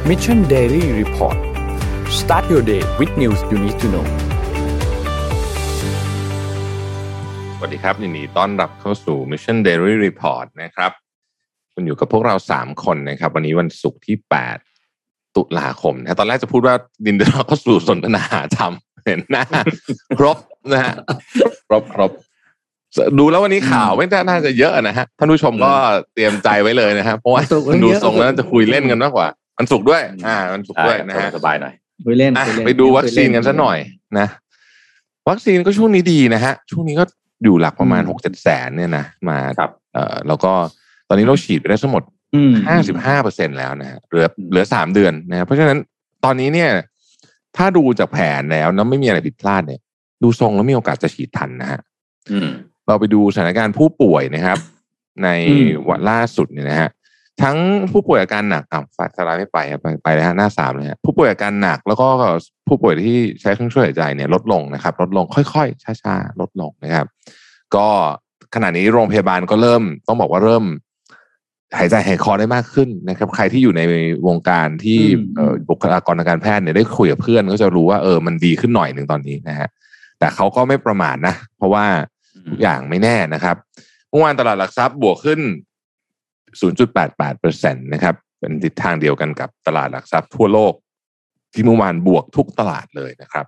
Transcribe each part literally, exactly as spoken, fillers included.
Mission Daily Report start your day with news you need to know สวัสดีครับยินดีต้อนรับเข้าสู่ Mission Daily Report นะครับคุณอยู่กับพวกเราสามคนนะครับวันนี้วันศุกร์ที่แปดตุลาคมนะตอนแรกจะพูดว่ายินดีต้อนรับเข้าสู่สนทนาธรรมเห็นหน้าครบนะฮะครบครบดูแล้ววันนี้ข่าวไม่น่าจะเยอะนะฮะท่านผู้ชมก็เตรียมใจไว้เลยนะฮะเพราะว่าดูทรงแล้วจะคุยเล่นกันมากกว่าวันศุกร์ด้วยอ่าวันศุกร์ด้วยนะฮะสบายหน่อยคุยเล่นไปดูวัคซีนกันซะหน่อยนะวัคซีนก็ช่วงนี้ดีนะฮะช่วงนี้ก็อยู่หลักประมาณ หกเจ็ด แสนเนี่ยนะมาเอ่อแล้วก็ตอนนี้เราฉีดไปได้ทั้งหมด ห้าสิบห้าเปอร์เซ็นต์ แล้วนะฮะเหลือเหลือสามเดือนนะเพราะฉะนั้นตอนนี้เนี่ยถ้าดูจากแผนแล้วนะไม่มีอะไรผิดพลาดเนี่ยดูทรงแล้วมีโอกาสจะฉีดทันนะฮะเราไปดูสถานการณ์ผู้ป่วยนะครับในวันล่าสุดเนี่ยนะฮะทั้งผู้ป่วยอาการหนักอ่ะสไลด์ไม่ไปครับไปเลยฮะหน้าสามเลยฮะผู้ป่วยอาการหนักแล้วก็ผู้ป่วยที่ใช้เครื่องช่วยหายใจเนี่ยลดลงนะครับลดลงค่อยๆช้าๆลดลงนะครับก็ขณะนี้โรงพยาบาลก็เริ่มต้องบอกว่าเริ่มหายใจหายคอได้มากขึ้นนะครับใครที่อยู่ในวงการที่บุคลากรทางการแพทย์เนี่ยได้คุยกับเพื่อนก็จะรู้ว่าเออมันดีขึ้นหน่อยหนึ่งตอนนี้นะฮะแต่เขาก็ไม่ประมาทนะเพราะว่าทุกอย่างไม่แน่นะครับเมื่อวานตลาดหลักทรัพย์บวกขึ้น ศูนย์จุดแปดแปดเปอร์เซ็นต์ นะครับเป็นทิศทางเดียวกันกับตลาดหลักทรัพย์ทั่วโลกที่เมื่อวานบวกทุกตลาดเลยนะครับ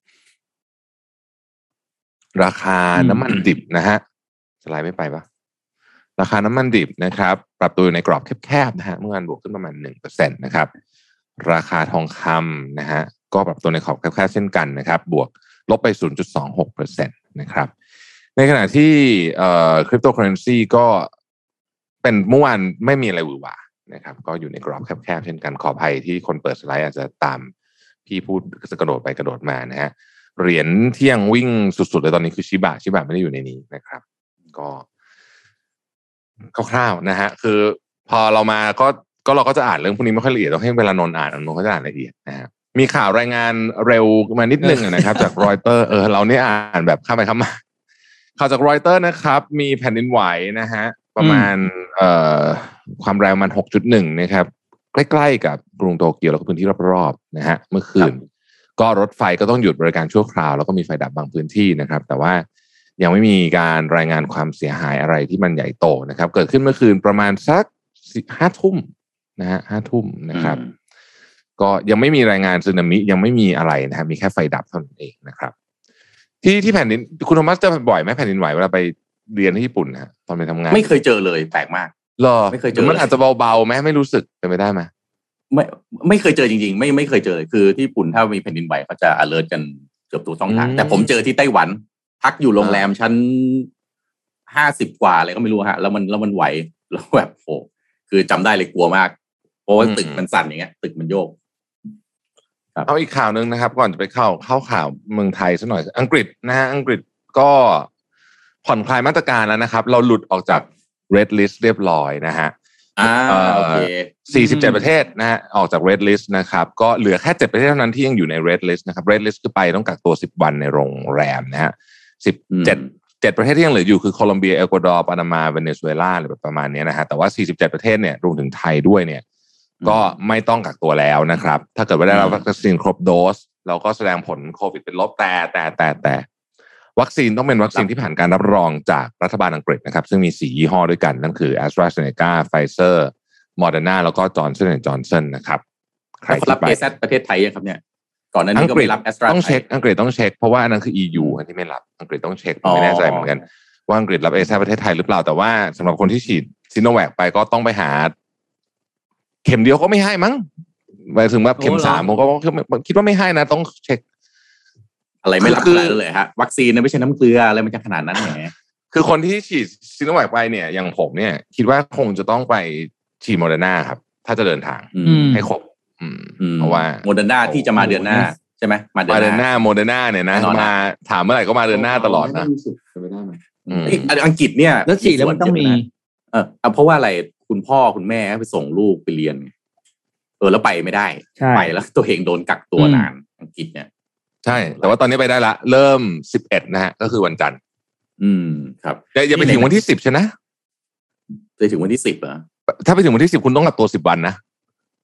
ราคาน้ำมันดิบนะฮะสไลด์ไม่ไปปะราคาน้ำมันดิบนะครับปรับตัวอยู่ในกรอบแคบๆนะฮะเมื่อวานบวกขึ้นประมาณ หนึ่งเปอร์เซ็นต์ นะครับราคาทองคำนะฮะก็ปรับตัวในกรอบแคบๆเช่นกันนะครับบวกลบไป ศูนย์จุดสองหกเปอร์เซ็นต์ นะครับในขณะที่เอ่อคริปโตเคอเรนซีก็เป็นเมื่อวานไม่มีอะไรหวือหวานะครับก็อยู่ในกรอบแคบๆเช่นกันขออภัยที่คนเปิดสไลด์อาจจะตามพี่พูดจะกระโดดไปกระโดดมานะฮะเหรียญเที่ยงวิ่งสุดๆเลยตอนนี้คือชิบะชิบะไม่ได้อยู่ในนี้นะครับก็คร่าวๆนะฮะคือพอเรามาก็ก็เราก็จะอ่านเรื่องพวกนี้ไม่ค่อยละเอียดต้องให้เวลานนอ่านนนเขาจะอ่านละเอียดนะฮะมีข่าวรายงานเร็วมานิดนึงนะครับจากรอยเตอร์เออเราเนี่ยอ่านแบบข้ามไปข้ามมาข่าวจากรอยเตอร์นะครับมีแผ่นดินไหวนะฮะประมาณเอ่อความแรงมัน หกจุดหนึ่ง นะครับใกล้ๆกับกรุงโตเกียวแล้วก็พื้นที่รอบๆนะฮะเมื่อคืนก็รถไฟก็ต้องหยุดบริการชั่วคราวแล้วก็มีไฟดับบางพื้นที่นะครับแต่ว่ายังไม่มีการรายงานความเสียหายอะไรที่มันใหญ่โตนะครับเกิดขึ้นเมื่อคืนประมาณสักห้าทุ่มนะฮะห้าทุ่มนะครับก็ยังไม่มีรายงานสึนามิยังไม่มีอะไรนะครับมีแค่ไฟดับเท่านั้นเองนะครับที่ที่แผ่นดินคุณโทมัสเจอบ่อยไหมแผ่นดินไหวเวลาไปเรียนที่ญี่ปุ่นนะตอนไปทำงานไม่เคยเจอเลยแปลกมากหรอไม่เคยเจอมันอาจจะเบาๆไหมไม่รู้สึกเป็นไปได้ไหมไม่ไม่เคยเจอจริงๆไม่ไม่เคยเจอเลยคือที่ญี่ปุ่นถ้ามีแผ่นดินไหวเขาจะ alert กันเกือบทุกช่องทางแต่ผมเจอที่ไต้หวันพักอยู่โรงแรมชั้นห้าสิบกว่าอะไรก็ไม่รู้ฮะแล้วมันแล้วมันไหวแล้วแบบโหคือจำได้เลยกลัวมากเพราะว่าตึกมันสั่นอย่างเงี้ยตึกมันโยกเอาอีกข่าวนึงนะครับก่อนจะไปเข้าเข้าข่าวเมืองไทยซะหน่อยอังกฤษนะฮะอังกฤษก็ผ่อนคลายมาตรการแล้วนะครับเราหลุดออกจาก red list เรียบร้อยนะฮะอ่าโอเคสี่สิบเจ็ดประเทศนะฮะออกจาก red list นะครับก็เหลือแค่เจ็ดประเทศเท่านั้นที่ยังอยู่ใน red list นะครับ red list คือไปต้องกักตัวสิบวันในโรงแรมนะฮะสิบเจ็ด เจ็ดประเทศที่ยังเหลืออยู่คือโคลอมเบียเอกวาดอร์ปานามาเวเนซุเอลาอะไรแบบประมาณนี้นะฮะแต่ว่าสี่สิบเจ็ดประเทศเนี่ยรวมถึงไทยด้วยเนี่ยก็ไม่ต้องกักตัวแล้วนะครับถ้าเกิดว่าได้รับวัคซีนครบโดสเราก็แสดงผลโควิดเป็นลบแต่แต่แต่แต่วัคซีนต้องเป็นวัคซีนที่ผ่านการรับรองจากรัฐบาลอังกฤษนะครับซึ่งมีสี่ยี่ห้อด้วยกันนั่นคือ AstraZeneca Pfizer Moderna แล้วก็ Johnson แอนด์ Johnson นะครับใครรับ เอ แซด ประเทศไทยยังครับเนี่ยก่อนหน้านี้ก็ไม่รับ Astra ต้องเช็คอังกฤษต้องเช็คเพราะว่านั่นคือ อี ยู อันที่ไม่รับอังกฤษต้องเช็คไม่แน่ใจเหมือนกันว่าอังกฤษรับ เอ แซด ประเทศไทยหรือเปล่าแต่ว่าสำหรับคนที่ฉีดซิโนแวคไปก็ต้องไปหาเข็มเดียวก็ไม่ให้มั้งหมายถึงว่าเข็มสามผมก็คิดว่าไม่ให้นะต้องเช็คอะไรไม่รับขนาดนั้นเลยฮะวัคซีนไม่ใช่น้ำเกลืออะไรมันจะขนาดนั้นแหมคือคนที่ฉีดซิโนแวคไปเนี่ยอย่างผมเนี่ยคิดว่าคงจะต้องไปฉีดโมเดอร์นาครับถ้าจะเดินทางให้ครบเพราะว่าโมเดอร์นาที่จะมาเดือนหน้าใช่ไหมมาเดือนหน้าโมเดอร์นาเนี่ยนะมาถามเมื่อไหร่ก็มาเดือนหน้าตลอดนะจะไม่ได้ไหมอังกฤษเนี่ยแล้วฉีดแล้วมันต้องมีเออเพราะว่าอะไรคุณพ่อคุณแม่ไปส่งลูกไปเรียนเออแล้วไปไม่ได้ไปแล้วตัวเองโดนกักตัวนานอังกฤษเนี่ยใช่แต่ว่าตอนนี้ไปได้ละเริ่มสิบเอ็ดนะฮะก็คือวันจันทร์อืมครับอย่าไปถึงวันที่สิบใช่ไหมไปถึงวันที่สิบเหรอถ้าไปถึงวันที่สิบคุณต้องกักตัวสิบวันนะ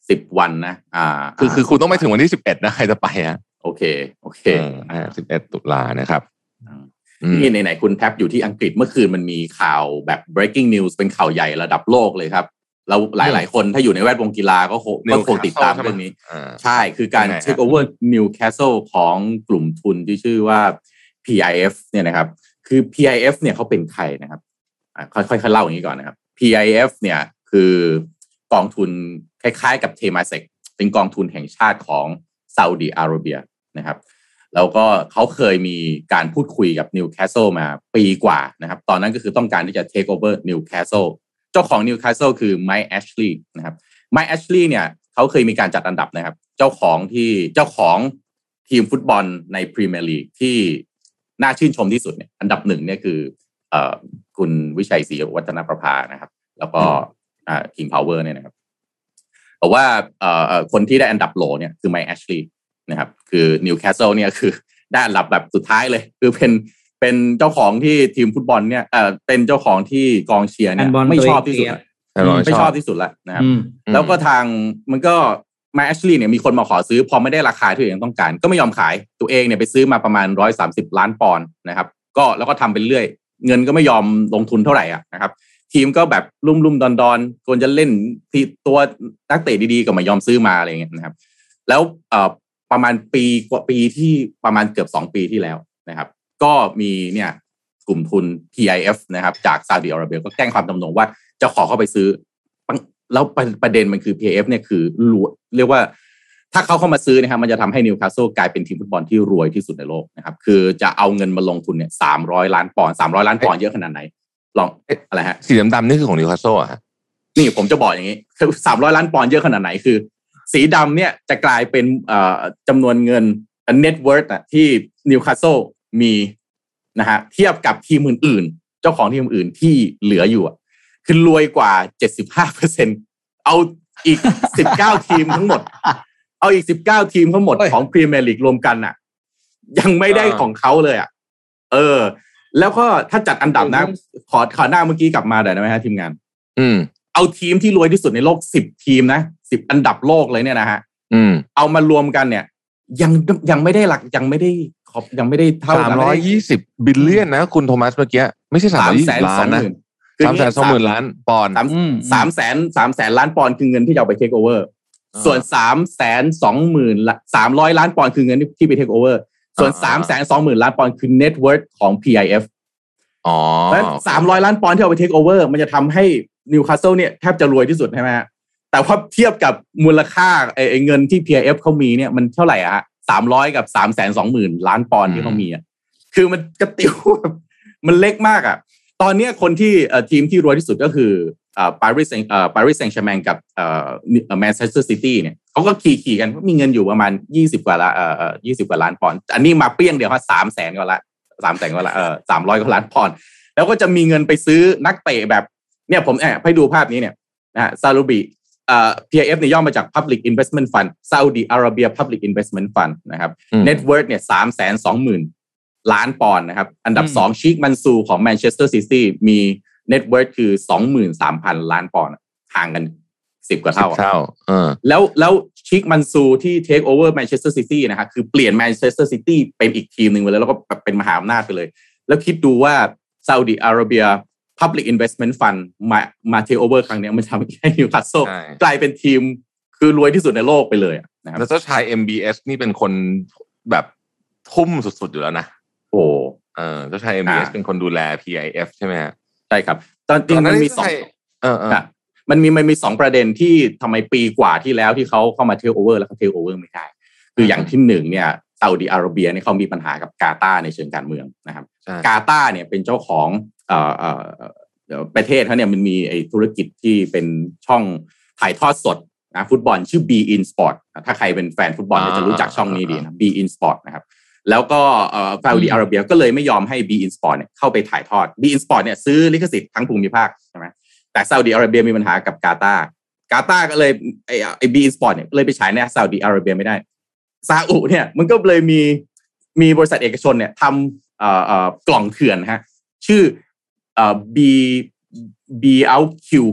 สิบวันนะอ่าคือคือคุณต้องไปถึงวันที่สิบเอ็ดนะใครจะไปฮะโอเคโอเคอ่าสิบเอ็ดตุลานะครับนี่ไหนๆคุณแท็บอยู่ที่อังกฤษเมื่อคืนมันมีข่าวแบบ breaking news เป็นข่าวใหญ่ระดับโลกเลยครับแล้วหลายๆคนถ้าอยู่ในแวดวงกีฬาก็คงก็คงติดตามเรื่องนี้ใช่คือการ take over Newcastle ของกลุ่มทุนที่ชื่อว่า พี ไอ เอฟ เนี่ยนะครับคือ พี ไอ เอฟ เนี่ยเขาเป็นใครนะครับค่อยๆเล่าอย่างนี้ก่อนนะครับ พี ไอ เอฟ เนี่ยคือกองทุนคล้ายๆกับ Temasek เป็นกองทุนแห่งชาติของซาอุดิอาระเบียนะครับแล้วก็เขาเคยมีการพูดคุยกับ Newcastle มาปีกว่านะครับตอนนั้นก็คือต้องการที่จะ take over Newcastle เจ้าของ Newcastle คือ Mike Ashley นะครับ Mike Ashley เนี่ยเขาเคยมีการจัดอันดับนะครับเจ้าของที่เจ้าของทีมฟุตบอลในพรีเมียร์ลีกที่น่าชื่นชมที่สุดเนี่ยอันดับหนึ่งเนี่ยคือเอ่อคุณวิชัยศรีวัฒนประภานะครับแล้วก็อ่า King Power เนี่ยนะครับแต่ว่าเอ่อคนที่ได้อันดับโหลเนี่ยคือ Mike Ashley นะครับคือ Newcastle เนี่ยคือได้อันดับแบบสุดท้ายเลยคือเป็นเป็นเจ้าของที่ทีมฟุตบอลเนี่ยเอ่อเป็นเจ้าของที่กองเชียร์เนี่ยไม่ชอบที่สุดไม่ชอบที่สุดแล้วนะครับแล้วก็ทางมันก็มาแอชลีย์เนี่ยมีคนมาขอซื้อพอไม่ได้ราคาที่ตัวเองต้องการก็ไม่ยอมขายตัวเองเนี่ยไปซื้อมาประมาณหนึ่งร้อยสามสิบล้านปอนด์นะครับก็แล้วก็ทำไปเรื่อยเงินก็ไม่ยอมลงทุนเท่าไหร่อ่ะนะครับทีมก็แบบลุ่มๆดอนๆควรจะเล่นที่ตัวนักเตะดีๆก็ไม่ยอมซื้อมาอะไรเงี้ยนะครับแล้วเอ่อประมาณปีกว่าปีที่ประมาณเกือบสองปีที่แล้วนะครับก็มีเนี่ยกลุ่มทุน พี ไอ เอฟ นะครับจากซาอุดิอาระเบียก็แจ้งความจำนงว่าจะขอเข้าไปซื้อแล้วประเด็นมันคือ พี ไอ เอฟ เนี่ยคือเรียกว่าถ้าเขาเข้ามาซื้อนะครับมันจะทำให้นิวคาสเซิลกลายเป็นทีมฟุตบอลที่รวยที่สุดในโลกนะครับคือจะเอาเงินมาลงทุนเนี่ยสามร้อยล้านปอนด์สามร้อยล้านปอนด์เยอะขนาดไหนลองอะไรฮะสีดำๆนี่คือของนิวคาสเซิลอ่ะนี่ผมจะบอกอย่างนี้คือสามร้อยล้านปอนด์เยอะขนาดไหนคือสีดำเนี่ยจะกลายเป็นจำนวนเงิน net worth อ่ะที่นิวคาสเซิลมีนะฮะเทียบกับทีมอื่นๆเจ้าของทีมอื่นที่เหลืออยู่คือรวยกว่า เจ็ดสิบห้าเปอร์เซ็นต์ เอาอีกสิบเก้าทีมทั้งหมดเอาอีกสิบเก้าทีมทั้งหมดของพรีเมียร์ลีกรวมกันน่ะยังไม่ได้ของเขาเลยอ่ะเออแล้วก็ถ้าจัดอันดับนะขอขอหน้าเมื่อกี้กลับมาได้ไหมฮะทีมงานอืมเอาทีมที่รวยที่สุดในโลกสิบทีมนะสิบอันดับโลกเลยเนี่ยนะฮะอืมเอามารวมกันเนี่ยยังยังไม่ได้หลักยังไม่ได้ขอบยังไม่ได้เท่าสามร้อยยี่สิบบิลเลียนนะคุณโทมัสเมื่อกี้ไม่ใช่สามร้อยยี่สิบล้านนะสามแสนสองหมื่นล้านปอนด์สามแสนสามแสนล้านปอนด์คือเงินที่จะเอาไปเทคโอเวอร์ส่วนสามแสนสองหมื่นสามร้อยล้านปอนด์คือเงินที่ไปเทคโอเวอร์ส่วนสามแสนสองหมื่นล้านปอนด์คือเน็ตเวิร์ธของ พี ไอ เอฟอ๋อแล้วสามร้อยล้านปอนด์ที่เอาไปเทคโอเวอร์มันจะทำให้นิวคาสเซิลเนี่ยแทบจะรวยที่สุดใช่ไหมฮะแต่พอเทียบกับมูลค่าไอ้เงินที่ พี ไอ เอฟ เขามีเนี่ยมันเท่าไหร่อะฮะสามร้อยกับสามแสนสองหมื่นล้านปอนด์ที่เขามีอ่ะคือมันกระติวมันเล็กมากอ่ะตอนนี้คนที่ทีมที่รวยที่สุดก็คือปารีสปารีสแซงต์แชร์แมงกับแมนเชสเตอร์ซิตี้เนี่ยเขาก็ขี่ๆกันมีเงินอยู่ประมาณยี่สิบกว่าละเอ่อยี่สิบกว่าล้านปอนด์อันนี้มาเปี้ยงเดียวครับสามแสนกว่าละสามแสนกว่าละเอ่อสามร้อยกว่าล้านปอนด์แล้วก็จะมีเงินไปซื้อนักเตะแบบเนี่ยผมแอบให้ดูภาพนี้เนี่ยนะฮะซาลูบีเอ่อ พี ไอ เอฟ เนี่ยย่อมาจาก Public Investment Fund Saudi Arabia Public Investment Fund นะครับ Net Worth เนี่ย สามแสนสองหมื่นล้านปอนด์นะครับอันดับสองชิคมันซูของ Manchester City มี Net Worth คือ สองหมื่นสามพันล้านปอนด์ห่างกันสิบกว่าเท่าเออแล้วแล้วชิคมันซูที่ Take Over Manchester City นะครับคือเปลี่ยน Manchester City เป็นอีกทีมนึงไปเลยแล้วก็เป็นมหาอำนาจไปเลยแล้วคิดดูว่า Saudi Arabia Public Investment Fund มามาเทคโอเวอร์ครั้งนี้มันทำให้นิวคาสเซิลกลายเป็นทีมคือรวยที่สุดในโลกไปเลยนะครับแล้วเจ้าชาย เอ็ม บี เอส นี่เป็นคนแบบทุ่มสุดๆอยู่แล้วนะโอ้เออเจ้าชาย เอ็ม บี เอส เป็นคนดูแล พี ไอ เอฟ ใช่ไหมฮะใช่ครับตอนจริงมันมีสองเออๆมันมีมันมีสองประเด็นที่ทำไมปีกว่าที่แล้วที่เขาเข้ามาเทคโอเวอร์แล้วเขาเทคโอเวอร์ไม่ได้คืออย่างที่หนึ่งเนี่ยซาอุดิอาระเบียเนี่ยเขามีปัญหากับกาตาร์ในเชิงการเมืองนะครับกาตาร์เนี่ยเป็นเจ้าของเอ่อเอ่อประเทศเขาเนี่ยมันมีไอ้ธุรกิจที่เป็นช่องถ่ายทอดสดนะฟุตบอลชื่อ Be In Sport ถ้าใครเป็นแฟนฟุตบอลจะรู้จักช่องนี้ดีนะ Be In Sport นะครับแล้วก็เอ่อซาอุดิอาระเบียก็เลยไม่ยอมให้ Be In Sport เนี่ยเข้าไปถ่ายทอด Be In Sport เนี่ยซื้อลิขสิทธิ์ทั้งภูมิภาคใช่ไหมแต่ซาอุดิอาระเบียมีปัญหากับกาตาร์กาตาร์ก็เลยไอ้ไอ้ Be In Sport เนี่ยเลยไปฉายในซาอุดิอาระเบียไม่ได้ซาอุเนี่ยมันก็เลยมีมีบริษัทเอกชนเนี่ยทำเอ่อเอ่อกล่องเถื่อนฮะชื่อเอ่อ B B Out Q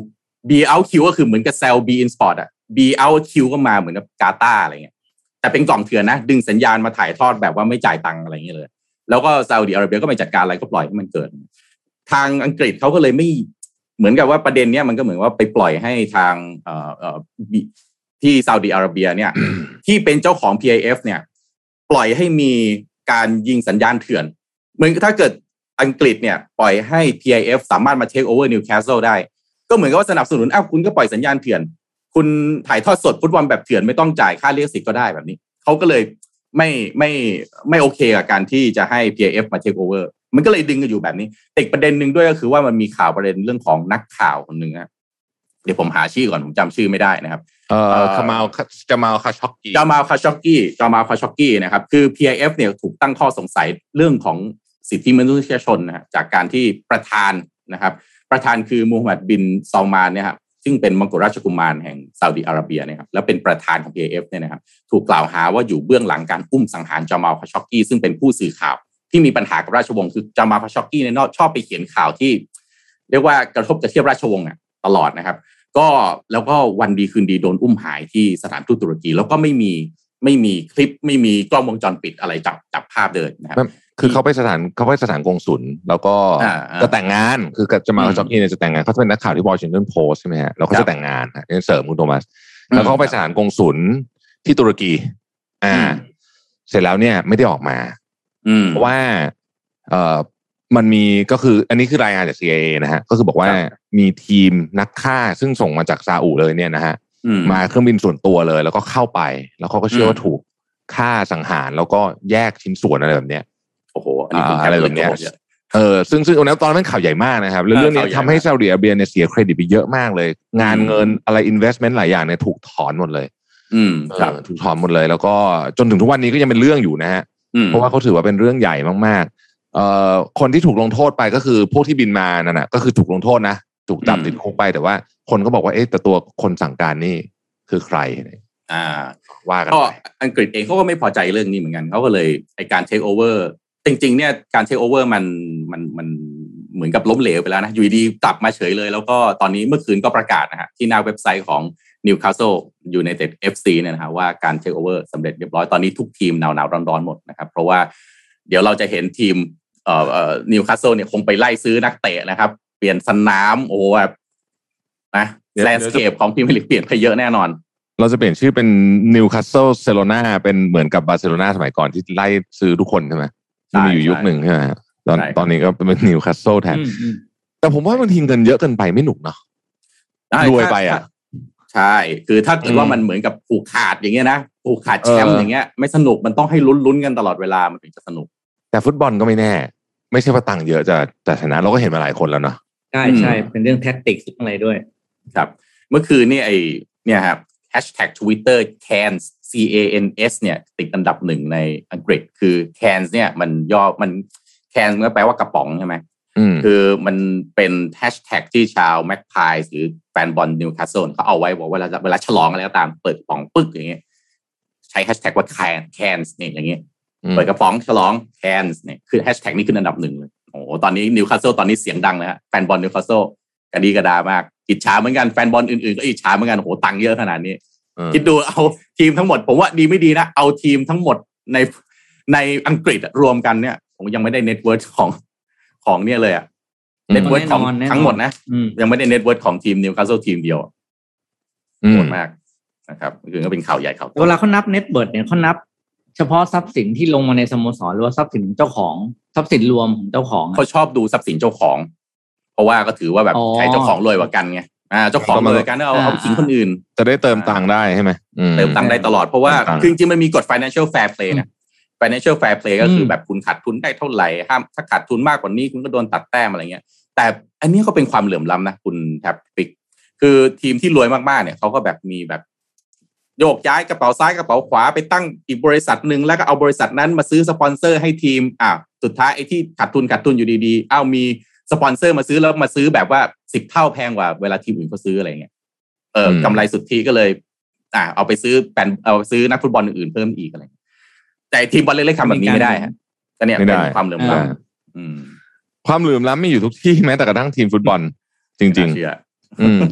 B out Q ก็คือเหมือนกับ sell B in sport อ่ะ B out Q ก็มาเหมือนกับกาตาร์อะไรเงี้ยแต่เป็นกล่องเถื่อนนะดึงสัญญาณมาถ่ายทอดแบบว่าไม่จ่ายตังค์อะไรเงี้ยเลยแล้วก็ซาอุดิอาระเบียก็ไม่จัดการอะไรก็ปล่อยให้มันเกิดทางอังกฤษเขาก็เลยไม่เหมือนกับว่าประเด็นเนี้ยมันก็เหมือนว่าไปปล่อยให้ทางเอ่อเอ่อที่ซาอุดิอาระเบียเนี่ย ที่เป็นเจ้าของ พี ไอ เอฟ เนี่ยปล่อยให้มีการยิงสัญญาณเถื่อนเหมือนถ้าเกิดอังกฤษเนี่ยปล่อยให้ พี ไอ เอฟ สามารถมาเทคโอเวอร์นิวคาสเซิลได้ก็เหมือนกับว่าสนับสนุนอ้าวคุณก็ปล่อยสัญญาณเถื่อนคุณถ่ายทอดสดฟุตบอลแบบเถื่อนไม่ต้องจ่ายค่าเลี้ยงสิทธิ์ก็ได้แบบนี้เขาก็เลยไม่ไม่ไม่โอเคกับการที่จะให้ พี ไอ เอฟ มาเทคโอเวอร์มันก็เลยดึงกันอยู่แบบนี้แต่อีกประเด็นหนึ่งด้วยก็คือว่ามันมีข่าวประเด็นเรื่องของนักข่าวคนหนึ่งนะเดี๋ยวผมหาชื่อก่อนผมจำชื่อไม่ได้นะครับเอ่อคามาลจามาลคาช็อกกี้จามาลคาช็อกกี้จามาลคาช็อกกี้นะครับคือ พี ไอ เอฟ เนี่ยถูกตั้งข้อสงสัยเรื่องของสิทธิมนุษยชนนะฮะจากการที่ประธานนะครับประธานคือมูฮัมหมัดบินซอลมานเนี่ยครับซึ่งเป็นมกุฎราชกุมารแห่งซาอุดิอาระเบียนะครับแล้วเป็นประธานของ พี ไอ เอฟ เนี่ยนะครับถูกกล่าวหาว่าอยู่เบื้องหลังการอุ้มสังหารจามาลคาช็อกกี้ซึ่งเป็นผู้สื่อข่าวที่มีปัญหากับราชวงศ์คือจามาลคาช็อกกี้เนี่ยชอบไปเขียนข่าวที่เรียกว่ากระทบกระเทียบราชวงศ์อ่ะตลอดนะครับก็แล้วก็วันดีคืนดีโดนอุ้มหายที่สถานทูตตุรกีแล้วก็ไม่มีไม่มีคลิปไม่มีกล้องวงจรปิดอะไรจับจับภาพเลยนะครับคือเขาไปสถานเขาไปสถานกงสุลแล้วก็จะแต่งงานคือจะมาจ็อกกี้เนี่ยจะแต่งงานเขาเป็นนักข่าวที่วอชิงตันโพสต์ใช่ไหมฮะแล้วเขาจะแต่งงานนี่เสริมคุณโทมัสแล้วเขาไปสถานกงสุลที่ตุรกีอ่าเสร็จแล้วเนี่ยไม่ได้ออกมาเพราะว่าเอ่อมันมีก็คืออันนี้คือรายงานจาก ซี ไอ เอ นะฮะก็คือบอกว่ามีทีมนักฆ่าซึ่งส่งมาจากซาอุเลยเนี่ยนะฮะมาเครื่องบินส่วนตัวเลยแล้วก็เข้าไปแล้วเขาก็เชื่อว่าถูกฆ่าสังหารแล้วก็แยกชิ้นส่วนอะไรแบบเนี้ยโอ้โหอันนี้อะไรแบบเนี้ยเออซึ่งซึ่งตอนนั้นตอนนั้นเป็นข่าวใหญ่มากนะครับแล้วเรื่องนี้ทำให้ซาอุดิอาระเบียเนี่ยเสียเครดิตไปเยอะมากเลยงานเงินอะไร investment หลายอย่างเนี่ยถูกถอนหมดเลยอืมครับถูกถอนหมดเลยแล้วก็จนถึงทุกวันนี้ก็ยังเป็นเรื่องอยู่นะฮะเพราะว่าเขาถือว่าเป็นเรื่องใหญ่มากๆเอ่อคนที่ถูกลงโทษไปก็คือพวกที่บินมานั่นน่ะก็คือถูกลงโทษนะถูกจับติดคุกไปแต่ว่าคนก็บอกว่าเอ๊ะแต่ตัวคนสั่งการนี่คือใครอ่าว่ากันก็อังกฤษเองเขาก็ไม่พอใจเรื่องนี้เหมือนกันเขาก็เลยไอ้การเทคโอเวอร์จริงๆเนี่ยการเทคโอเวอร์มันมันมันเหมือนกับล้มเหลวไปแล้วนะอยู่ดีกลับมาเฉยเลยแล้วก็ตอนนี้เมื่อคืนก็ประกาศนะฮะที่หน้าเว็บไซต์ของ Newcastle United เอฟ ซี เนี่ยนะฮะว่าการเทคโอเวอร์สำเร็จเรียบร้อยตอนนี้ทุกทีมหนาวๆร้อนๆหมดนะครับเพราะว่าเดี๋ยวเราจะเห็นทีมเอ่อเอ่อ Newcastle เนี่ยคงไปไล่ซื้อนักเตะนะครับเปลี่ยนสนามโอ้โหแบบนะแลนด์สเคปของพรีเมียร์ลีกเปลี่ยนไปเยอะแน่นอนเราจะเปลี่ยนชื่อเป็น Newcastle Barcelona เป็นเหมือนกับบาร์เซโลนาสมัยก่อนที่ไล่ซื้อทุกคนใช่ไหมที่มีอยู่ยุคหนึ่งใช่ไหมตอนตอนนี้ก็เป็น Newcastle แทนแต่ผมว่าบางทีเงินเยอะเกินไปไม่หนุกเนาะรวยไปอ่ะใช่คือถ้าเกิดว่ามันเหมือนกับผูกขาดอย่างเงี้ยนะผูกขาดแชมป์อย่างเงี้ยไม่สนุกมันต้องให้ลุ้นๆกันตลอดเวลามันถึงจะสนุกแต่ฟุตบอลก็ไม่แน่ไม่ใช่ว่าตังค์เยอะจะจะชนะเราก็เห็นมาหลายคนแล้วเนาะใช่ใช่เป็นเรื่องแท็กติกอะไรด้วยครับเมื่อคืนนี่ไอเนี่ยครับHashtag Twitter cans C A N S เนี่ยติดอันดับหนึ่งในอังกฤษคือ cans เนี่ยมันย่อมัน cans มันแปลว่ากระป๋องใช่ไหมคือมันเป็น hashtag ที่ชาวแม็กพายหรือแฟนบอลนิวคาสเซิลเขาเอาไว้บอกว่าเวลาเวลาฉลองอะไรก็ตามเปิดกระป๋องปึ๊กอย่างเงี้ยใช้ hashtag ว่า cans cans เนี่ยอย่างเงี้ยเปิดกระป๋องฉลอง cans เนี่ยคือ hashtag นี้ขึ้นอันดับหนึ่งเลยโอ้โหตอนนี้นิวคาสเซิลตอนนี้เสียงดังเลยฮะแฟนบอลนิวคาสเซิลกระดีกระดามากอิจฉาเหมือนกันแฟนบอลอื่นๆก็อิจฉาเหมือนกันโหตังค์เยอะขนาดนี้คิดดูเอาทีมทั้งหมดผมว่าดีไม่ดีนะเอาทีมทั้งหมดในในอังกฤษรวมกันเนี่ยผมยังไม่ได้เน็ตเวิร์ธของของเนี่ยเลยอะเน็ตเวิร์ธของทั้งหมดนะยังไม่ได้เน็ตเวิร์ธของทีมนิวคาสเซิลทีมเดียวโหดมากนะครับคือก็เป็นข่าวใหญ่ข่าวเวลาเขานับเน็ตเวิร์ธเนี่ยเขานับเฉพาะทรัพย์สินที่ลงมาในสโมสรหรือว่าทรัพย์สินเจ้าของทรัพย์สินรวมของเจ้าของเขาชอบดูทรัพย์สินเจ้าของเพราะว่าก็ถือว่าแบบใครเจ้าของรวยกว่ากันไงอ่าเจ้าของรวยกว่ากันเอาเอาขิงคนอื่นจะได้เติมตังค์ได้ใช่ไหมเติมตังค์ได้ตลอดเพราะว่าคือจริงๆมันมีกฎ financial fair play นะ financial fair play ก็คือแบบคุณขาดทุนได้เท่าไหร่ห้ามถ้าขาดทุนมากกว่านี้คุณก็โดนตัดแต้มอะไรเงี้ยแต่อันนี้ก็เป็นความเหลื่อมล้ำนะคุณแท็บปิกคือทีมที่รวยมากๆเนี่ยเขาก็แบบมีแบบโยกย้ายกระเป๋าซ้ายกระเป๋าขวาไปตั้งอีกบริษัทนึงแล้วก็เอาบริษัทนั้นมาซื้อสปอนเซอร์ให้ทีมอ่ะสุดท้ายไอ้ที่ขาดทุนขาดทุนอยู่ดีๆอ้าวมีสปอนเซอร์มาซื้อแล้วมาซื้อแบบว่าสิบเท่าแพงกว่าเวลาทีมอื่นเขาซื้ออะไรเงี้ยเออกำไรสุทธิก็เลยอ่ะเอาไปซื้อแปนเอาซื้อนักฟุตบอลอื่นๆเพิ่มอีกอะไรแต่ทีมบอลเล็กๆทำแบบนี้ไม่ได้ฮะก็เนี่ยเป็นความเหลื่อมล้ำความเหลื่อมล้ำมีอยู่ทุกที่แม้แต่กระทั่งทีมฟุตบอลจริงๆอืม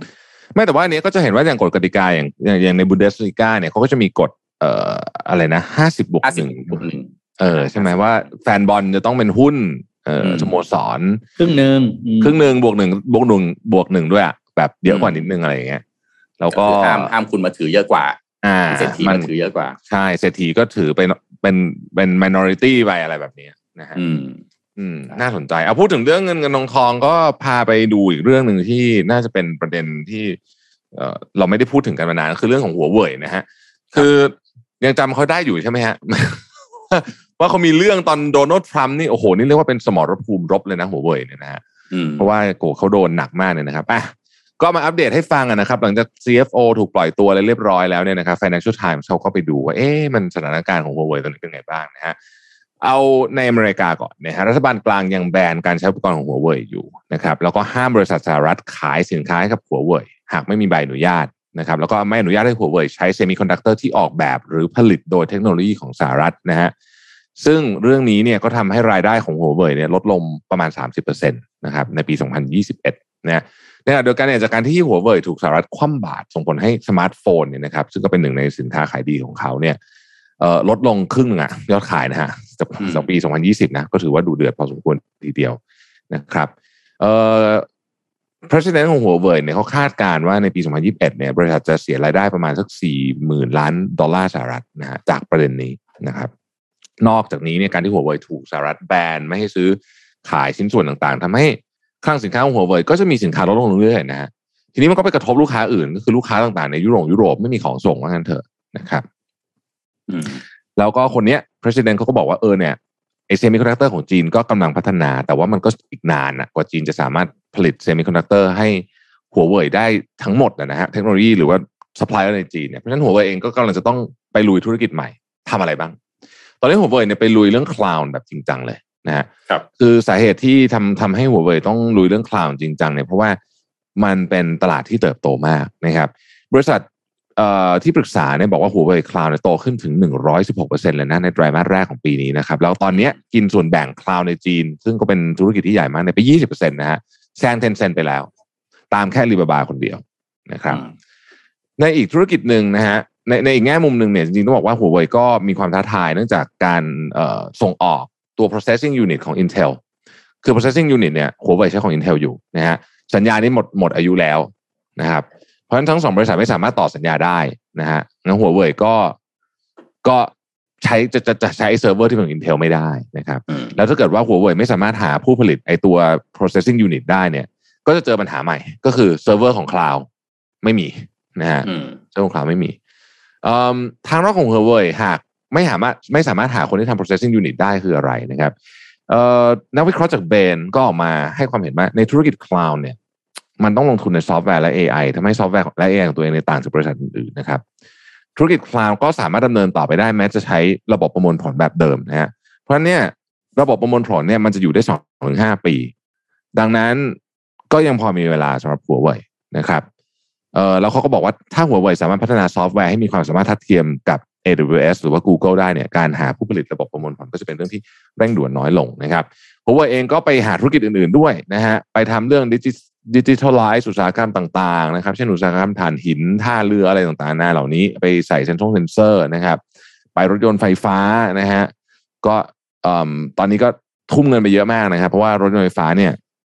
ไม่แต่ว่าอันนี้ก็จะเห็นว่าอย่างกฎกติกาอย่างอย่างในบูเดสลีกาเนี่ยเขาก็จะมีกฎเอ่ออะไรนะห้าสิบบวกหนึ่งเออใช่ไหมว่าแฟนบอลจะต้องเป็นหุ้นเอ่อสโมสรครึ่งหนึ่งครึ่งหนึ่งบวกหนึ่งบวกหนึ่งบวกหนึ่งด้วยอ่ะแบบเยอะกว่านิดนึงอะไรอย่างเงี้ยแล้วก็ห้ามห้ามคุณมาถือเยอะกว่าอ่าเศรษฐีมาถือเยอะกว่าใช่เศรษฐีก็ถือเป็นเป็นเป็น minority ไปอะไรแบบนี้นะฮะอืมอืมน่าสนใจเอาพูดถึงเรื่องเงินเงินทองทองก็พาไปดูอีกเรื่องหนึ่งที่น่าจะเป็นประเด็นที่เอ่อเราไม่ได้พูดถึงกันมานานคือเรื่องของหัวเว่ยนะฮะคือยังจำเขาได้อยู่ใช่ไหมฮะ ว่าเขามีเรื่องตอนโดนัลด์ทรัมป์นี่โอ้โหนี่เรียกว่าเป็นสมรภูมิรบเลยนะหัวเว่ยเนี่ยนะฮะเพราะว่าโกเขาโดนหนักมากเลยนะครับอ่ะก็มาอัปเดตให้ฟังนะครับหลังจาก ซี เอฟ โอ ถูกปล่อยตัวแล้วเรียบร้อยแล้วเนี่ยนะครับ Financial Times เขาก็ไปดูว่าเอ๊ะมันสถานการณ์ของหัวเว่ยตอนนี้เป็นไงบ้างนะฮะเอาในอเมริกาก่อนนะฮะรัฐบาลกลางยังแบนการใช้อุปกรณ์ของหัวเว่ยอยู่นะครับแล้วก็ห้ามบริษัทสหรัฐขายสินค้าให้กับหัวเว่ยหากไม่มีใบอนุญาตนะครับแล้วก็ไม่อนุญาตให้หัวเว่ยใช้เซมิคอนดักเตอร์ที่ออกแบบหรือผลิตโดยเทคโนโลยีของสหรัฐนะฮะซึ่งเรื่องนี้เนี่ยก็ทำให้รายได้ของหัวเว่ยเนี่ยลดลงประมาณ สามสิบเปอร์เซ็นต์ นะครับในปี สองพันยี่สิบเอ็ด นะในขณะเดียวกันเนี่ยจากการที่หัวเว่ยถูกสหรัฐคว่ำบาตรส่งผลให้สมาร์ทโฟนเนี่ยนะครับซึ่งก็เป็นหนึ่งในสินค้าขายดีของเขาเนี่ยเอ่อลดลงครึ่งนึงอะยอดขายนะฮะจากปี สองพันยี่สิบ นะก็ถือว่าดูเดือดพอสมควรทีเดียวนะครับเอ่อ President ของหัวเว่ยเนี่ยเขาคาดการณ์ว่าในปี สองพันยี่สิบเอ็ด เนี่ยบริษัทจะเสียรายได้ประมาณสัก สี่หมื่น ล้านดอลลาร์สหรัฐนะฮะจากประเด็นนี้นะครับนอกจากนี้เนี่ยการที่หัวเว่ยถูกสหรัฐแบนไม่ให้ซื้อขายชิ้นส่วนต่างๆทำให้คลังสินค้าของหัวเว่ยก็จะมีสินค้าลดลงเรื่อยๆนะฮะทีนี้มันก็ไปกระทบลูกค้าอื่นก็คือลูกค้าต่างๆในยุโรปยุโรปไม่มีของส่งว่างั้นเถอะนะครับแล้วก็คนเนี้ย President เขาก็บอกว่าเออเนี่ยไอเซมิคอนดักเตอร์ของจีนก็กำลังพัฒนาแต่ว่ามันก็อีกนานนะกว่าจีนจะสามารถผลิตเซมิคอนดักเตอร์ให้หัวเว่ยได้ทั้งหมดนะฮะเทคโนโลยีหรือว่าซัพพลายเออร์ในจีนเนี่ยเพราะฉะนั้นหัวเว่ยเองก็กำลังจะต้องไปลุยธุรกิจใหม่ทำอะไรบ้างตอนนี้หัวเว่ยเนี่ยไปลุยเรื่องคลาวด์แบบจริงจังเลยนะฮะครับคือสาเหตุที่ทำทำให้หัวเว่ยต้องลุยเรื่องคลาวด์จริงจังเนี่ยเพราะว่ามันเป็นตลาดที่เติบโตมากนะครับบริษัทเอ่อที่ปรึกษาเนี่ยบอกว่าหัวเว่ยคลาวด์เนี่ยโตขึ้นถึง หนึ่งร้อยสิบหกเปอร์เซ็นต์ เลยนะในไตรมาสแรกของปีนี้นะครับแล้วตอนนี้กินส่วนแบ่งคลาวด์ในจีนซึ่งก็เป็นธุรกิจที่ใหญ่มากในไป ยี่สิบเปอร์เซ็นต์ นะฮะแซง Tencent ไปแล้วตามแค่ Alibaba คนเดียวนะครับในอีกธุรกิจนึงนะฮะในในอีกแง่มุมนึงเนี่ยจริงๆต้องบอกว่าหัวเว่ยก็มีความท้าทายเนื่องจากการเอ่อส่งออกตัว processing unit ของ Intel คือ processing unit เนี่ยหัวเว่ยใช้ของ Intel อยู่นะฮะสัญญานี้หมดหมดอายุแล้วนะครับเพราะฉะนั้นทั้งสองบริษัทไม่สามารถต่อสัญญาได้นะฮะงั้นหัวเว่ยก็ก็ใช้จะจะจะใช้เซิร์ฟเวอร์ที่เป็นของ Intel ไม่ได้นะครับแล้วถ้าเกิดว่าหัวเว่ยไม่สามารถหาผู้ผลิตไอตัว processing unit ได้เนี่ยก็จะเจอปัญหาใหม่ก็คือเซิร์ฟเวอร์ของ cloud ไม่มีนะฮะเซิร์ฟเวอร์ของ cloud ไม่มีทางนอกของหัวเว่ยหากไม่สามารถไม่สามารถหาคนที่ทำ processing unit ได้คืออะไรนะครับนักวิเคราะห์จากเบนก็ออกมาให้ความเห็นว่าในธุรกิจ cloud เนี่ยมันต้องลงทุนในซอฟต์แวร์และ เอ ไอ ทำให้ซอฟต์แวร์และ เอ ไอ ของตัวเองในต่างจากบริษัทอื่นๆนะครับธุรกิจ cloud ก็สามารถดำเนินต่อไปได้แม้จะใช้ระบบประมวลผลแบบเดิมนะฮะเพราะฉะนั้นเนี่ยระบบประมวลผลเนี่ยมันจะอยู่ได้ สองถึงห้า ปีดังนั้นก็ยังพอมีเวลาสำหรับหัวเว่ยนะครับเอ่อแล้วเขาก็บอกว่าถ้าหัวเว่ยสามารถพัฒนาซอฟต์แวร์ให้มีความสามารถทัดเทียมกับ เอ ดับเบิลยู เอส หรือว่า Google ได้เนี่ยการหาผู้ผลิตระบบประมวลผลก็จะเป็นเรื่องที่เร่งด่วนน้อยลงนะครับหัวเว่ยเองก็ไปหาธุรกิจอื่นๆด้วยนะฮะไปทำเรื่องดิจิดิจิทัลไลซ์อุตสาหกรรมต่างๆนะครับเช่นอุตสาหกรรมถ่านหินท่าเรืออะไรต่างๆนาเหล่านี้ไปใส่เซนทรงเซนเซอร์นะครับไปรถยนต์ไฟฟ้านะฮะก็ตอนนี้ก็ทุ่มเงินไปเยอะมากนะครับเพราะว่ารถยนต์ไฟฟ้าเนี่ย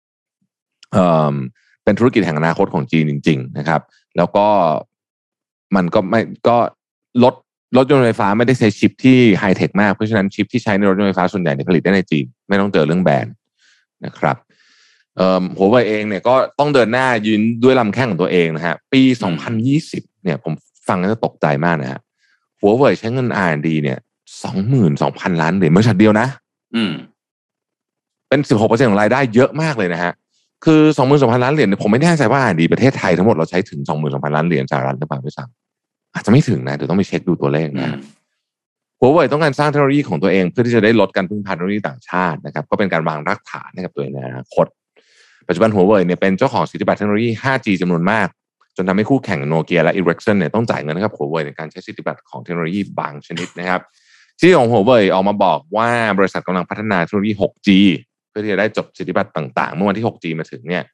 เป็นธุรกิจแห่งอนาคตของจีนจริงๆนะครับแล้วก็มันก็ไม่ก็รถรถยนต์ไฟฟ้าไม่ได้ใช้ชิปที่ไฮเทคมากเพราะฉะนั้นชิปที่ใช้ในรถยนต์ไฟฟ้าส่วนใหญ่ผลิตได้ในจีนไม่ต้องเจอเรื่องแบนนะครับหัวเว่ยเองเนี่ยก็ต้องเดินหน้ายืนด้วยลำแข้งของตัวเองนะฮะปีสองพันยี่สิบเนี่ยผมฟังแล้วจะตกใจมากนะฮะหัวเว่ยใช้เงิน อาร์ แอนด์ ดี เนี่ย สองหมื่นสองพัน ล้านเหรียญบริษัทเดียวนะอืมเป็น สิบหกเปอร์เซ็นต์ ของรายได้เยอะมากเลยนะฮะคือ สองหมื่นสองพัน ล้านเหรียญผมไม่แน่ใจว่า อาร์ แอนด์ ดี ประเทศไทยทั้งหมดเราใช้ถึง สองหมื่นสองพัน ล้านเหรียญสหรัฐหรือเปล่าด้วยซ้ำอาจจะไม่ถึงนะเดี๋ยวต้องไปเช็คดูตัวเลขนะหัวเว่ยต้องการสร้างเทคโนโลยีของตัวเองเพื่อที่จะได้ลดการพึ่งพาเทคโนโลยีต่างชาตินะครับก็เป็นการวางรากฐานให้กับตัวเองในอนาคตปัจจุบันหัวเว่ยเนี่ยเป็นเจ้าของสิทธิบัตรเทคโนโลยี ห้าจี จำนวนมากจนทำให้คู่แข่งโนเกียและ Ericsson เนี่ยต้องจ่ายเงินให้กับหัวเว่ยในการใช้สิทธิบัตรของเทคโนโลยีบางชนิดนะครับที่ของหัวเว่ยออกมาบอกว่าบริษัทกำลังพัฒนาเทคโนโลยี หกจี เพื่อที่จะได้จบสิทธิบัตรต่างๆเมื่อวันที่ หกจี มาถึงเนี่ย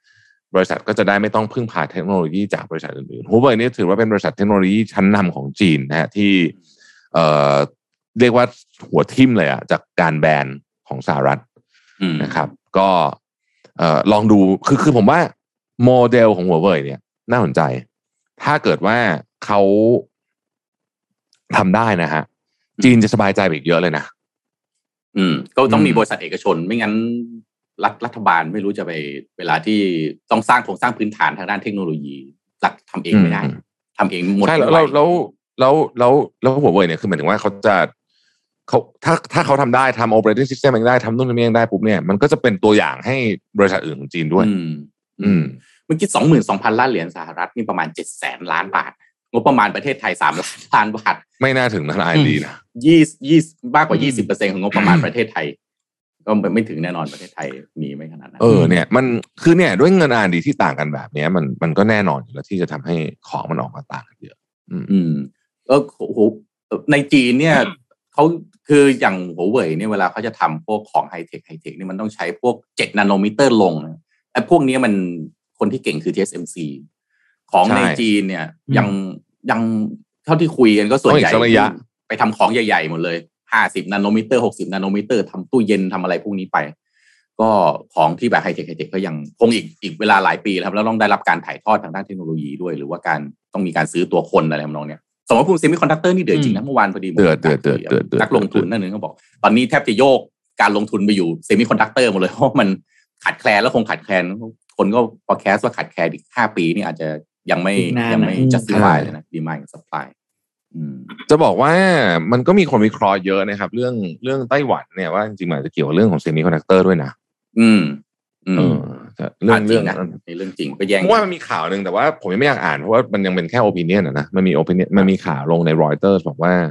บริษัทก็จะได้ไม่ต้องพึ่งพาเทคโนโลยีจากบริษัทอื่นๆ Huawei นี่ถือว่าเป็นบริษัทเทคโนโลยีชั้นนำของจีนนะฮะที่เอ่อเรียกว่าหัวทิ่มเลยอะจากการแบนของสหรัฐนะครับก็เอ่อลองดูคือคือผมว่าโมเดลของ Huawei เนี่ยน่าสนใจถ้าเกิดว่าเขาทำได้นะฮะจีนจะสบายใจไปอีกเยอะเลยนะอืมก็ต้องมีบริษัทเอกชนไม่งั้นรัฐรัฐบาลไม่รู้จะไปเวลาที่ต้องสร้างโครงสร้างพื้นฐานทางด้านเทคโนโลยีรัฐทำเองไม่ได้ทำเองหมดใช่แล้วแล้วแล้วแล้วแล้วแล้วหัวเว่ยเนี่ยคือหมายถึงว่าเขาจะเขาถ้าถ้าเขาทำได้ทำ operating system เองได้ทำนู่นนี่เองได้ปุ๊บเนี่ยมันก็จะเป็นตัวอย่างให้บริษัทอื่นของจีนด้วยอืมอืมเมื่อกี้สองหมื่นสองพันล้านเหรียญสหรัฐนี่ประมาณเจ็ดแสนล้านบาทงบประมาณประเทศไทยสามล้านล้านบาทไม่น่าถึงนะไอดีนะยี่ยี่มากกว่ายี่สิบเปอร์เซ็นต์ของงบประมาณประเทศไทยก็ไม่ถึงแน่นอนประเทศไทยมีไม่ขนาดนั้นเออเนี่ยมันคือเนี่ยด้วยเงินอาร์ดีที่ต่างกันแบบนี้มันมันก็แน่นอนอยู่แล้วที่จะทำให้ของมันออกมาต่างกันเยอะอืมเออโอ้โหในจีนเนี่ยเขาคืออย่างหัวเว่ยเนี่ยเวลาเขาจะทำพวกของไฮเทคไฮเทคนี่มันต้องใช้พวกเจ็ดนาโนมิเตอร์ลงไอ้พวกนี้มันคนที่เก่งคือ ที เอส เอ็ม ซี ของในจีนเนี่ยยังยังเท่าที่คุยกันก็ส่วนใหญ่ไปทำของใหญ่ๆหมดเลยห้าสิบนาโนมิเตอร์หกสิบนาโนมิเตอร์ทำตู้เย็นทำอะไรพวกนี้ไปก็ของที่แบบไฮเทคไฮเทคก็ยังคงอีกอีกเวลาหลายปีครับแล้วต้องได้รับการถ่ายทอดทางด้านเทคโนโลยีด้วยหรือว่าการต้องมีการซื้อตัวคนอะไรทำนองเนี้ยสมมติภูมิเซมิคอนดักเตอร์นี่เดือดจริงนะเมื่อวานพอดีเดือดเดือดเดือดเดือดนักลงทุนนั่นนึงเขาบอกตอนนี้แทบจะโยกการลงทุนไปอยู่เซมิคอนดักเตอร์หมดเลยเพราะมันขาดแคลนแล้วคงขาดแคลนคนก็ forecast ว่าขาดแคลนอีกห้าปีนี่อาจจะยังไม่ยังไม่ justify เลยนะ demand กับ supply จะบอกว่ามันก็มีคนวิเคราะห์เยอะนะครับเรื่องเรื่องไต้หวันเนี่ยว่าจริงๆมันจะเกี่ยวกับเรื่องของเซมิคอนดักเตอร์ด้วยนะอืมเออเรื่องเรื่องในเรื่องจริงก็แย่งเพราะว่ามันมีข่าวนึงแต่ว่าผมยังไม่อยากอ่านเพราะว่ามันยังเป็นแค่ opinion อ่ะนะมันมี opinion มันมีข่าวลงใน Reuters บอกว่า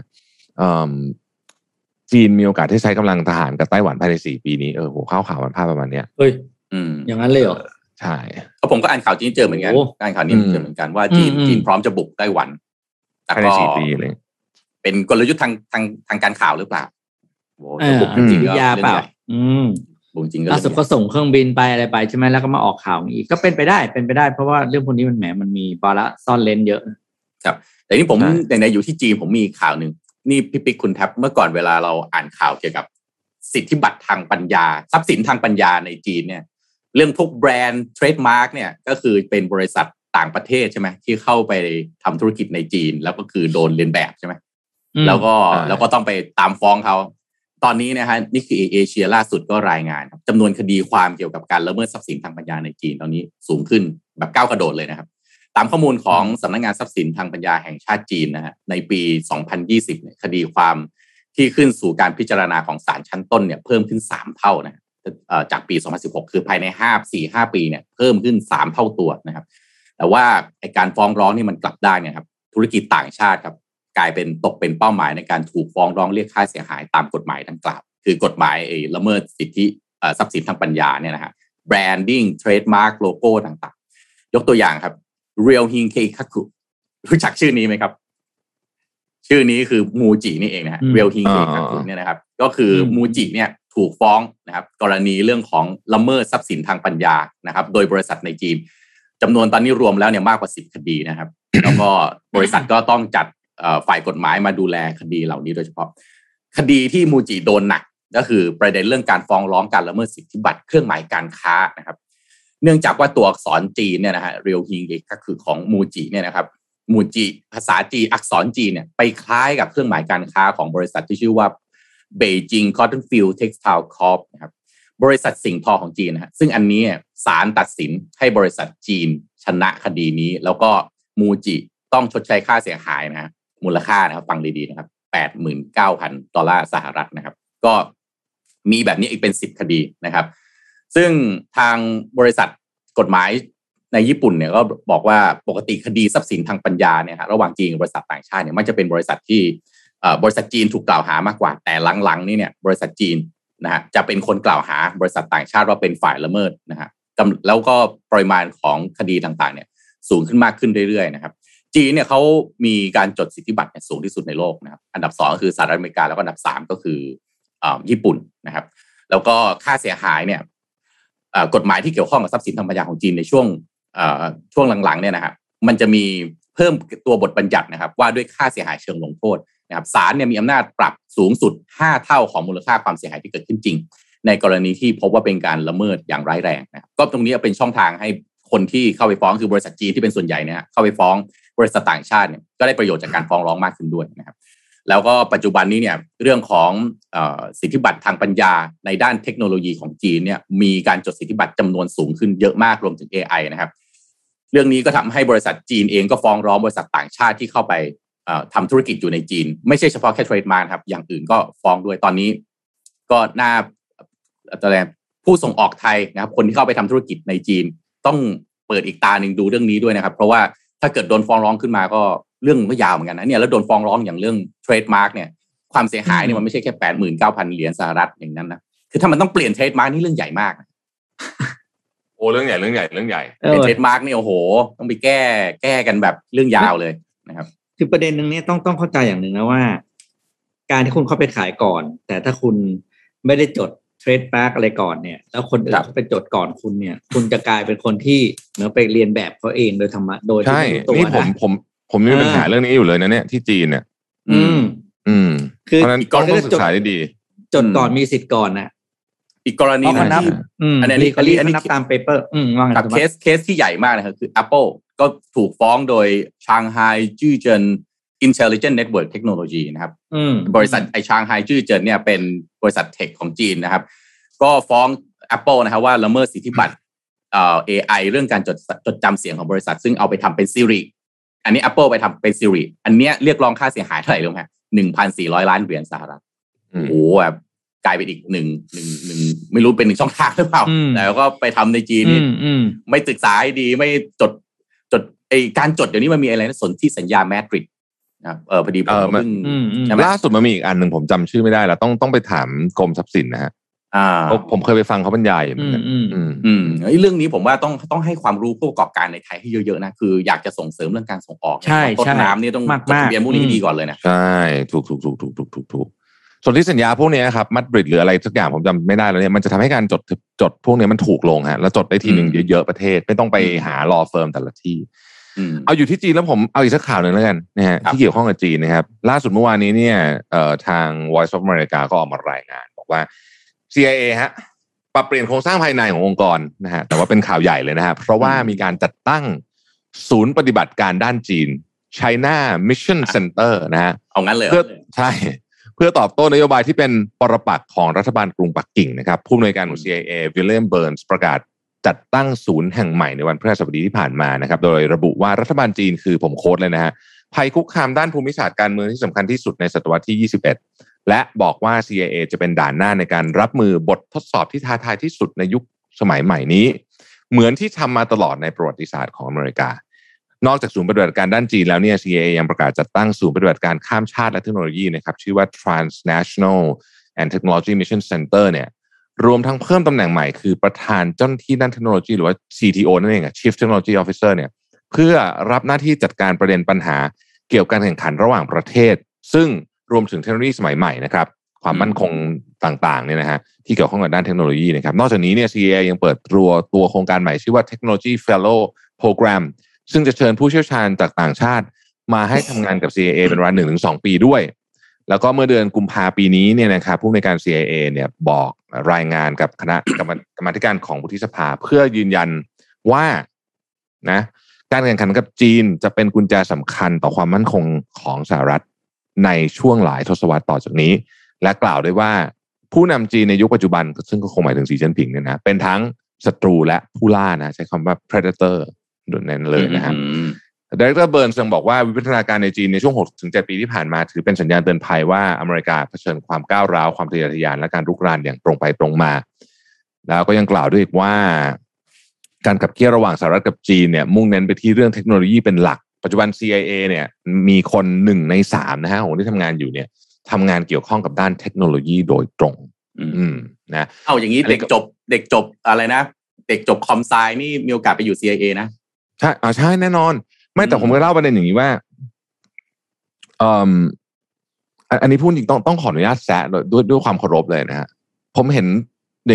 จีนมีโอกาสที่ใช้กำลังทหารกับไต้หวันภายในสี่ปีนี้เออโหข่าวข่าวมันภาพประมาณเนี้ยเฮ้ยอย่างนั้นเลยเหรอใช่เพราะผมก็อ่านข่าวจีนเจอเหมือนกันอ่านข่าวนี้เจอเหมือนกันว่าจีนจีนพร้อมจะบุกไต้หวันภายในสี่ปีเลยเป็นกลยุทธ์ทางทางทางการข่าวหรือเปล่าโอ้บุกจริงยาเปล่าอืมบุกจริงก็ล่าสุดก็ส่งเครื่องบินไปอะไรไปใช่ไหมแล้วก็มาออกข่าวอีกก็เป็นไปได้เป็นไปได้เพราะว่าเรื่องพวกนี้มันแหมมันมีบาระซ่อนเลนเยอะครับแต่นี่ผมในในอยู่ที่จีนผมมีข่าวหนึ่งนี่พี่ปิ๊กคุณแท็บเมื่อก่อนเวลาเราอ่านข่าวเกี่ยวกับสิทธิบัตรทางปัญญาทรัพย์สินทางปัญญาในจีนเนี่ยเรื่องพวกแบรนด์เทรดมาร์กเนี่ยก็คือเป็นบริษัทต่างประเทศใช่ไหมที่เข้าไปทำธุรกิจในจีนแล้วก็คือโดนเลียนแบบใช่ไหมแล้วก็แล้วก็ต้องไปตามฟ้องเขาตอนนี้นะฮะนี่คือเอเชียล่าสุดก็รายงานครับจำนวนคดีความเกี่ยวกับการละเมิดทรัพย์สินทางปัญญาในจีนตอนนี้สูงขึ้นแบบก้าวกระโดดเลยนะครับตามข้อมูลของสำนักงานทรัพย์สินทางปัญญาแห่งชาติจีนนะฮะในปีสองพันยี่สิบเนี่ยคดีความที่ขึ้นสู่การพิจารณาของศาลชั้นต้นเนี่ยเพิ่มขึ้นสามเท่านะจากปีสองพันสิบหกคือภายในห้า สี่ ห้าปีเนี่ยเพิ่มขึ้นสามเท่าตัวนะครับแต่ว่าไอ้การฟ้องร้องนี่มันกลับได้เนี่ยครับธุรกิจต่างชาติครับกลายเป็นตกเป็นเป้าหมายในการถูกฟ้องร้องเรียกค่าเสียหายตามกฎหมายดังกล่าวคือกฎหมายไอ้ละเมิดสิทธิทรัพย์สินทางปัญญาเนี่ยนะฮะแบรนดิ้งเทรดมาร์กโลโก้ต่างๆยกตัวอย่างครับ Real Hin Keikaku รู้จักชื่อนี้ไหมครับชื่อนี้คือมูจินี่เองนะฮะ Real Hin Keikaku เนี่ยนะครับก็คือมูจิเนี่ยถูกฟ้องนะครับกรณีเรื่องของละเมิดทรัพย์สินทางปัญญานะครับโดยบริษัทในจีนจำนวนตอนนี้รวมแล้วเนี่ยมากกว่าสิบคดีนะครับแล้วก็บริษัทก็ต้องจัดฝ่ายกฎหมายมาดูแลคดีเหล่านี้โดยเฉพาะคดีที่มูจิโดนหนักก็คือประเด็นเรื่องการฟ้องร้องการละเมิดสิทธิบัตรเครื่องหมายการค้านะครับเนื่องจากว่าตัวอักษรจีนเนี่ยนะฮะเรียวฮิงก็คือของมูจิเนี่ยนะครับมูจิภาษาจีนอักษรจีนเนี่ยไปคล้ายกับเครื่องหมายการค้าของบริษัทที่ชื่อว่า Beijing Cottonfield Textile Corp นะครับบริษัทสิ่งทอของจีนนะฮะซึ่งอันนี้ศาลตัดสินให้บริษัทจีนชนะคดีนี้แล้วก็มูจิต้องชดใช้ค่าเสียหายนะฮะมูลค่านะครับฟังดีๆนะครับ แปดหมื่นเก้าพัน ดอลลาร์สหรัฐนะครับก็มีแบบนี้อีกเป็นสิบคดีนะครับซึ่งทางบริษัทกฎหมายในญี่ปุ่นเนี่ยก็บอกว่าปกติคดีทรัพย์สินทางปัญญาเนี่ยฮะระหว่างจีนกับบริษัทต่างชาติเนี่ยมันจะเป็นบริษัทที่บริษัทจีนถูกกล่าวหามากกว่าแต่หลังๆนี่เนี่ยบริษัทจีนนะฮะจะเป็นคนกล่าวหาบริษัทต่างชาติว่าเป็นฝ่ายละเมิดนะฮะแล้วก็ปริมาณของคดีต่างๆเนี่ยสูงขึ้นมากขึ้นเรื่อยๆนะครับจีนเนี่ยเขามีการจดสิทธิบัตรสูงที่สุดในโลกนะครับอันดับสองก็คือสหรัฐอเมริกาแล้วก็อันดับสามก็คือญี่ปุ่นนะครับแล้วก็ค่าเสียหายเนี่ยกฎหมายที่เกี่ยวข้องกับทรัพย์สินทางปัญญาของจีนในช่วงช่วงหลังๆเนี่ยนะครับมันจะมีเพิ่มตัวบทบัญญัตินะครับว่าด้วยค่าเสียหายเชิงลงโทษนะครับศาลเนี่ยมีอำนาจปรับสูงสุดห้าเท่าของมูลค่าความเสียหายที่เกิดขึ้นจริงในกรณีที่พบว่าเป็นการละเมิดอย่างร้ายแรงนะครับก็ตรงนี้เป็นช่องทางให้คนที่เข้าไปฟ้องคือบริษัทจีนที่เป็นส่วนใหญ่เนี่ยเข้าไปฟ้องบริษัทต่างชาติเนี่ยก็ได้ประโยชน์จากการฟ้องร้องมากขึ้นด้วยนะครับแล้วก็ปัจจุบันนี้เนี่ยเรื่องของเอ่อสิทธิบัตรทางปัญญาในด้านเทคโนโลยีของจีนเนี่ยมีการจดสิทธิบัตรจำนวนสูงขึ้นเยอะมากรวมถึง เอ ไอ นะครับเรื่องนี้ก็ทำให้บริษัทจีนเองก็ฟ้องร้องบริษัทต่างชาติที่เข้าไปทำธุรกิจอยู่ในจีนไม่ใช่เฉพาะแค่เทรดมาร์คครับอย่างอื่นก็ฟ้องด้วยตอนนี้ก็น่าอะไรผู้ส่งออกไทยนะครับคนที่เข้าไปทำธุรกิจในจีนต้องเปิดอีกตาหนึ่งดูเรื่องนี้ด้วยนะครับเพราะว่าถ้าเกิดโดนฟ้องร้องขึ้นมาก็เรื่องก็ยาวเหมือนกันนะเนี่ยแล้วโดนฟ้องร้องอย่างเรื่องเทรดมาร์กเนี่ยความเสียหายเนี่ยมันไม่ใช่แค่แปดหมื่นเก้าพันเหรียญสหรัฐอย่างนั้นนะคือถ้ามันต้องเปลี่ยนเทรดมาร์กนี่เรื่องใหญ่มากโอ้เรื่องใหญ่เรื่องใหญ่เรื่องใหญ่เป็นเทรดมาร์กนี่โอ้โหต้องไปแก้แก้กันแบบเรื่องยาวเลยนะครับคือประเด็นนึงเนี่ยต้องต้องเข้าใจอย่างหนึ่งนะว่าการที่คุณเข้าไปขายก่อนแต่ถ้าคุณไม่ได้จดเทรดมาร์กอะไรก่อนเนี่ยแล้วคนอื่นเขาไปจดก่อนคุณเนี่ยคุณจะกลายเป็นคนที่เหมือนไปเรียนแบบเขาเองโดยธรรมะโดยใช่นี่ผมผมผมมีปัญหาเรื่องนี้อยู่เลยนะเนี่ยที่จีนเนี่ยอืมอืมคือเพราะนั้นต้องศึกษาได้ดีจดก่อนมีสิทธิ์ก่อนนะอีกกรณีนึงที่อันนี้อันนี้อันนี้นับตามเปเปอร์อืมว่าไงครับเคสเคสที่ใหญ่มากนะครับคือ Apple ก็ถูกฟ้องโดย Shanghai Zhuzhen Intelligent Network Technology นะครับบริษัทไอ Shanghai Zhuzhen เนี่ยเป็นบริษัทเทคของจีนนะครับก็ฟ้อง Apple นะครับว่าละเมิดสิทธิบัตรเอ่อ เอ ไอ เรื่องการจดจดจำเสียงของบริษัทซึ่งเอาไปทำเป็น Siri อันนี้ Apple ไปทำเป็น Siri อันเนี้ยเรียกร้องค่าเสียหายเท่าไหร่รู้ไหม หนึ่งพันสี่ร้อย ล้านเหรียญสหรัฐโอ้โหแบบกลายเป็นอีกหนึ่งหนึ่งหนึ่งไม่รู้เป็นหนึ่งช่องทางหรือเปล่าแต่ก็ไปทำในจีนนี่ไม่ศึกษาให้ดีไม่จดจดไอการจดเดี๋ยวนี้มันมีอะไรนะสนธิสัญญาแมทริกนะเออพอดีผมเพิ่งล่าสุดมันมีอีกอันหนึ่งผมจำชื่อไม่ได้แล้วต้องต้องไปถามกรมทรัพย์สินนะฮะอ่าผมเคยไปฟังเขาบรรยายเหมือนกันอืมอืมเรื่องนี้ผมว่าต้องต้องให้ความรู้ผู้ประกอบการในไทยให้เยอะๆนะคืออยากจะส่งเสริมเรื่องการส่งออกใช่ต้นน้ำนี่ต้องจดทะเบียนพวกนี้ดีก่อนเลยนะใช่ถูกถูกถูกถูกถูกถูกถูกส่วนที่สัญญาพวกนี้ครับมัดบริดหรืออะไรสักอย่างผมจำไม่ได้แล้วเนี่ยมันจะทำให้การจดจดพวกนี้มันถูกลงฮะแล้วจดได้ทีหนึ่งเยอะๆประเทศไม่ต้องไปหารอเฟิร์มแต่ละที่เอาอยู่ที่จีนแล้วผมเอาอีกสักข่าวหนึ่งแล้วกันนะฮะที่เกี่ยวข้องกับจีนนะครับล่าสุดเมื่อวานนี้เนี่ยเอ่อทาง Voice of America ก็ออกมารายงานบอกว่า ซี ไอ เอ ฮะปรับเปลี่ยนโครงสร้างภายในขององค์กรนะฮะแต่ว่าเป็นข่าวใหญ่เลยนะฮะเพราะว่ามีการจัดตั้งศูนย์ปฏิบัติการด้านจีน China Mission Center นะฮะเอางั้นเลยเพื่อใช่เพื่อตอบโต้นโยบายที่เป็นปรปักษ์ของรัฐบาลกรุงปักกิ่งนะครับผู้อำนวยการของ ซี ไอ เอ วิลเลียมเบิร์นส์ประกาศจัดตั้งศูนย์แห่งใหม่ในวันพฤหัสบดีที่ผ่านมานะครับโดยระบุว่ารัฐบาลจีนคือผมโค้ดเลยนะฮะภัยคุกคามด้านภูมิศาสตร์การเมืองที่สำคัญที่สุดในศตวรรษที่ยี่สิบเอ็ดและบอกว่า ซี ไอ เอ จะเป็นด่านหน้าในการรับมือบททดสอบที่ท้าทายที่สุดในยุคสมัยใหม่นี้เหมือนที่ทำมาตลอดในประวัติศาสตร์ของอเมริกานอกจากศูนย์ปฏิบัติการด้านจีนแล้วเนี่ย ซี ไอ เอ ยังประกาศจัดตั้งศูนย์ปฏิบัติการข้ามชาติและเทคโนโลยีนะครับชื่อว่า Transnational and Technology Mission Center เนี่ยรวมทั้งเพิ่มตำแหน่งใหม่คือประธานเจ้าหน้าที่ด้านเทคโนโลยีหรือว่า ซี ที โอ นั่นเองอ่ะ Chief Technology Officer เนี่ยเพื่อรับหน้าที่จัดการประเด็นปัญหาเกี่ยวกับการแข่งขันระหว่างประเทศซึ่งรวมถึงเทคโนโลยีสมัยใหม่นะครับความมั่นคงต่างๆเนี่ยนะฮะที่เกี่ยวข้องกับด้านเทคโนโลยีนะครับนอกจากนี้เนี่ย ซี ไอ เอ ยังเปิดตัวตัวโครงการใหม่ชื่อว่า Technology Fellow Program ซึ่งจะเชิญผู้เชี่ยวชาญจากต่างชาติมาให้ทำงานกับ ซี ไอ เอ เป็นเวลา หนึ่งถึงสอง ปีด้วยแล้วก็เมื่อเดือนกุมภาพันธ์ปีนี้เนี่ยนะครับผู้อำนวยการ ซี ไอ เอ เนี่ยบอกรายงานกับคณะกรรมกรรมาธิการของวุฒิสภาเพื่อยืนยันว่านะการแข่งขันกับจีนจะเป็นกุญแจสำคัญต่อความมั่นคงของสหรัฐในช่วงหลายทศวรรษต่อจากนี้และกล่าวด้วยว่าผู้นำจีนในยุคปัจจุบันซึ่งก็คงหมายถึงสีจิ้นผิงเนี่ยนะเป็นทั้งศัตรูและผู้ล่านะใช้คำว่า predator นั่นเลยนะครับดร.เบิร์นส์ยังบอกว่าวิวัฒนาการในจีนในช่วง หกถึงเจ็ด ปีที่ผ่านมาถือเป็นสัญญาณเตือนภัยว่าอเมริกาเผชิญความก้าวร้าวความทะเยอทะยานและการรุกรานอย่างตรงไปตรงมาแล้วก็ยังกล่าวด้วยอีกว่าการขับเคี่ยวระหว่างสหรัฐกับจีนเนี่ยมุ่งเน้นไปที่เรื่องเทคโนโลยีเป็นหลักปัจจุบัน ซี ไอ เอ เนี่ยมีคนหนึ่งในสามนะฮะของที่ทำงานอยู่เนี่ยทำงานเกี่ยวข้องกับด้านเทคโนโลยีโดยตรงอืมนะเอาอย่างนี้เด็กจบเด็กจบอะไรนะเด็กจบคอมไซนี่มีโอกาสไปอยู่ ซี ไอ เอ นะใช่อ่าใช่แน่นอนไม่แต่ผมก็เล่าประเด็นอย่างนี้ว่าเอ่ออันนี้พูดจริงต้องต้องขออนุญาตแซะด้วยด้วยความเคารพเลยนะฮะผมเห็นอย่างเงี้ย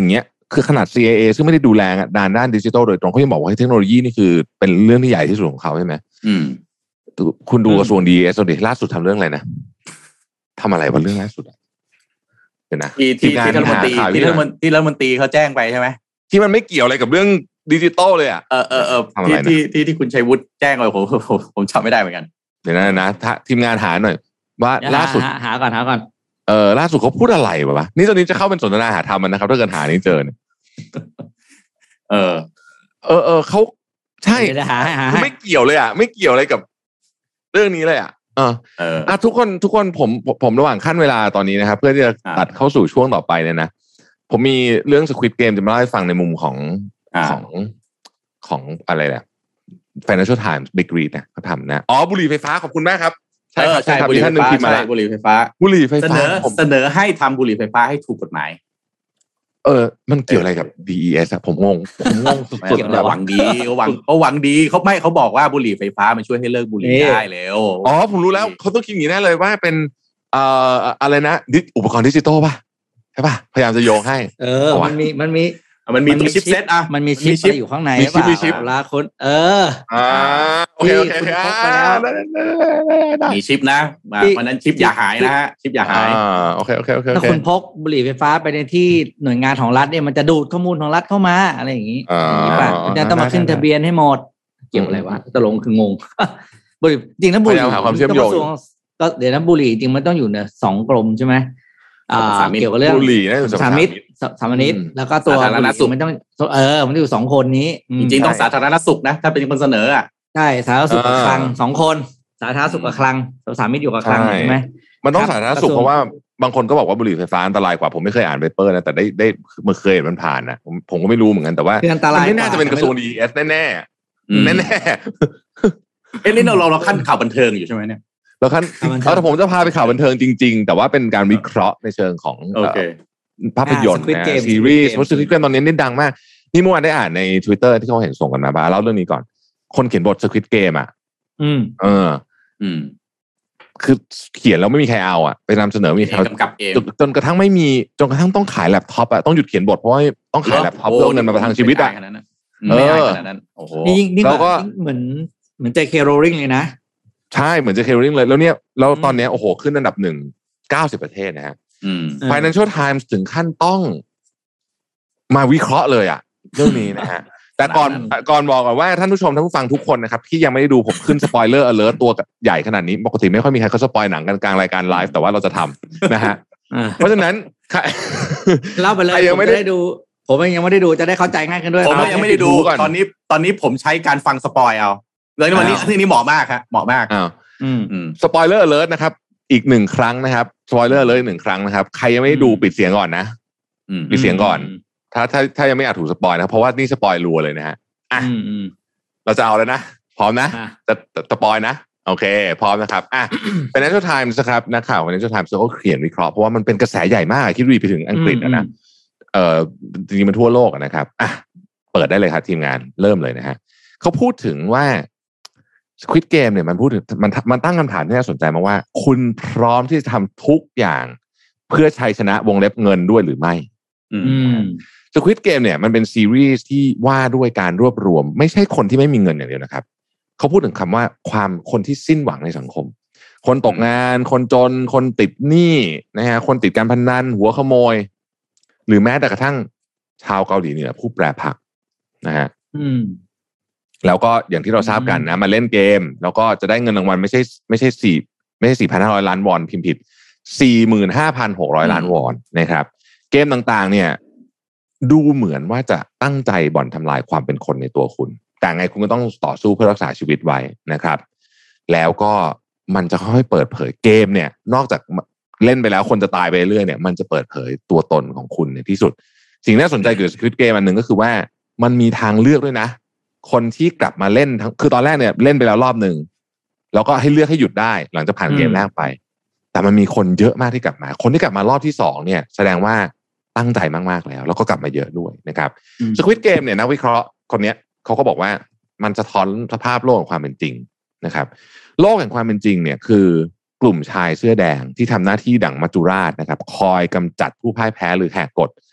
คือขนาด ซี ไอ เอ ซึ่งไม่ได้ดูแลด้านด้านดิจิทัลโดยตรงเขายังบอกว่าเทคโนโลยีนี่คือเป็นเรื่องที่ใหญ่ที่สุดของเขาใช่ไหมอืมคุณดูกระทรวง ดี เอส ดิล่าสุดทำเรื่องอะไรนะทำอะไรวะเรื่องล่าสุดอ่ะเดี๋ยวนะที่ที่ที่รัฐมนตรีที่รัฐมนตรีที่รัฐมนตรีเขาแจ้งไปใช่ไหมที่มันไม่เกี่ยวอะไรกับเรื่องดิจิตอลเลยอ่ะเออเออเออที่ที่ที่ที่คุณชัยวุฒิแจ้งไปผมผมผมจำไม่ได้เหมือนกันเดี๋ยวนะนะทีมงานหาหน่อยว่าล่าสุดหาก่อนหาก่อนเออล่าสุดเขาพูดอะไรวะนี่ตอนนี้จะเข้าเป็นสนทนาหาธรรมมันนะครับถ้าเกิดหานี้เจอเนี่ยเออเออเออเขาใช่ไม่เกี่ยวเลยอ่ะไม่เกี่ยวอะไรกับเรื่องนี้เลยอ่ะเออเอออ่ะทุกคนทุกคนผมผมระหว่างขั้นเวลาตอนนี้นะครับเพื่อที่จะตัดเข้าสู่ช่วงต่อไปเนี่ยนะผมมีเรื่อง Squid Game จะมาเล่าให้ฟังในมุมของของของอะไรแหละ Financial Times Big Read นะเขาทำนะอ๋อบุหรี่ไฟฟ้าขอบคุณมากครับใช่ครับใช่บุหรี่ไฟฟ้าใช่บุหรี่ไฟฟ้าบุหรี่ไฟฟ้าเสนอเสนอให้ทำบุหรี่ไฟฟ้าให้ถูกกฎหมายเออมันเกี่ยวอะไรกับ ดี อี เอส อ่ะผมงงผมงงสุดๆแบบหวังดีเขาหวังเขาหวังดีเขาไม่เขาบอกว่าบุหรี่ไฟฟ้ามันช่วยให้เลิกบุหรี่ได้แล้วอ๋อผมรู้แล้วเขาต้องคิดอย่างนี้แน่เลยว่าเป็นเอ่ออะไรนะอุปกรณ์ดิจิตอลป่ะใช่ป่ะพยายามจะโยงให้เออมันมีมันมีมันมีตัวชิปเซตอ่ะมันมีชิปอยู่ข้างในป่ะมีชิปลาคนเอออ่าโอเคโอเคมีชิปนะวันนั้นชิปอย่าหายนะฮะชิปอย่าหายอ่าโอเคโอเคโอเคถ้าคุณพกบุหรี่ไฟฟ้าไปในที่หน่วยงานของรัฐเนี่ยมันจะดูดข้อมูลของรัฐเข้ามาอะไรอย่างนี้อย่างนี้ป่ะคุณจะต้องมาขึ้นทะเบียนให้หมดเกี่ยวอะไรวะตกลงคืองงบุหรี่จริงนะบุหรี่ก็เดี๋ยวนะบุหรี่จริงมันต้องอยู่เนี่ยสองกรมใช่ไหมอ่าเกี่ยวกับเรื่องบุหรี่นะสามิตสามิตแล้วก็ตัวสาธารณสุขมันต้องเออมันอยู่สองคนนี้จริงๆต้องสาธารณสุขนะถ้าเป็นคนเสนออ่ะใช่สาธารณสุขกับคลังสองคนสาธารณสุขกับคลังสามิตอยู่กับคลังใช่ไหมมันต้องสาธารณสุขเพราะว่าบางคนก็บอกว่าบุหรี่ไฟฟ้าอันตรายกว่าผมไม่เคยอ่านเปเปอร์นะแต่ได้ได้เมื่อเคยมันผ่านนะผมผมก็ไม่รู้เหมือนกันแต่ว่ามันไม่น่าจะเป็นกระทรวง ดี เอส แน่แน่แน่แน่เอ้ยนี่เราเราขั้นข่าวบันเทิงอยู่ใช่ไหมเนี่ยแล้วขั้นเอาแต่ผมจะพาไปข่าวบันเทิงจริงๆแต่ว่าเป็นการวิเคราะห์ในเชิงของภาพยนตร์นะซีรีส์เพราะ Squid Game ตอนนี้นี่ดังมากนี่เมื่อวานได้อ่านใน Twitter ที่เขาเห็นส่งกันมาบ้างเล่าเรื่องนี้ก่อนคนเขียนบท Squid Game อ่ะอืมเอออืมคือเขียนแล้วไม่มีใครเอาอ่ะไปนำเสนอมีใครกำกับเองจนกระทั่งไม่มีจนกระทั่งต้องขายแล็ปท็อปอ่ะต้องหยุดเขียนบทเพราะว่าต้องขายแล็ปท็อปเพื่อเงินมาประทังชีวิตอ่ะเออโอ้โหแล้วก็เหมือนเหมือน เจ เค Rowling เลยนะใช่เหมือน เจ เค Rowling เลยแล้วเนี่ยแล้วตอนนี้โอ้โหขึ้นอันดับหนึ่งเก้าสิบประเทศนะฮะ Financial Times ถึงขั้นต้องมาวิเคราะห์เลยอ่ะเรื่องนี้นะฮะแต่ก่อนก่อนบอกก่อนว่าท่านผู้ชมท่านผู้ฟังทุกคนนะครับที่ยังไม่ได้ดูผมขึ้นสปอยเลอร์อเลิร์ตตัวใหญ่ขนาดนี้ปกติไม่ค่อยมีใครเขาสปอยหนังกันกลางรายการไลฟ์แต่ว่าเราจะทำนะฮะเพราะฉะนั้นเล่าไปเลยผมไม่ได้ดูผมยังไม่ได้ดูจะได้เข้าใจง่ายขึ้นด้วยผมยังไม่ได้ดูตอนนี้ตอนนี้ผมใช้การฟังสปอยเอาเลยวันนี้ที่นี้เหมาะมากครับเหมาะมากอ้าวสปอยเลอร์อเลิร์ตนะครับอีกหนึ่งครั้งนะครับสปอยเลอร์เลยหนึ่งครั้งนะครับใครยังไม่ดูปิดเสียงก่อนนะปิดเสียงก่อนถ้าถ้าถ้ายังไม่อาจถูกสปอยนะเพราะว่านี่สปอยรัวเลยนะฮะอ่ะเราจะเอาแล้วนะพร้อมนะจะสปอยนะโอเคพร้อมนะครับอ่ะ Financial Times นะครับนักข่าว Financial Times เขาเขียนวิเคราะห์เพราะว่ามันเป็นกระแสใหญ่มากคิดรีไปถึงอังกฤษนะเอ่อจริงๆมันทั่วโลกนะครับอ่ะเปิดได้เลยครับทีมงานเริ่มเลยนะฮะเขาพูดถึงว่า Squid Game เนี่ยมันพูดถึงมันมันตั้งคำถามที่น่าสนใจมาว่าคุณพร้อมที่จะทำทุกอย่างเพื่อชัยชนะวงเล็บเงินด้วยหรือไม่Squid Game เนี่ยมันเป็นซีรีส์ที่ว่าด้วยการรวบรวมไม่ใช่คนที่ไม่มีเงินอย่างเดียวนะครับเขาพูดถึงคำว่าความคนที่สิ้นหวังในสังคมคนตกงานคนจนคนติดหนี้นะฮะคนติดการพนันหัวขโมยหรือแม้แต่กระทั่งชาวเกาหลีเหนือผู้แปรผักนะฮะแล้วก็อย่างที่เราทราบกันนะมาเล่นเกมแล้วก็จะได้เงินรางวัลไม่ใช่ไม่ใช่สี่ไม่ใช่สี่พันห้าร้อยล้านวอนพิมพ์ผิดสี่หมื่นห้าพันหกร้อยล้านวอนนะครับเกมต่างๆเนี่ยดูเหมือนว่าจะตั้งใจบ่อนทำลายความเป็นคนในตัวคุณแต่ไงคุณก็ต้องต่อสู้เพื่อรักษาชีวิตไว้นะครับแล้วก็มันจะค่อยๆเปิดเผยเกมเนี่ยนอกจากเล่นไปแล้วคนจะตายไปเรื่อยเนี่ยมันจะเปิดเผยตัวตนของคุณในที่สุดสิ่งน่าสนใจเกี่ยวกับ Squid Game อันหนึ่งก็คือว่ามันมีทางเลือกด้วยนะคนที่กลับมาเล่นทั้งคือตอนแรกเนี่ยเล่นไปแล้วรอบหนึ่งแล้วก็ให้เลือกให้หยุดได้หลังจากผ่านเกมแรกไปแต่มันมีคนเยอะมากที่กลับมาคนที่กลับมารอบที่สองเนี่ยแสดงว่าตั้งใจมากๆแล้วแล้วก็กลับมาเยอะด้วยนะครับ Squid Game เนี่ยนักวิเคราะห์คนนี้เขาก็บอกว่ามันสะท้อนสภาพโลกของความเป็นจริงนะครับโลกแห่งความเป็นจริงเนี่ยคือกลุ่มชายเสื้อแดงที่ทำหน้าที่ดั่งมัจจุราชนะครับคอยกำจัดผู้พ่ายแพ้หรือแหกกฎเป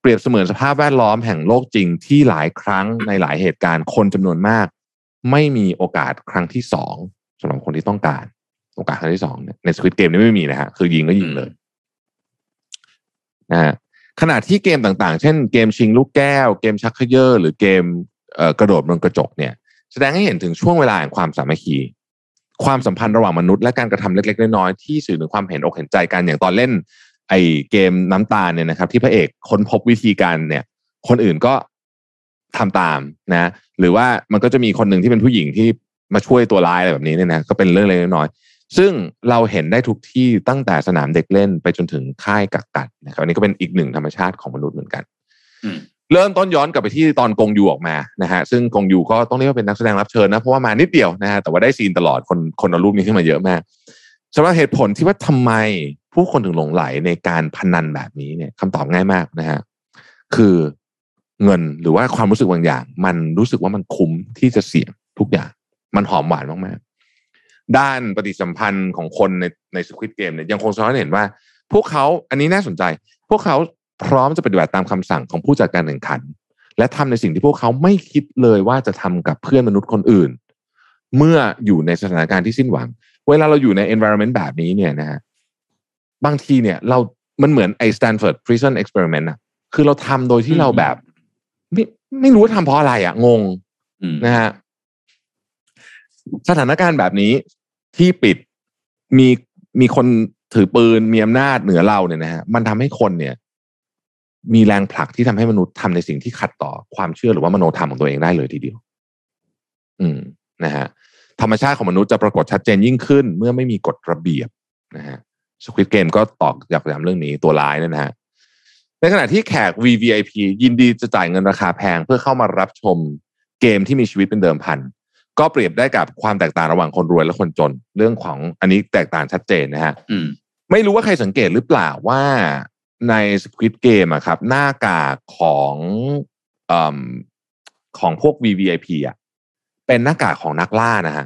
รียบเสมือนสภาพแวดล้อมแห่งโลกจริงที่หลายครั้งในหลายเหตุการณ์คนจำนวนมากไม่มีโอกาสครั้งที่สองสำหรับคนที่ต้องการโอกาสครั้งที่สองเนี่ยใน Squid Game นี่ไม่มีนะฮะคือยิงก็ยิงเลยนะฮะขณะที่เกมต่างๆเช่นเกมชิงลูกแก้วเกมชักเขย่อหรือเกมเอ่อกระโดดบนกระจกเนี่ยแสดงให้เห็นถึงช่วงเวลาแห่งความสามัคคีความสัมพันธ์ระหว่างมนุษย์และการกระทำเล็กๆน้อยๆที่สื่อถึงความเห็นอกเห็นใจกันอย่างตอนเล่นไอ้เกมน้ำตาลเนี่ยนะครับที่พระเอกค้นพบวิธีการเนี่ยคนอื่นก็ทำตามนะหรือว่ามันก็จะมีคนหนึ่งที่เป็นผู้หญิงที่มาช่วยตัวร้ายอะไรแบบนี้เนี่ยนะก็เป็นเรื่องเล็กน้อยๆซึ่งเราเห็นได้ทุกที่ตั้งแต่สนามเด็กเล่นไปจนถึงค่ายกักกันนะครับอันนี้ก็เป็นอีกหนึ่งธรรมชาติของมนุษย์เหมือนกันเริ่มต้นย้อนกลับไปที่ตอนกงยูออกมานะฮะซึ่งกงยูก็ต้องเรียกว่าเป็นนักแสดงรับเชิญนะเพราะว่ามานิดเดียวนะฮะแต่ว่าได้ซีนตลอดคนคนเอารูปนี้ขึ้นมาเยอะมากสำหรับเหตุผลที่ว่าทำไมผู้คนถึงหลงไหลในการพนันแบบนี้เนี่ยคำตอบง่ายมากนะฮะคือเงินหรือว่าความรู้สึกบางอย่างมันรู้สึกว่ามันคุ้มที่จะเสี่ยงทุกอย่างมันหอมหวานมากๆด้านปฏิสัมพันธ์ของคนในใน Squid Game เนี่ยยังคงสะท้อนให้เห็นว่าพวกเขาอันนี้น่าสนใจพวกเขาพร้อมจะปฏิบัติตามคำสั่งของผู้จัดการแข่งขันและทำในสิ่งที่พวกเขาไม่คิดเลยว่าจะทำกับเพื่อนมนุษย์คนอื่นเมื่ออยู่ในสถานการณ์ที่สิ้นหวังเวลาเราอยู่ใน environment แบบนี้เนี่ยนะฮะบางทีเนี่ยเรามันเหมือนไอ้ Stanford Prison Experiment นะคือเราทำโดยที่เราแบบไม่ไม่รู้ว่าทำเพราะอะไรอ่ะงงนะฮะสถานการณ์แบบนี้ที่ปิดมีมีคนถือปืนมีอำนาจเหนือเราเนี่ยนะฮะมันทำให้คนเนี่ยมีแรงผลักที่ทำให้มนุษย์ทำในสิ่งที่ขัดต่อความเชื่อหรือว่ามโนธรรมของตัวเองได้เลยทีเดียวอืมนะฮะธรรมชาติของมนุษย์จะปรากฏชัดเจนยิ่งขึ้นเมื่อไม่มีกฎระเบียบนะฮะ Squid Game ก็ตอกย้ำเรื่องนี้ตัวร้ายเนี่ยนะฮะในขณะที่แขก วี วี ไอ พี ยินดีจะจ่ายเงินราคาแพงเพื่อเข้ามารับชมเกมที่มีชีวิตเป็นเดิมพันก็เปรียบได้กับความแตกต่างระหว่างคนรวยและคนจนเรื่องของอันนี้แตกต่างชัดเจนนะฮะไม่รู้ว่าใครสังเกตหรือเปล่าว่าใน Squid Game อะครับหน้ากากของเอ่อของพวก วี วี ไอ พี อ่ะเป็นหน้ากากของนักล่านะฮะ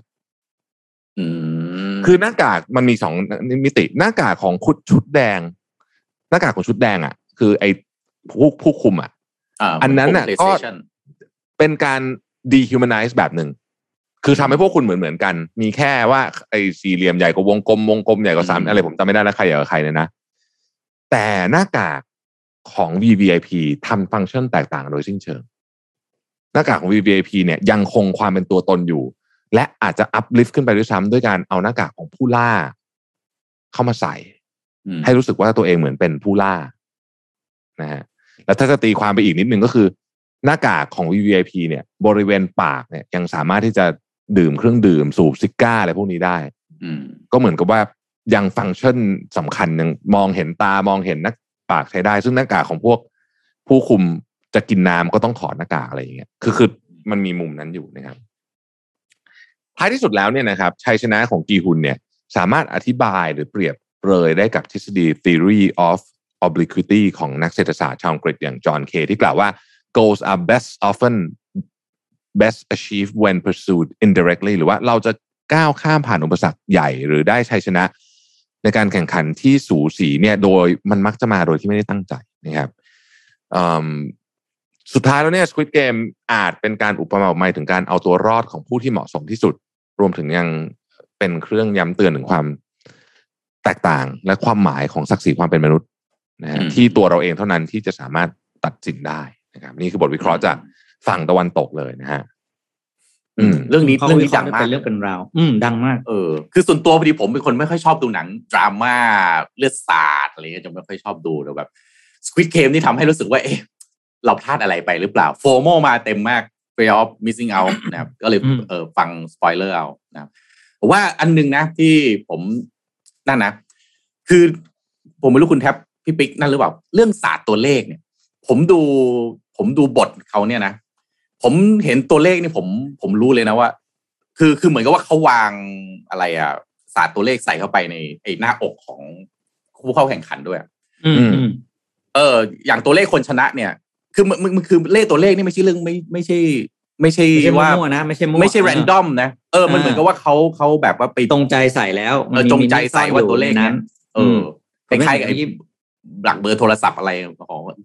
คือหน้ากากมันมีสองมิติหน้ากากของชุดชุดแดงหน้ากากของชุดแดงอ่ะคือไอ้ผู้ผู้คุมอ่ะ อันนั้นน่ะก็เป็นการ dehumanize แบบหนึ่งคือทำให้พวกคุณเหมือนเหมือนกันมีแค่ว่าไอ้สี่เหลี่ยมใหญ่กว่าวงกลมวงกลมใหญ่กว่าสามอะไรผมจำไม่ได้แล้วใครใหญ่กว่าใครเนี่ยนะแต่หน้ากากของ วี วี ไอ พี ทำฟังก์ชันแตกต่างโดยสิ้นเชิงหน้ากากของ วี วี ไอ พี เนี่ยยังคงความเป็นตัวตนอยู่และอาจจะ uplift ขึ้นไปด้วยซ้ำด้วยการเอาหน้ากากของผู้ล่าเข้ามาใส่ให้รู้สึกว่าตัวเองเหมือนเป็นผู้ล่านะฮะแล้วถ้าจะตีความไปอีกนิดนึงก็คือหน้ากากของ วี วี ไอ พี เนี่ยบริเวณปากเนี่ยยังสามารถที่จะดื่มเครื่องดื่มสูบซิก้าอะไรพวกนี้ได้ก็เหมือนกับว่ายังฟังก์ชันสำคัญยังมองเห็นตามองเห็นหน้าปากใช้ได้ซึ่งหน้ากากของพวกผู้คุมจะกินน้ำก็ต้องถอดหน้ากากอะไรอย่างเงี้ยคือคือมันมีมุมนั้นอยู่นะครับท้ายที่สุดแล้วเนี่ยนะครับชัยชนะของกีฮุนเนี่ยสามารถอธิบายหรือเปรียบเปรยได้กับทฤษฎี theory of obliquity ของนักเศรษฐศาสตร์ชาวอังกฤษอย่างจอห์นเคที่กล่าวว่า goals are best often best achieved when pursued indirectly หรือว่าเราจะก้าวข้ามผ่านอุปสรรคใหญ่หรือได้ชัยชนะในการแข่งขันที่สูสีเนี่ยโดยมันมักจะมาโดยที่ไม่ได้ตั้งใจนะครับสุดท้ายแล้วเนี่ย Squid Game อาจเป็นการอุปมาอุปไมยถึงการเอาตัวรอดของผู้ที่เหมาะสมที่สุดรวมถึงยังเป็นเครื่องย้ำเตือนถึงความแตกต่างและความหมายของศักดิ์ศรีความเป็นมนุษย์นะฮะที่ตัวเราเองเท่านั้นที่จะสามารถตัดสินได้นะครับนี่คือบทวิเคราะห์จากฝั่งตะวันตกเลยนะฮะเรื่องนี้เรื่องนี้ดังมากเป็นเรื่องเป็นราวอืมดังมากเออคือส่วนตัวพอดีผมเป็นคนไม่ค่อยชอบดูหนังดราม่าเลือดสาดอะไรเงี้ยจะไม่ค่อยชอบดูแต่แบบ Squid Game นี่ทำให้รู้สึกว่าเอ๊ะเราพลาดอะไรไปหรือเปล่าโฟโมมาเต็มมาก fear of missing out นะครับก็เลยเออฟังสปอยเลอร์เอานะครับผมว่าอันนึงนะที่ผมนั่นนะคือผมไม่รู้คุณแท็บพี่ปิ๊กนั่นหรือเปล่าเรื่องศาสตร์ตัวเลขเนี่ยผมดูผมดูบทเขาเนี่ยนะผมเห็นตัวเลขนี่ผมผมรู้เลยนะว่าคือคือเหมือนกับว่าเขาวางอะไรอ่ะศาสตร์ตัวเลขใส่เข้าไปในไอ้หน้าอกของผู้เข้าแข่งขันด้วยอืมเอออย่างตัวเลขคนชนะเนี่ยคือมันมันคือเลขตัวเลขนี่ไม่ใช่เรื่องไม่ไม่ใช่ไม่ใช่ว่านะไม่ใช่มั่วไม่ใช่แรนดอมนะเออมันเหมือนกับว่าเขาเขาแบบว่าไปตรงใจใส่แล้วมันจงใจใส่ว่าตัวเลขนั้นเออคล้ายๆกับไอ้หลักเบอร์โทรศัพท์อะไรของ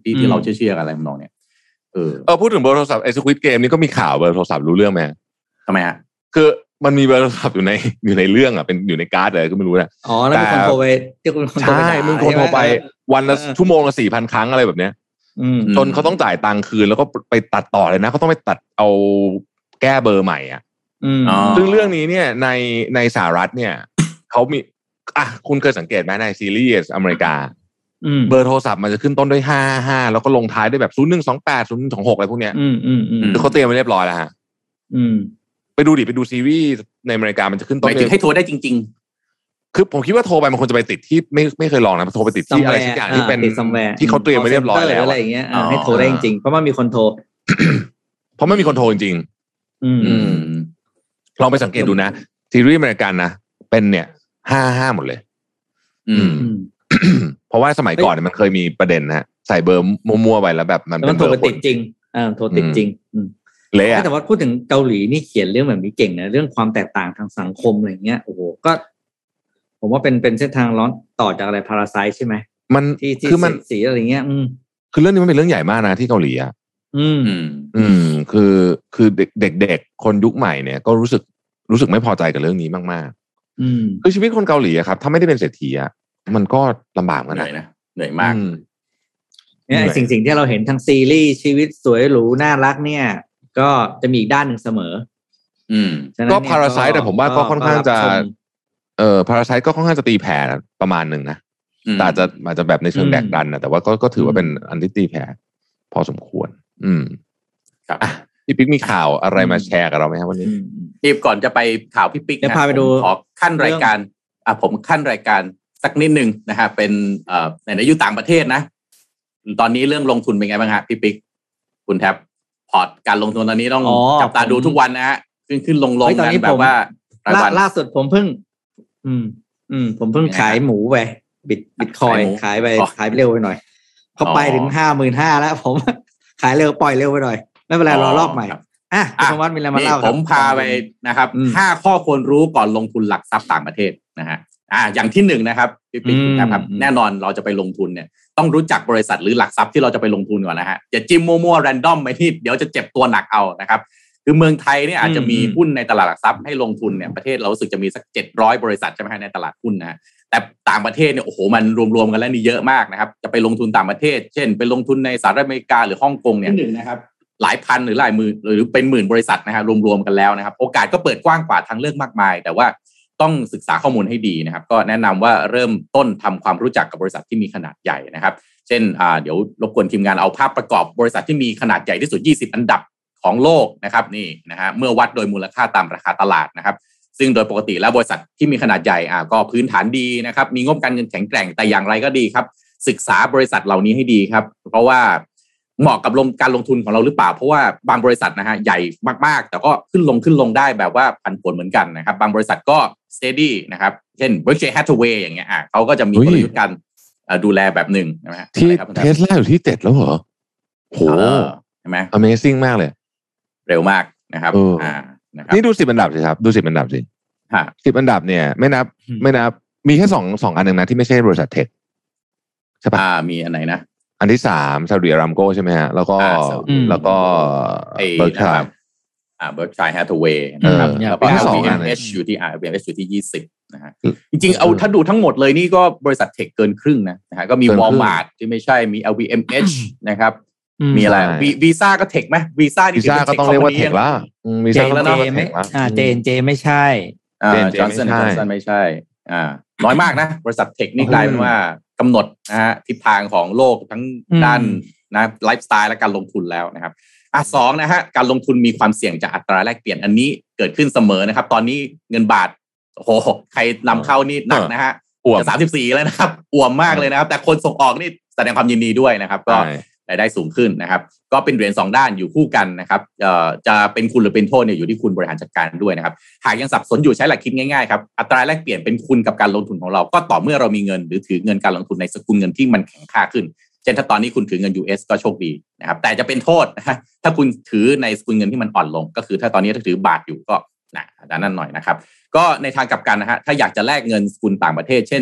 ที่ที่เราเชื่อๆอะไรมันน้องเนี่ยเออเออพูดถึงเบอร์โทรศัพท์ไอ้ Squid Game นี่ก็มีข่าวเบอร์โทรศัพท์รู้เรื่องไหมทำไมฮะคือมันมีเบอร์โทรศัพท์อยู่ในอยู่ในเรื่องอ่ะเป็นอยู่ในการ์ดเลยก็ไม่รู้นะอ๋อแล้วมีคนโทรไปที่คุณใช่มึงคนโทรไปวันละชั่วโมงละสี่พันครั้งอะไรแบบเนี้ยจนเขาต้องจ่ายตังค์คืนแล้วก็ไปตัดต่อเลยนะเขาต้องไปตัดเอาแก้เบอร์ใหม่อ่ะซึ่งเรื่องนี้เนี่ยในในสหรัฐเนี่ยเขามีอ่ะคุณเคยสังเกตไหมในซีรีส์อเมริกาเบอร์โทรศัพท์มันจะขึ้นต้นด้วยห้าห้าแล้วก็ลงท้ายด้วยแบบศูนย์หนึ่งสองแปดศูนย์หนึ่งสองหกอะไรพวกเนี้ยคือเขาเตรียมไว้เรียบร้อยแล้วฮะไปดูดิไปดูซีรีส์ในอเมริกามันจะขึ้นต้นด้วยให้โทรได้จริงๆคือผมคิดว่าโทรไปมันควรจะไปติดที่ไม่ไม่เคยลองนะโทรไปติดที่อะไรสักอย่างที่เป็นที่เขาเตรียมไว้เรียบร้อยแล้วอะไรอย่างเงี้ยให้โทรได้จริงๆเพราะว่ามีคนโทรเพราะไม่มีคนโทรจริงๆลองไปสังเกตดูนะซีรีส์อเมริกันนะเป็นเนี่ยห้าห้าหมดเลยเพราะว่าสมัยก่อนเนี่ยมันเคยมีประเด็นนะใส่เบอร์มั่วๆไปแล้วแบบมันเป็นเบอร์ติดจริงอ่าโทรติดจริงเลยอะแต่ว่าพูดถึงเกาหลีนี่เขียนเรื่องแบบนี้เก่งนะเรื่องความแตกต่างทางสังคมอะไรเงี้ยโอ้โหก็ผมว่าเป็นเป็นเส้นทางร้อนต่อจากอะไรพาราไซต์ใช่ไหมมันคือมันสีอะไรเงี้ยอืมคือเรื่องนี้มันเป็นเรื่องใหญ่มากนะที่เกาหลีอ่ะอืมอืมคือคือเด็กเด็กๆคนยุคใหม่เนี่ยก็รู้สึกรู้สึกไม่พอใจกับเรื่องนี้มากๆอืมคือชีวิตคนเกาหลีอะครับถ้าไม่ได้เป็นเศรษฐีอะมันก็ลำบากกันนะเหนื่อยมากเนี่ยสิ่งสิ่งที่เราเห็นทั้งซีรีส์ชีวิตสวยหรูน่ารักเนี่ยก็จะมีอีกด้านหนึ่งเสมออืมก็พาราไซต์แต่ผมว่าก็ค่อนข้างจะเอ่อพาราไซต์ก็ค่อนข้างจะตีแผ่ประมาณหนึ่งนะแต่อาจจะอาจจะแบบในเชิงแดกดันนะแต่ว่าก็ก็ถือว่าเป็นอันที่ตีแผ่พอสมควรอืมครับพี่ปิ๊กมีข่าวอะไรมาแชร์กับเราไหมครับวันนี้ทีก่อนจะไปข่าวพี่ปิ๊กนะพาไปดูขอขั้นรายการอ่ะผมขั้นรายการสักนิดนึงนะฮะเป็นเอ่อในอยู่ต่างประเทศนะตอนนี้เรื่องลงทุนเป็นไงบ้างฮะพี่ปิ๊กคุณแท็บพอร์ตการลงทุนตอนนี้ต้องจับตาดูทุกวันนะฮะขึ้นขึ้นลงลงกันแบบว่าล่าสุดผมเพิ่งอืมอืมผมเพิ่งขายหมูไปบิตบิตคอยขายไปขายเร็วไปหน่อยเขาไปถึงห้าหมื่นห้าแล้วผมขายเร็วปล่อยเร็วไปหน่อยไม่เป็นไรรอรอบใหม่อ่ะคุณวัฒน์มีอะไรมาเล่าผมพาไปนะครับห้าข้อควรรู้ก่อนลงทุนหลักทรัพย์ต่างประเทศนะฮะอ่าอย่างที่หนึ่งนะครับพี่ปิ๊กนะครับแน่นอนเราจะไปลงทุนเนี่ยต้องรู้จักบริษัทหรือหลักทรัพย์ที่เราจะไปลงทุนก่อนนะฮะอย่าจิ้มมั่วๆแรนดอมไปที่เดี๋ยวจะเจ็บตัวหนักเอานะครับคือเมืองไทยเนี่ยอาจจะมีหุ้นในตลาดหลักทรัพย์ให้ลงทุนเนี่ยประเทศเรารู้สึกจะมีสักเจ็ดร้อยบริษัทใช่ไหมฮะในตลาดหุ้นนะฮะแต่ต่างประเทศเนี่ยโอ้โหมันรวมๆกันแล้วนี่เยอะมากนะครับจะไปลงทุนต่างประเทศเช่นไปลงทุนในสหรัฐอเมริกาหรือฮ่องกงเนี่ยนะครับหลายพันหรือหลายหมื่นหรือเป็นหมื่นบริษัทนะฮะรวมๆกันแล้วนะครับโอกาสก็เปิดกว้างกว่าทางเลือกมากมายแต่ว่าต้องศึกษาข้อมูลให้ดีนะครับก็แนะนำว่าเริ่มต้นทำความรู้จักกับบริษัทที่มีขนาดใหญ่นะครับเช่นอ่าเดี๋ยวรบกวนทีมงานเอาภาพประกอบบริษัทที่มีขนาดใหญ่ที่สุดยี่สิบอันดับของโลกนะครับนี่นะฮะเมื่อวัดโดยมูลค่าตามราคาตลาดนะครับซึ่งโดยปกติแล้วบริษัทที่มีขนาดใหญ่อ่าก็พื้นฐานดีนะครับมีงบการเงินแข็งแกร่งแต่อย่างไรก็ดีครับศึกษาบริษัทเหล่านี้ให้ดีครับเพราะว่าเหมาะกับการลงทุนของเราหรือเปล่าเพราะว่าบางบริษัทนะฮะใหญ่มากๆแต่ก็ขึ้นลงขึ้นลงได้แบบว่าผันผวนเหมือนกันนะครับบางบริษัทก็ steady นะครับเช่น Berkshire Hathaway อย่างเงี้ยอ่ะเขาก็จะมีกลยุทธ์การดูแลแบบหนึ่งนะฮะที่ Tesla อยู่ที่เจ็ดแล้วเหรอโหใช่ไหม Amazing มากเลยเร็วมากนะครับอ่านะครับนี่ดูสิบอันดับสิครับดูสิบอันดับสิฮะสิบอันดับเนี่ยไม่นับไม่นับมีแค่สองสองอันนึงนะที่ไม่ใช่บริษัทเทคใช่ป่ะอ่ามีอันไหนนะอันที่สามซาอุดิอารามโกใช่ไหมฮะแล้วก็แล้วก็เบิร์กชัยอ่าเบิร์กชัยแฮทเวย์นะครับแล้วก็ วี เอ็ม เอช อยู่ที่อ่า วี เอ็ม เอช อยู่ที่ยี่สิบนะฮะจริงๆเอาถ้าดูทั้งหมดเลยนี่ก็บริษัทเทคเกินครึ่งนะนะฮะก็มี Walmart ที่ไม่ใช่มี วี เอ็ม เอช นะครับมีอะไรวีซ่าก็เทคไหมวีซ่าวีซ่าก็ต้องเรียกว่าเทคละวีซ่าก็ต้องเรียกว่าเทคละอ่าเจนเจไม่ใช่อ่าจอห์นสัน จอห์นสันไม่ใช่อ่าน้อยมากนะบริษัทเทคนี่กลายเป็นว่ากำหนดนะฮะทิศทางของโลกทั้งด้านนะไลฟ์สไตล์และการลงทุนแล้วนะครับอ่ะสองนะฮะการลงทุนมีความเสี่ยงจากอัตราแลกเปลี่ยนอันนี้เกิดขึ้นเสมอนะครับตอนนี้เงินบาทโอ้โหใครนำเข้านี่หนักนะฮะจะสามสิบสี่แล้วนะครับอ่วมมากเลยนะครับแต่คนส่งออกนี่แสดงความยินดีด้วยนะครับก็รายได้สูงขึ้นนะครับก็เป็นเหรียญสองด้านอยู่คู่กันนะครับเอ่อจะเป็นคุณหรือเป็นโทษเนี่ยอยู่ที่คุณบริหารจัดการด้วยนะครับหากยังสับสนอยู่ใช้หลักคิดง่ายๆครับอัตราแลกเปลี่ยนเป็นคุณกับการลงทุนของเราก็ต่อเมื่อเรามีเงินหรือถือเงินการลงทุนในสกุลเงินที่มันแข็งค่าขึ้นเช่นถ้าตอนนี้คุณถือเงิน ยู เอส ก็โชคดีนะครับแต่จะเป็นโทษนะฮะถ้าคุณถือในสกุลเงินที่มันอ่อนลงก็คือถ้าตอนนี้ถ้าถือบาทอยู่ก็นะด้านนั้นหน่อยนะครับก็ในทางกลับกันนะฮะถ้าอยากจะแลกเงินสกุลต่างประเทศเช่น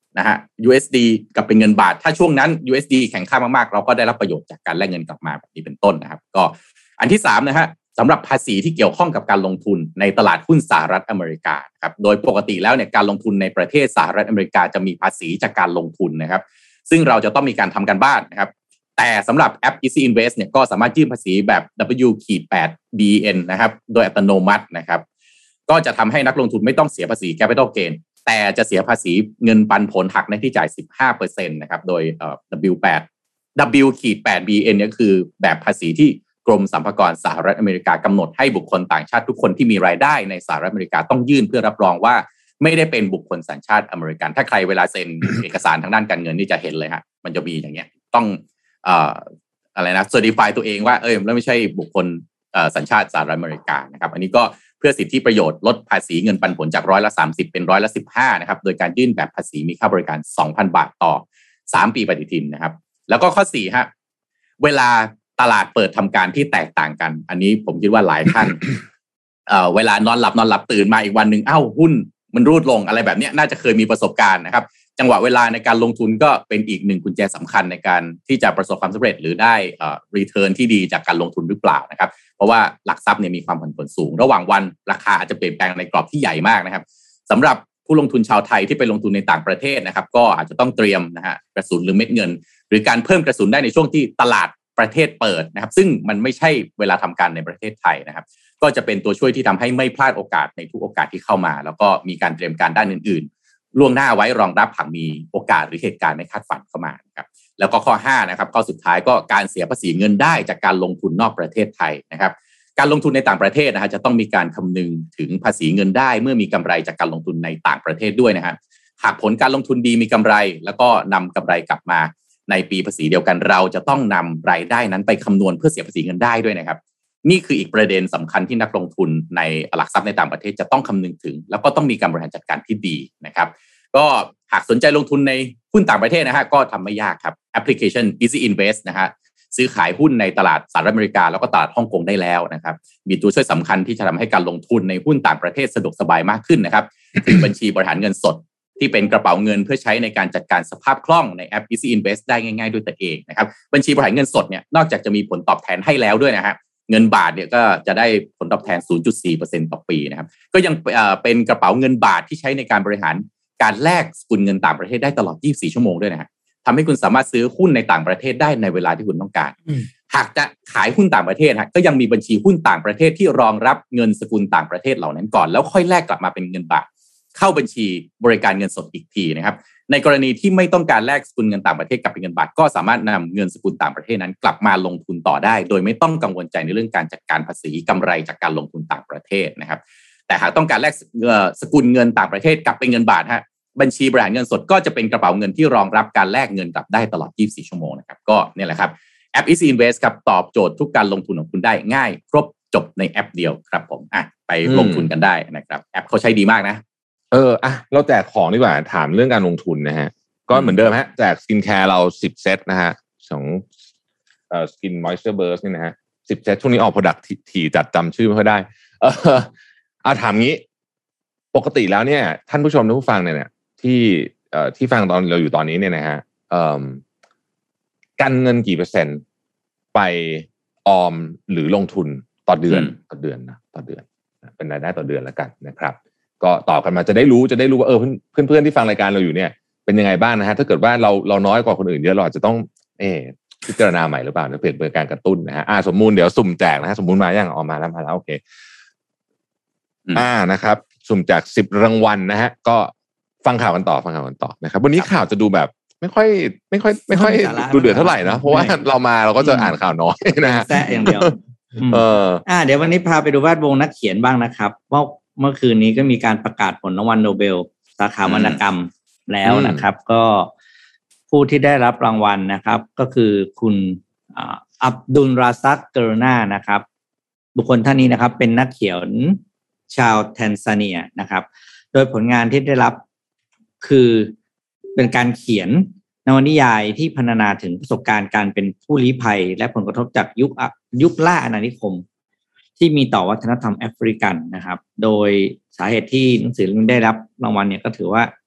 นะฮะ ยู เอส ดี กับเป็นเงินบาทถ้าช่วงนั้น ยู เอส ดี แข็งค่ามากๆเราก็ได้รับประโยชน์จากการแลกเงินกลับมาแบบนี้เป็นต้นนะครับก็อันที่สามนะฮะสำหรับภาษีที่เกี่ยวข้องกับการลงทุนในตลาดหุ้นสหรัฐอเมริกาครับโดยปกติแล้วเนี่ยการลงทุนในประเทศสหรัฐอเมริกาจะมีภาษีจากการลงทุนนะครับซึ่งเราจะต้องมีการทำการบ้านนะครับแต่สำหรับแอป Easy Invest เนี่ยก็สามารถยื่นภาษีแบบ ดับเบิลยู แปด บี เอ็น นะครับโดยอัตโนมัตินะครับก็จะทำให้นักลงทุนไม่ต้องเสียภาษี Capital Gain แต่จะเสียภาษีเงินปันผลหักในที่จ่าย สิบห้าเปอร์เซ็นต์ นะครับโดยเอ่อ ดับเบิลยู แปด ดับเบิลยู แปด บี เอ็น เนี่ยคือแบบภาษีที่กรมสรรพากรสหรัฐอเมริกากำหนดให้บุคคลต่างชาติทุกคนที่มีรายได้ในสหรัฐอเมริกาต้องยื่นเพื่อรับรองว่าไม่ได้เป็นบุคคลสัญชาติอเมริกันถ้าใครเวลาเซ็น เอกสารทางด้านการเงินนี่จะเห็นเลยฮะมันจะมีอย่างเงี้ยต้องเอ่ออะไรนะ certify ตัวเองว่าเอ้ยแล้วไม่ใช่บุคคลเอ่อสัญชาติสหรัฐอเมริกานะครับอันนี้ก็เพื่อสิทธิประโยชน์ลดภาษีเงินปันผลจากร้อยละสามสิบเป็นร้อยละสิบห้านะครับโดยการยื่นแบบภาษีมีค่าบริการ สองพัน บาทต่อสามปีปฏิทินนะครับแล้วก็ข้อสี่ฮะเวลาตลาดเปิดทำการที่แตกต่างกันอันนี้ผมคิดว่าหลายท่าน เอ่อเวลานอนหลับนอนหลับตื่นมาอีกวันนึงเอ้าหุ้นมันรูดลงอะไรแบบนี้น่าจะเคยมีประสบการณ์นะครับจังหวะเวลาในการลงทุนก็เป็นอีกหนึ่งกุญแจสำคัญในการที่จะประสบความสำเร็จหรือได้เอ่อ return ที่ดีจากการลงทุนหรือเปล่านะครับเพราะว่าหลักทรัพย์เนี่ยมีความผันผวนสูงระหว่างวันราคาอาจจะเปลี่ยนแปลงในกรอบที่ใหญ่มากนะครับสำหรับผู้ลงทุนชาวไทยที่ไปลงทุนในต่างประเทศนะครับก็อาจจะต้องเตรียมนะฮะกระสุนหรือเม็ดเงินหรือการเพิ่มกระสุนได้ในช่วงที่ตลาดประเทศเปิดนะครับซึ่งมันไม่ใช่เวลาทำการในประเทศไทยนะครับก็จะเป็นตัวช่วยที่ทำให้ไม่พลาดโอกาสในทุกโอกาสที่เข้ามาแล้วก็มีการเตรียมการด้านอื่นๆล่วงหน้าไว้รองรับหากมีโอกาสหรือเหตุการณ์ไม่คาดฝันเข้ามาครับแล้วก็ข้อห้านะครับข้อสุดท้ายก็การเสียภาษีเงินได้จากการลงทุนนอกประเทศไทยนะครับการลงทุนในต่างประเทศนะฮะจะต้องมีการคำนึงถึงภาษีเงินได้เมื่อมีกำไรจากการลงทุนในต่างประเทศด้วยนะฮะหากผลการลงทุนดีมีกำไรแล้วก็นำกำไรกลับมาในปีภาษีเดียวกันเราจะต้องนำรายได้นั้นไปคำนวณเพื่อเสียภาษีเงินได้ด้วยนะครับนี่คืออีกประเด็นสำคัญที่นักลงทุนในหลักทรัพย์ในต่างประเทศจะต้องคำนึงถึงแล้วก็ต้องมีการบริหารจัดการที่ดีนะครับก็หากสนใจลงทุนในหุ้นต่างประเทศนะฮะก็ทำไม่ยากครับแอปพลิเคชัน Easy Invest นะฮะซื้อขายหุ้นในตลาดสหรัฐอเมริกาแล้วก็ตลาดฮ่องกงได้แล้วนะครับมีตัวช่วยสำคัญที่จะทำให้การลงทุนในหุ้นต่างประเทศสะดวกสบายมากขึ้นนะครับคือบัญชีบริหารเงินสดที่เป็นกระเป๋าเงินเพื่อใช้ในการจัดการสภาพคล่องในแอป Easy Invest ได้ง่ายๆด้วยตัวเองนะครับบัญชีบริหารเงินสดเนี่ยนอกจากจะมีผลตอบแทนให้แล้วด้วยนะฮะเงินบาทเนี่ยก็จะได้ผลตอบแทน ศูนย์จุดสี่เปอร์เซ็นต์ ต่อปีนะครับก็ยังเป็นกระเป๋าเงินบาทที่ใช้ในการบริหารการแลกสกุลเงินต่างประเทศได้ตลอดยี่สิบสี่ชั่วโมงด้วยนะฮะทำให้คุณสามารถซื้อหุ้นในต่างประเทศได้ในเวลาที่คุณต้องการหากจะขายหุ้นต่างประเทศฮะก็ยังมีบัญชีหุ้นต่างประเทศที่รองรับเงินสกุลต่างประเทศเหล่านั้นก่อนแล้วค่อยแลกกลับมาเป็นเงินบาทเข้าบัญชีบริการเงินสดอีกทีนะครับในกรณีที่ไม่ต้องการแลกสกุลเงินต่างประเทศกลับเป็นเงินบาทก็สามารถนำเงินสกุลต่างประเทศนั้นกลับมาลงทุนต่อได้โดยไม่ต้องกังวลใจในเรื่องการจัดการภาษีกำไรจากการลงทุนต่างประเทศนะครับแต่หากต้องการแลกสกุลเงินต่างประเทศกลับเป็นเงินบาทฮะบัญชีบริหารเงินสดก็จะเป็นกระเป๋าเงินที่รองรับการแลกเงินกลับได้ตลอดยี่สิบสี่ชั่วโมงนะครับก็เนี่ยแหละครับแอป Easy Invest ครับตอบโจทย์ทุกการลงทุนของคุณได้ง่ายครบจบในแอปเดียวครับผมอ่ะไปลงทุนกันได้นะครับแอปเขาใช้ดีมากนะเอออ่ะเราแจกของดีกว่าถามเรื่องการลงทุนนะฮะก็เหมือนเดิมฮะแจกสกินแคร์เราสิบเซตนะฮะของเอ่อสกินมอยส์เจอร์เบิร์สนี่นะฮะสิบเซตช่วงนี้ออกโปรดักต์ถี่จัดจำชื่อไม่ค่อยได้เออเอาถามงี้ปกติแล้วเนี่ยท่านผู้ชมท่านผู้ฟังเนี่ยที่เอ่อที่ฟังตอนเราอยู่ตอนนี้เนี่ยนะฮะเอ่อการเงินกี่เปอร์เซ็นต์ไปออมหรือลงทุนต่อเดือนต่อเดือนนะต่อเดือนเป็นรายได้ต่อเดือนแล้วกันนะครับก็ตอบกันมาจะได้รู้จะได้รู้ว่าเออเพื่อนๆที่ฟังรายการเราอยู่เนี่ยเป็นยังไงบ้างนะฮะถ้าเกิดว่าเราเราน้อยกว่าคนอื่นเยอะเราอาจจะต้องเออพิจารณาใหม่หรือเปล่าเปลี่ยนเป็นการกระตุ้นนะฮะอ่าสมมุติเดี๋ยวสุ่มแจกนะฮะสมมุติมาอย่างออกมาแล้วมาแล้วโอเคอ่านะครับสุ่มแจกสิบรางวัลนะฮะก็ฟังข่าวกันต่อฟังข่าวกันต่อนะครับวันนี้ข่าวจะดูแบบไม่ค่อยไม่ค่อยไม่ค่อยดูเดือดเท่าไหร่นะเพราะว่าเรามาเราก็จะอ่านข่าวน้อยนะฮะแซะอย่างเดียวเอออ่าเดี๋ยววันนี้พาไปดูแวดวงนักเขียนบ้างนะครับว่าเมื่อคืนนี้ก็มีการประกาศผลรางวัลโนเบลสาขาวรรณกรรมแล้วนะครับก็ผู้ที่ได้รับรางวัลนะครับก็คือคุณอับดุลราซักเกอร์นานะครับบุคคลท่านนี้นะครับเป็นนักเขียนชาวแทนซาเนียนะครับโดยผลงานที่ได้รับคือเป็นการเขียนนวนิยายที่พรรณนาถึงประสบการณ์การเป็นผู้ลี้ภัยและผลกระทบจากยุคยุคล่าอาณานิคมที่มีต่อวัฒนธรรมแอฟริกันนะครับโดยสาเหตุที่หนังสือเล่มนี้ได้รับรางวัลเนี่ยก็ถือว่า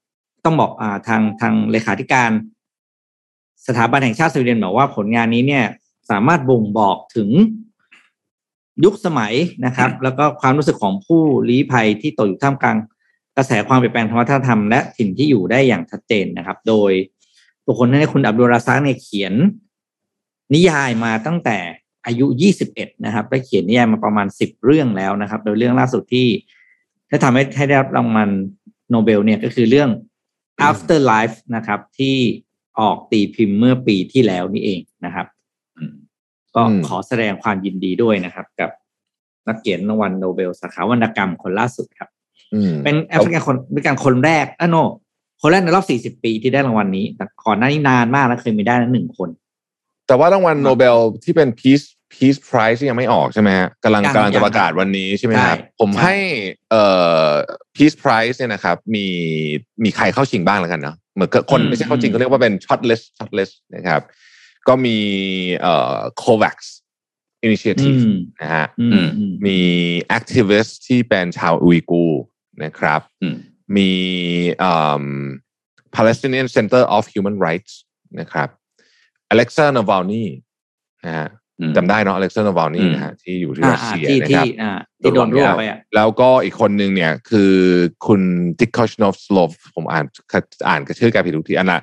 ต้องบอกอ่าทางทางเลขาธิการสถาบันแห่งชาติสวีเดนบอกว่าผลงานนี้เนี่ยสามารถบ่งบอกถึงยุคสมัยนะครับแล้วก็ความรู้สึกของผู้ลี้ภัยที่ตกอยู่ท่ามกลางกระแสความเปลี่ยนแปลงทางวัฒนธรรมและถิ่นที่อยู่ได้อย่างชัดเจนนะครับโดยบุคคลนั้นคุณอับดุลราซากเนี่ยเขียนนิยายมาตั้งแต่อายุยี่สิบเอ็ดนะครับและเขียนนิยายมาประมาณสิบเรื่องแล้วนะครับโดยเรื่องล่าสุดที่ได้ทำให้ให้ได้รับรางวัลโนเบลเนี่ยก็คือเรื่อง Afterlife นะครับที่ออกตีพิมพ์เมื่อปีที่แล้วนี่เองนะครับก็ขอแสดงความยินดีด้วยนะครับกับนักเขียนรางวัลโนเบลสาขาวรรณกรรมคนล่าสุดครับเป็นแอฟริกันคนเป็นการคนแรกอ่ะโนคนแรกในรอบสี่สิบปีที่ได้รางวัลนี้แต่ก่อนหน้านี้นานมากแล้วเคยมีได้หนึ่งคนแต่ว่ารางวัลโนเบลที่เป็น Peace Peace Prize ยังไม่ออกใช่ไหมฮะกำลังกำลังจะประกาศวันนี้ใช่ไหมครับผมให้เอ่อ Peace Prize เนี่ยนะครับมีมีใครเข้าชิงบ้างแล้วกันเนาะเหมือนคนไม่ใช่เข้าชิงเขาเรียกว่าเป็น shortlist shortlist นะครับก็มีเอ่อ Covax Initiative นะฮะมี activist ที่เป็นชาวอุยกูร์นะครับมีเอ่อ Palestinian Center of Human Rights นะครับ Alexei Navalny นะฮะจำได้เนาะ Alexei Navalny นะฮะที่อยู่ที่รัสเซียนะครับที่โดนรวบไปอ่ะแล้วก็อีกคนนึงเนี่ยคือคุณ Tikhonov ผมอ่านอ่านกับชื่อแกผิดทุกทีอันน่ะ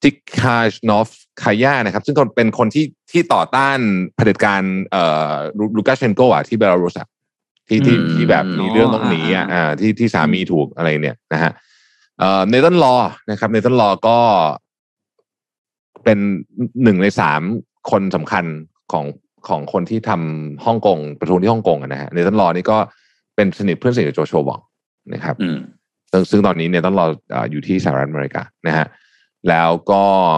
Tikhonov คาย่านะครับซึ่งเป็นคนที่ที่ต่อต้านเผด็จการเอ่อลูกาเชนโกอ่ะที่เบลารุสอ่ะที่ที่ที่แบบมีเรื่องต้องหนีอ่ะอ่าที่ที่สามีถูกอะไรเนี่ยนะฮะเอ่อเนธันลอนะครับเนธันลอก็เป็นหนึ่งในสามคนสำคัญของของคนที่ทำฮ่องกงประท้วงที่ฮ่องกงนะฮะเนธันลอนี่ก็เป็นสนิทเพื่อนสนิทกับโจโฉวองนะครับซึ่งซึ่งตอนนี้เนธันลออยู่ที่สหรัฐอเมริกานะฮะแล้วก็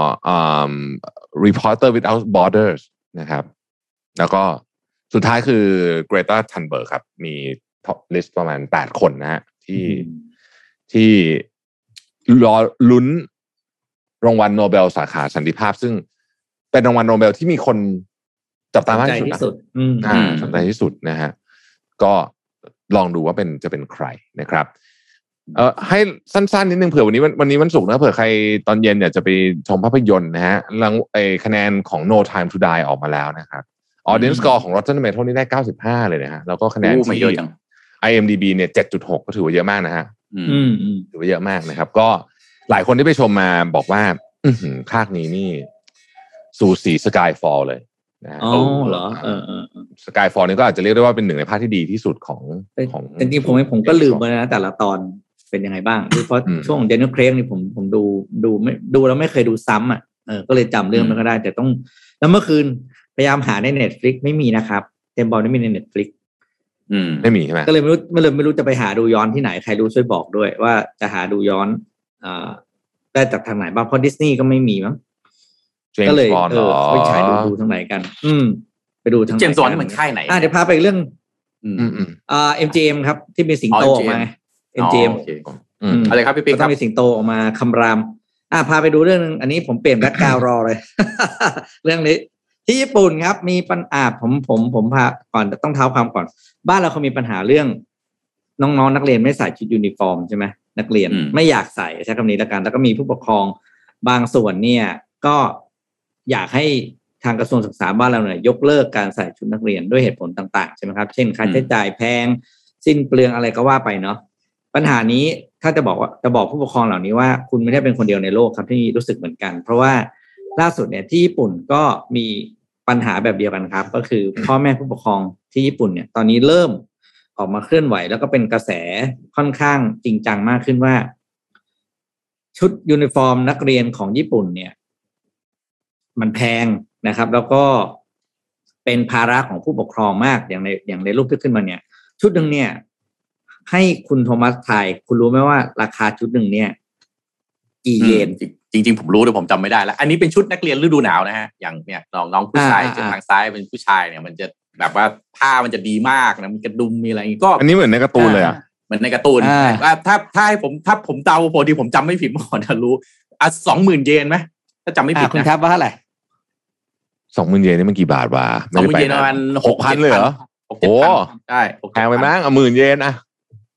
Reporter Without Borders นะครับแล้วก็สุดท้ายคือ Greta Thunberg ครับมีท็อปลิสต์ประมาณแปดคนนะฮะที่ที่รอลุ้นรางวัลโนเบลสาขาสันติภาพซึ่งเป็นรางวัลโนเบลที่มีคนจับตามากที่สุดอ่าสนใจที่สุดนะฮะก็ลองดูว่าเป็นจะเป็นใครนะครับเอ่อให้สั้นๆนิดนึงเผื่อวันนี้วันนี้วันศุกร์นะเผื่อใครตอนเย็นเนี่ยจะไปชมภาพยนตร์นะฮะรางไอ้คะแนนของ No Time to Die ออกมาแล้วนะครับ Audience Score ของ Rotten Tomatoes นี่ได้เก้าสิบห้าเลยนะฮะแล้วก็คะแนนที่ ไอ เอ็ม ดี บี เนี่ย เจ็ดจุดหก ก็ถือว่าเยอะมากนะฮะอืมถือว่าเยอะมากนะครับก็หลายคนที่ไปชมมาบอกว่าอื้อหือภาคนี้นี่สูสี Skyfall เลยนะฮะอ๋อเหรอเออๆ Skyfall นี่ก็อาจจะเรียกได้ว่าเป็นหนึ่งในภาคที่ดีที่สุดของของจริงๆผมผมก็ลืมไปนะแต่ละตอนเป็นยังไงบ้างโดยเฉพาะช่วง Daniel Craig นี่ผมผมดูดูไม่ดูแล้วไม่เคยดูซ้ำอ่ะเออก็เลยจำเรื่องไม่ค่อยได้แต่ต้องแล้วเมื่อคืนพยายามหาใน Netflix ไม่มีนะครับเต็มบอลไม่มีใน Netflix อืมไม่มีใช่ไหมก็เลยไม่รู้ไม่เลยไม่รู้จะไปหาดูย้อนที่ไหนใครรู้ช่วยบอกด้วยว่าจะหาดูย้อนอ่าได้จากทางไหนบ้างเพราะ Disney ก็ไม่มีมั้งก็เลยเออไปฉายดูดูทางไหนกันอืมไปดูทางเจมส์บอนด์มันค่ายไหนอ่ะเดี๋ยวพาไปเรื่องอืมอ่า เอ็ม จี เอ็ม ครับที่มีสิงโตออกมา เอ็ม จี เอ็มอืมอะไรครับพี่ปิ๊กครับมีสิงโตออกมาคำรามอ่ะพาไปดูเรื่องนึงอันนี้ผมเปลี่ยนแบ็คกราวด์รอเลย เรื่องนี้ที่ญี่ปุ่นครับมีปัญหาผมผมผมพาก่อนต้องเท้าความก่อนบ้านเราเขามีปัญหาเรื่องน้องๆ น, นักเรียนไม่ใส่ชุดยูนิฟอร์มใช่ไหมนักเรียนไม่อยากใส่ใช้คำนี้แล้วกันแล้วก็มีผู้ปกครองบางส่วนเนี่ยก็อยากให้ทางกระทรวงศึกษาบ้านเราเนี่ยยกเลิกการใส่ชุดนักเรียนด้วยเหตุผลต่างๆใช่ไหมครับเช่นค่าใช้จ่ายแพงสิ้นเปลืองอะไรก็ว่าไปเนาะปัญหานี้ถ้าจะบอกว่าจะบอกผู้ปกครองเหล่านี้ว่าคุณไม่ได้เป็นคนเดียวในโลกครับที่รู้สึกเหมือนกันเพราะว่าล่าสุดเนี่ยที่ญี่ปุ่นก็มีปัญหาแบบเดียวกันครับก็คือพ่อแม่ผู้ปกครองที่ญี่ปุ่นเนี่ยตอนนี้เริ่มออกมาเคลื่อนไหวแล้วก็เป็นกระแสค่อนข้างจริงจังมากขึ้นว่าชุดยูนิฟอร์มนักเรียนของญี่ปุ่นเนี่ยมันแพงนะครับแล้วก็เป็นภาระของผู้ปกครองมากอย่างในอย่างในรูปที่ขึ้นมาเนี่ยชุดหนึ่งเนี่ยให้คุณโทมัสทายคุณรู้ไหมว่าราคาชุดหนึ่งเนี่ยกี่เยนจริงๆผมรู้แต่ผมจำไม่ได้แล้วอันนี้เป็นชุดนักเรียนฤดูหนาวนะฮะอย่างเนี่ยน้องน้องผู้ชายจะทางซ้ายเป็นผู้ชายเนี่ยมันจะแบบว่าผ้ามันจะดีมากนะมีกระดุมมีอะไรก็อันนี้เหมือนในการ์ตูนเลยอ่ะเหมือนในการ์ตูนว่าถ้าถ้าให้ผมถ้าผมเดาพอดีผมจำไม่ผิดก่อนจะรู้อ่ะสองหมื่นเยนไหมถ้าจำไม่ผิดนะคุณครับว่าเท่าไหร่สองหมื่นเยนนี่มันกี่บาทวะสองหมื่นเยนประมาณหกพันเลยเหรอโอ้ใช่แพงไปมั้งเอาหมื่นเยนอ่ะ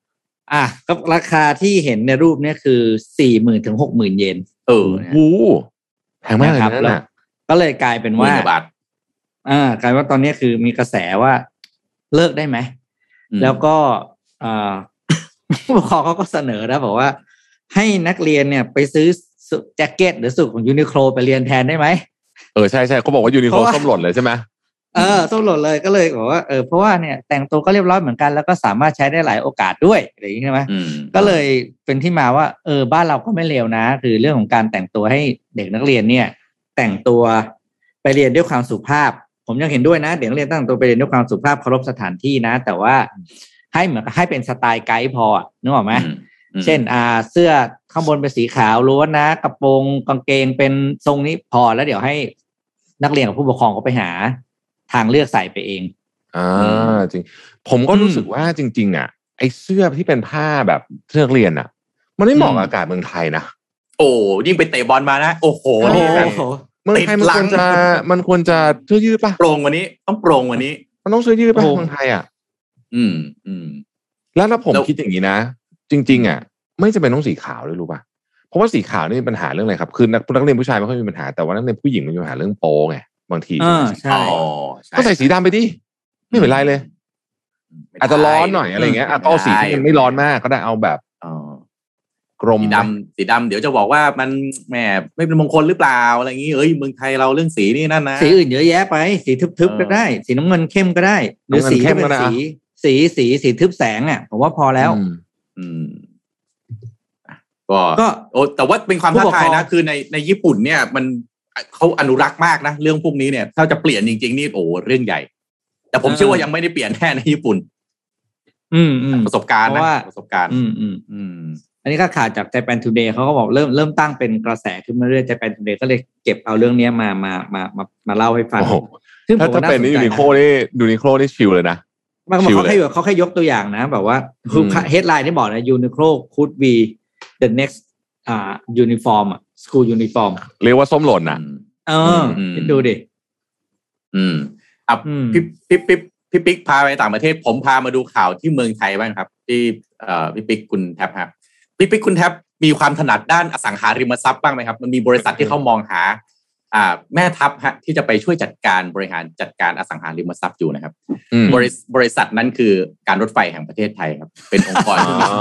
อ่ะก็ราคาที่เห็นในรูปเนี่ยคือ สี่หมื่น ถึง หกหมื่น เยนเออโอ้แพงมากเลยนะน่ะก็เลยกลายเป็นว่าอ่ากลายว่าตอนนี้คือมีกระแสว่าเลิกได้ไหมแล้วก็อ่าผู้ปกครองเขาก็เสนอนะบอกว่าให้นักเรียนเนี่ยไปซื้อแจ็คเก็ตหรือสูทของยูนิโคลไปเรียนแทนได้ไหมเออใช่ๆเขาบอกว่ายูนิโคลส้มหล่นเลยใช่ไหมเออส้มหล่นเลยก็เลยบอกว่าเออเพราะว่าเนี่ยแต่งตัวก็เรียบร้อยเหมือนกันแล้วก็สามารถใช้ได้หลายโอกาสด้วยอะไรอย่างนี้ใช่ไหมก็เลยเป็นที่มาว่าเออบ้านเราก็ไม่เลวนะคือเรื่องของการแต่งตัวให้เด็กนักเรียนเนี่ยแต่งตัวไปเรียนด้วยความสุภาพผมยังเห็นด้วยนะเด็กนักเรียนแต่งตัวไปเรียนด้วยความสุภาพเคารพสถานที่นะแต่ว่าให้เหมือนให้เป็นสไตล์ไกด์พอนึกออกไหมเช่นอ่าเสื้อข้างบนเป็นสีขาวล้วนนะกระโปรงกางเกงเป็นทรงนี้พอแล้วเดี๋ยวให้นักเรียนกับผู้ปกครองเขาไปหาทางเลือกใส่ไปเองอ่าจริงผมก็รู้สึกว่าจริงๆอ่ะไอ้เสื้อที่เป็นผ้าแบบเสื้อนักเรียนอ่ะมันไม่เหมาะกับอากาศเมืองไทยนะโอ้ยิ่งไปเตะบอลมานะโอ้โหนี่แบบเมืองไทยมันควรจะมันควรจะเสื้อยืดป่ะโปร่งวันนี้ต้องโปร่งวันนี้มันต้องเสื้อยืดป่ะเมืองไทยอ่ะอืมอืมแล้วถ้าผมคิดอย่างนี้นะจริงๆอ่ะไม่จำเป็นต้องสีขาวด้วยรู้ป่ะเพราะว่าสีขาวนี่มีปัญหาเรื่องอะไรครับคือนักนักเรียนผู้ชายไม่ค่อยมีปัญหาแต่ว่านักเรียนผู้หญิงมันมีปัญหาเรื่องโป๊ไงบางทีใช่ก็ใส่สีดำไปดิไม่เป็นไรเลยอาจจะร้อนหน่อยอะไรเงี้ยก็เอาสีที่มันไม่ร้อนมากก็ได้เอาแบบกรมสีดำสีดำเดี๋ยวจะบอกว่ามันแหมไม่เป็นมงคลหรือเปล่าอะไรอย่างงี้เอ้ยเมืองไทยเราเรื่องสีนี่นั่นนะสีอื่นเยอะแยะไปสีทึบๆก็ได้สีน้ำเงินเข้มก็ได้หรือสีที่เป็นสีสีสีสีทึบแสงอ่ะผมว่าพอแล้วอืมก็ก็โอ้แต่ว่าเป็นความท้าทายนะคือในในญี่ปุ่นเนี่ยมันเขาอนุรักษ์มากนะเรื่องพวกนี้เนี่ยถ้าจะเปลี่ยนจริงๆนี่โอ้เรื่องใหญ่แต่ผมเชื่อว่ายังไม่ได้เปลี่ยนแน่ในญี่ปุ่นอืมอืมประสบการณ์นะประสบการณ์อืมอืมอืมอันนี้ก็ข่าวจาก Japan Today เขาก็บอกเริ่มเริ่มตั้งเป็นกระแสขึ้นมาเรื่อย Japan Today ก็เลยเก็บเอาเรื่องนี้มามามามามาเล่าให้ฟังซึ่งถ้าเป็นนี่ยูนิโคลนี่ยูนิโคลนี่ชิลเลยนะมันเขาแค่เขาแค่ยกตัวอย่างนะแบบว่าคือ headline ที่บอกนะ Uniqlo could be the next อ่า uniform school uniform เรียกว่าส้มหล่นนะเออดูดิอืมอ่ะพี่พี่พี่พี่ปิ๊กพาไปต่างประเทศผมพามาดูข่าวที่เมืองไทยบ้างครับที่เอ่อพี่ปิ๊กคุณแท็บครับพี่ปิ๊กคุณแท็บมีความถนัดด้านอสังหาริมทรัพย์บ้างไหมครับมันมีบริษัทที่เขามองหาอ่าแม่ทัพฮะที่จะไปช่วยจัดการบริหารจัดการอสังหาริมทรัพย์อยู่นะครับบริบริษัทนั้นคือการรถไฟแห่งประเทศไทยครับเป็นองค์กรที่มี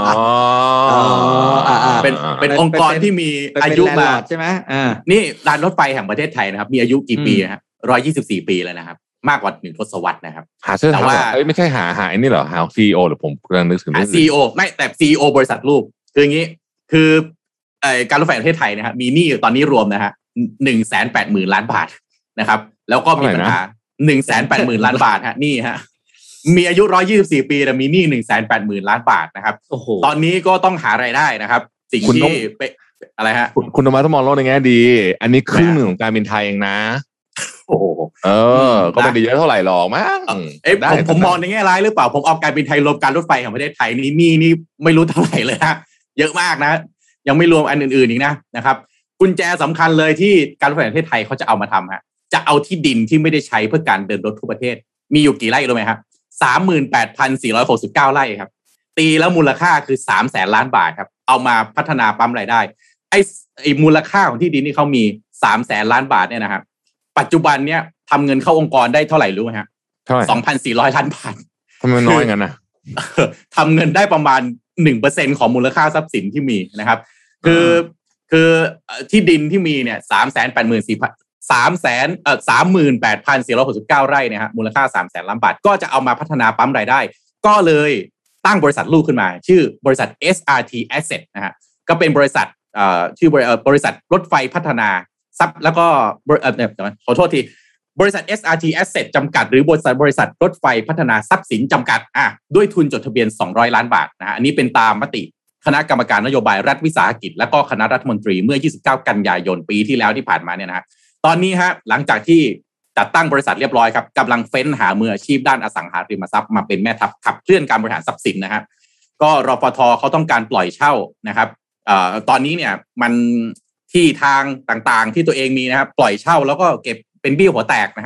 เป็นเป็นองค์กรที่มีอายุมาใช่ไหมอ่านี่การรถไฟแห่งประเทศไทยนะครับมีอายุกี่ปีนะครับร้อยยี่สิบสี่ปีแล้วนะครับมากกว่าหนึ่งทศวรรษนะครับหาเสื้อแต่ว่าเอ้ยไม่ใช่หาหาอันนี้เหรอหา ซี อี โอ หรือผมกำลังนึกถึงซี อี โอ ไม่แต่ ซี อี โอ บริษัทลูกคืออย่างนี้คือไอ้การรถไฟแห่งประเทศไทยนะครับมีหนี้ตอนนี้รวมนะฮะหนึ่งแสนแปดหมื่นล้านบาทนะครับแล้วก็มีปัญหาหนึ่งแสนแปดหมื่นล้านบาทฮะนี่ฮะมีอายุร้อยยี่สิบสี่ปีแต่มีหนี้หนึ่งแสนแปดหมื่นล้านบาทนะครับตอนนี้ก็ต้องหารายได้นะครับสิ่งที่อะไรฮะคุณธรรมะต้องมองโลกในแง่ดีอันนี้ครึ่งหนึ่งของการบินไทยเองนะโอ้เออก็ไม่ได้เยอะเท่าไหร่หรอกมั้งเอ้ผมผมมองในแง่ร้ายหรือเปล่าผมเอาการบินไทยรวมการรถไฟแห่งประเทศไทยนี่นี่นี่ไม่รู้เท่าไหร่เลยฮะเยอะมากนะยังไม่รวมอันอื่นๆอีกนะนะครับกุญแจสำคัญเลยที่การรถไฟแห่งประเทศไทยเขาจะเอามาทำฮะจะเอาที่ดินที่ไม่ได้ใช้เพื่อการเดินรถทั่วประเทศมีอยู่กี่ไร่รู้ไหมครับสามหมื่นแปดพันสี่ร้อยหกสิบเก้าไร่ครับตีแล้วมูลค่าคือสามแสนล้านบาทครับเอามาพัฒนาปั๊มรายได้ไอ้ไอ้มูลค่าของที่ดินที่เขามีสามแสนล้านบาทเนี่ยนะครับปัจจุบันเนี่ยทำเงินเข้าองค์กรได้เท่าไหร่รู้ไหมฮะสองพันสี่ร้อยล้านบาททำไมน้อยงั้นนะทำเงินได้ประมาณหนึ่งเปอร์เซ็นต์ของมูลค่าทรัพย์สินที่มีนะครับคือคือที่ดินที่มีเนี่ยสามแสนแปดหมื่นสี่พันสามแสนเอ่อสามหมื่นแปดพันสี่ร้อยหกสิบเก้าไร่เนี่ยฮะมูลค่าสามแสนล้านบาทก็จะเอามาพัฒนาปั๊มรายได้ก็เลยตั้งบริษัทลูกขึ้นมาชื่อบริษัท เอส อาร์ ที Asset นะฮะก็เป็นบริษัทเอ่อชื่อบริษัทบริษัทรถไฟพัฒนาทรัพย์แล้วก็เอ่อขอโทษทีบริษัท เอส อาร์ ที Asset จำกัดหรือบริษัทบริษัทรถไฟพัฒนาทรัพย์สินจำกัดอ่ะด้วยทุนจดทะเบียนสองร้อยล้านบาทนะฮะอันนี้เป็นตามมติคณะกรรมการนโยบายรัฐวิสาหกิจและก็คณะรัฐมนตรีเมื่อยี่สิบเก้ากันยายนปีที่แล้วที่ผ่านมาเนี่ยนะฮะตอนนี้ฮะหลังจากที่จัดตั้งบริษัทเรียบร้อยครับกำลังเฟ้นหามืออาชีพด้านอสังหาริมทรัพย์มาเป็นแม่ทัพขับเคลื่อนการบริหารทรัพย์สินนะครับก็รปท.เขาต้องการปล่อยเช่านะครับเอ่อตอนนี้เนี่ยมันที่ทางต่างๆที่ตัวเองมีนะครับปล่อยเช่าแล้วก็เก็บเป็นเบี้ยหัวแตกนะครับ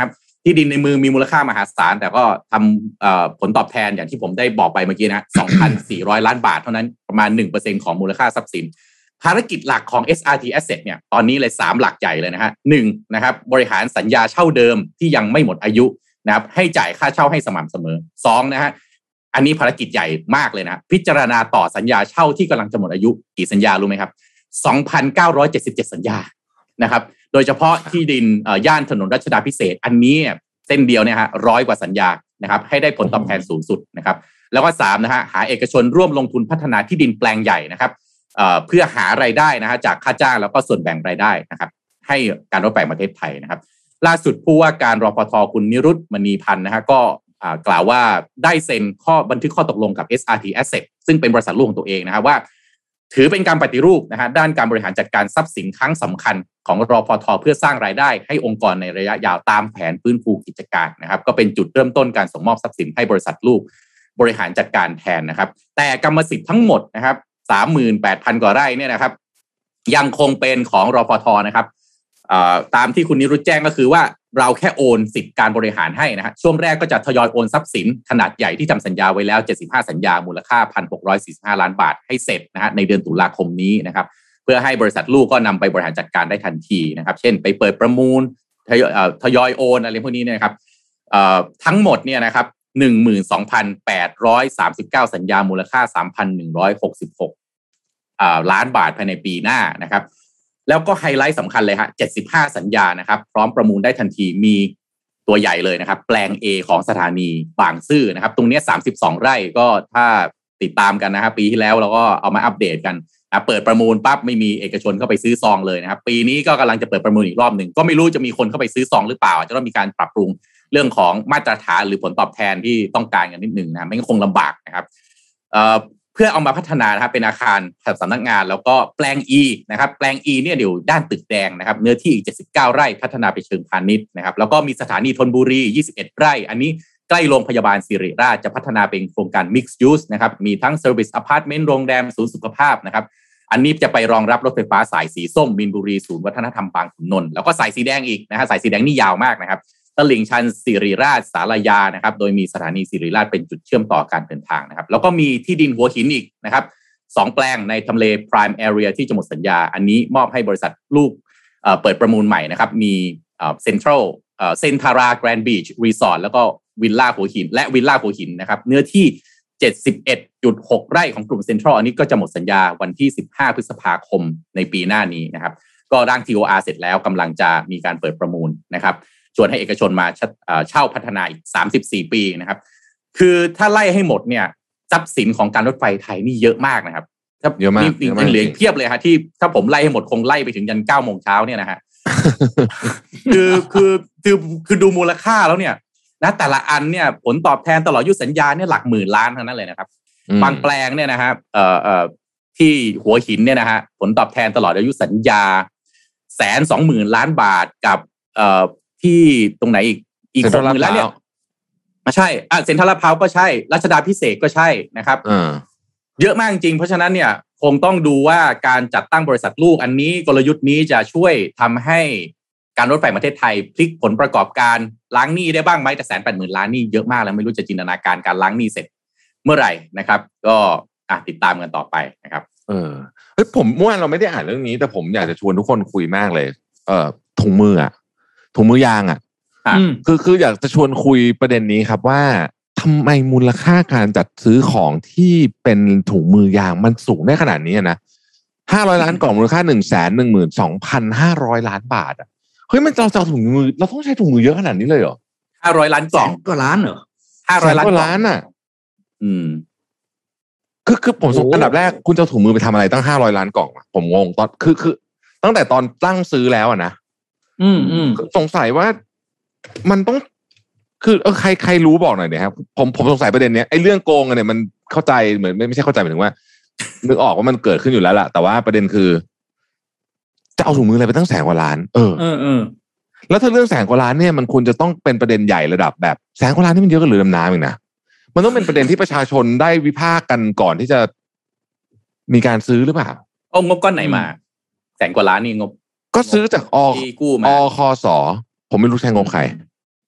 ที่ดินในมือมีมูลค่ามหาศาลแต่ก็ทำผลตอบแทนอย่างที่ผมได้บอกไปเมื่อกี้นะ สองพันสี่ร้อย ล้านบาทเท่านั้นประมาณ หนึ่งเปอร์เซ็นต์ ของมูลค่าทรัพย์สินภารกิจหลักของ เอส อาร์ ที Asset เนี่ยตอนนี้เลยสามหลักใหญ่เลยนะฮะหนึ่งนะครับบริหารสัญญาเช่าเดิมที่ยังไม่หมดอายุนะครับให้จ่ายค่าเช่าให้สม่ำเสมอสองนะฮะอันนี้ภารกิจใหญ่มากเลยนะพิจารณาต่อสัญญาเช่าที่กำลังจะหมดอายุกี่สัญญารู้ไหมครับ สองพันเก้าร้อยเจ็ดสิบเจ็ด สัญญานะครับโดยเฉพาะที่ดินย่านถนนรัชดาภิเษกอันนี้เส้นเดียวเนี่ยฮะร้อยกว่าสัญญานะครับให้ได้ผลตอบแทนสูงสุดนะครับแล้วก็สามนะฮะหาเอกชนร่วมลงทุนพัฒนาที่ดินแปลงใหญ่นะครับเอ่อเพื่อหารายได้นะฮะจากค่าจ้างแล้วก็ส่วนแบ่งรายได้นะครับให้การรถไฟประเทศไทยนะครับล่าสุดผู้ว่าการรพท.คุณนิรุตมณีพันธ์นะฮะก็กล่าวว่าได้เซ็นข้อบันทึกข้อตกลงกับ เอส อาร์ ที Asset ซึ่งเป็นบริษัทลูกของตัวเองนะครับว่าถือเป็นการปฏิรูปนะฮะด้านการบริหารจัดการทรัพย์สินครั้งสำคัญของรพท.เพื่อสร้างรายได้ให้องค์กรในระยะยาวตามแผนฟื้นฟูกิจการนะครับก็เป็นจุดเริ่มต้นการส่งมอบทรัพย์สินให้บริษัทลูกบริหารจัดการแทนนะครับแต่กรรมสิทธิ์ทั้งหมดนะครับ สามหมื่นแปดพัน กว่าไร่เนี่ยนะครับยังคงเป็นของรพท.นะครับตามที่คุณนิรุตแจ้งก็คือว่าเราแค่โอนสิทธิการบริหารให้นะฮะช่วงแรกก็จะทยอยโอนทรัพย์สินขนาดใหญ่ที่ทำสัญญาไว้แล้วเจ็ดสิบห้าสัญญามูลค่า หนึ่งพันหกร้อยสี่สิบห้า ล้านบาทให้เสร็จนะฮะในเดือนตุลาคมนี้นะครับเพื่อให้บริษัทลูกก็นำไปบริหารจัดการได้ทันทีนะครับเช่นไปเปิดประมูลทยอยโอนอะไรพวกนี้นะครับทั้งหมดเนี่ยนะครับ หนึ่งหมื่นสองพันแปดร้อยสามสิบเก้า สัญญามูลค่า สามพันหนึ่งร้อยหกสิบหก ล้านบาทภายในปีหน้านะครับแล้วก็ไฮไลท์สำคัญเลยฮะเจ็ดสิบห้าสัญญานะครับพร้อมประมูลได้ทันทีมีตัวใหญ่เลยนะครับแปลง A ของสถานีบางซื่อนะครับตรงนี้สามสิบสองไร่ก็ถ้าติดตามกันนะครับปีที่แล้วเราก็เอามาอัปเดตกันนะเปิดประมูลปั๊บไม่มีเอกชนเข้าไปซื้อซองเลยนะครับปีนี้ก็กำลังจะเปิดประมูลอีกรอบหนึ่งก็ไม่รู้จะมีคนเข้าไปซื้อซองหรือเปล่าจะต้องมีการปรับปรุงเรื่องของมาตรฐานหรือผลตอบแทนที่ต้องการกันนิดนึงนะไม่งั้นคงลำบากนะครับเอ่อเพื่อเอามาพัฒนานะครับเป็นอาคารสำนักงานแล้วก็แปลง E นะครับแปลง E เนี่ยเดี๋ยวด้านตึกแดงนะครับเนื้อที่อีกเจ็ดสิบเก้าไร่พัฒนาไปเชิงพาณิชย์นะครับแล้วก็มีสถานีธนบุรียี่สิบเอ็ดไร่อันนี้ใกล้โรงพยาบาลศิริราชจะพัฒนาเป็นโครงการ Mixed Use นะครับมีทั้ง Service Apartment โรงแรมศูนย์สุขภาพนะครับอันนี้จะไปรองรับรถไฟฟ้าสายสีส้มมีนบุรีศูนย์วัฒนธรรมบางขุนนนท์แล้วก็สายสีแดงอีกนะฮะสายสีแดงนี่ยาวมากนะครับตลิ่งชันศิริราชศาลายานะครับโดยมีสถานีศิริราชเป็นจุดเชื่อมต่อการเดินทางนะครับแล้วก็มีที่ดินหัวหินอีกนะครับสองแปลงในทำเล Prime Area ที่จะหมดสัญญาอันนี้มอบให้บริษัทลูก เอ่อ เปิดประมูลใหม่นะครับมีเอ่อ Central เอ่อ Centara Grand Beach Resort แล้วก็วิลล่าหัวหินและวิลล่าหัวหินนะครับเนื้อที่ เจ็ดสิบเอ็ดจุดหก ไร่ของกลุ่ม Central อันนี้ก็จะหมดสัญญาวันที่สิบห้าพฤษภาคมในปีหน้านี้นะครับก็ร่าง ที โอ อาร์ เสร็จแล้วกำลังจะมีการเปิดประมูลนะครับชวนให้เอกชนมาเช่าพัฒนาอีกสามสิบสี่ปีนะครับคือถ้าไล่ให้หมดเนี่ยทรัพย์สินของการรถไฟไทยนี่เยอะมากนะครับเยอะมากนี่ยังเหลือเพียบเลยฮะที่ถ้าผมไล่ให้หมดคงไล่ไปถึงยันเก้าโมงเช้าเนี่ยนะฮะ คือคือคือคือดูมูลค่าแล้วเนี่ยนะแต่ละอันเนี่ยผลตอบแทนตลอดอายุสัญญาเนี่ยหลักหมื่นล้านทั้งนั้นเลยนะครับบางแปลงเนี่ยนะครับเอ่อเอ่อที่หัวหินเนี่ยนะฮะผลตอบแทนตลอดอายุสัญญาแสนสองหมื่นล้านบาทกับเอ่อที่ตรงไหนอีกอีกหกหมื่นล้านเนี่ยไม่ใช่อ่ะเซ็นทรัลลาดพร้าวก็ใช่รัชดาภิเษกก็ใช่นะครับเยอะมากจริงเพราะฉะนั้นเนี่ยคงต้องดูว่าการจัดตั้งบริษัทลูกอันนี้กลยุทธ์นี้จะช่วยทำให้การรถไฟประเทศไทยพลิกผลประกอบการล้างหนี้ได้บ้างไหมแต่แสนแปดหมื่นล้านนี่เยอะมากแล้วไม่รู้จะจินตนาการการล้างหนี้เสร็จเมื่อไหร่นะครับก็อ่ะติดตามกันต่อไปนะครับเออเฮ้ยผมเมื่อวานเราไม่ได้อ่านเรื่องนี้แต่ผมอยากจะชวนทุกคนคุยมากเลยเอ่อถุงมืออ่ะถุงมือยางอ่ะคือคืออยากจะชวนคุยประเด็นนี้ครับว่าทำไมมูลค่าการจัดซื้อของที่เป็นถุงมือยางมันสูงได้ขนาดนี้นะห้าร้อยล้านกล่องมูลค่าหนึ่งแสนหนึ่งหมื่นสองพันห้าร้อยล้านบาทอ่ะเฮ้ยมันเราจะถุงมือเราต้องใช้ถุงมือเยอะขนาดนี้เลยเหรอห้าร้อยล้านกล่องก็ล้านเหรอห้าร้อยล้านล้านอ่ะอืมคือคือผมสงสัยอันดับแรกคุณจะถุงมือไปทำอะไรตั้งห้าร้อยล้านกล่องผมงงตอนคือคือตั้งแต่ตอนตั้งซื้อแล้วอ่ะนะอืมอืมสงสัยว่ามันต้องคือเออใครใครรู้บอกหน่อยเดี๋ยวครับผมผมสงสัยประเด็นเนี้ยไอ้เรื่องโกงกันเนี่ยมันเข้าใจเหมือนไม่ไม่ใช่เข้าใจหมายถึงว่านึกออกว่ามันเกิดขึ้นอยู่แล้วล่ะแต่ว่าประเด็นคือจะเอาถุงมืออะไรไปตั้งแสนกว่าล้านเออเออเออแล้วถ้าเรื่องแสนกว่าล้านเนี่ยมันควรจะต้องเป็นประเด็นใหญ่ระดับแบบแสนกว่าล้านนี่มันเยอะกันหรือดำน้ำเองนะมันต้องเป็นประเด็นที่ประชาชนได้วิพากษ์กันก่อนที่จะมีการซื้อหรือเปล่าเอางบก้อนไหนมาแสนกว่าล้านนี่งบก็ซื้อจากออกู้มาอคสผมไม่รู้ใช้งบใคร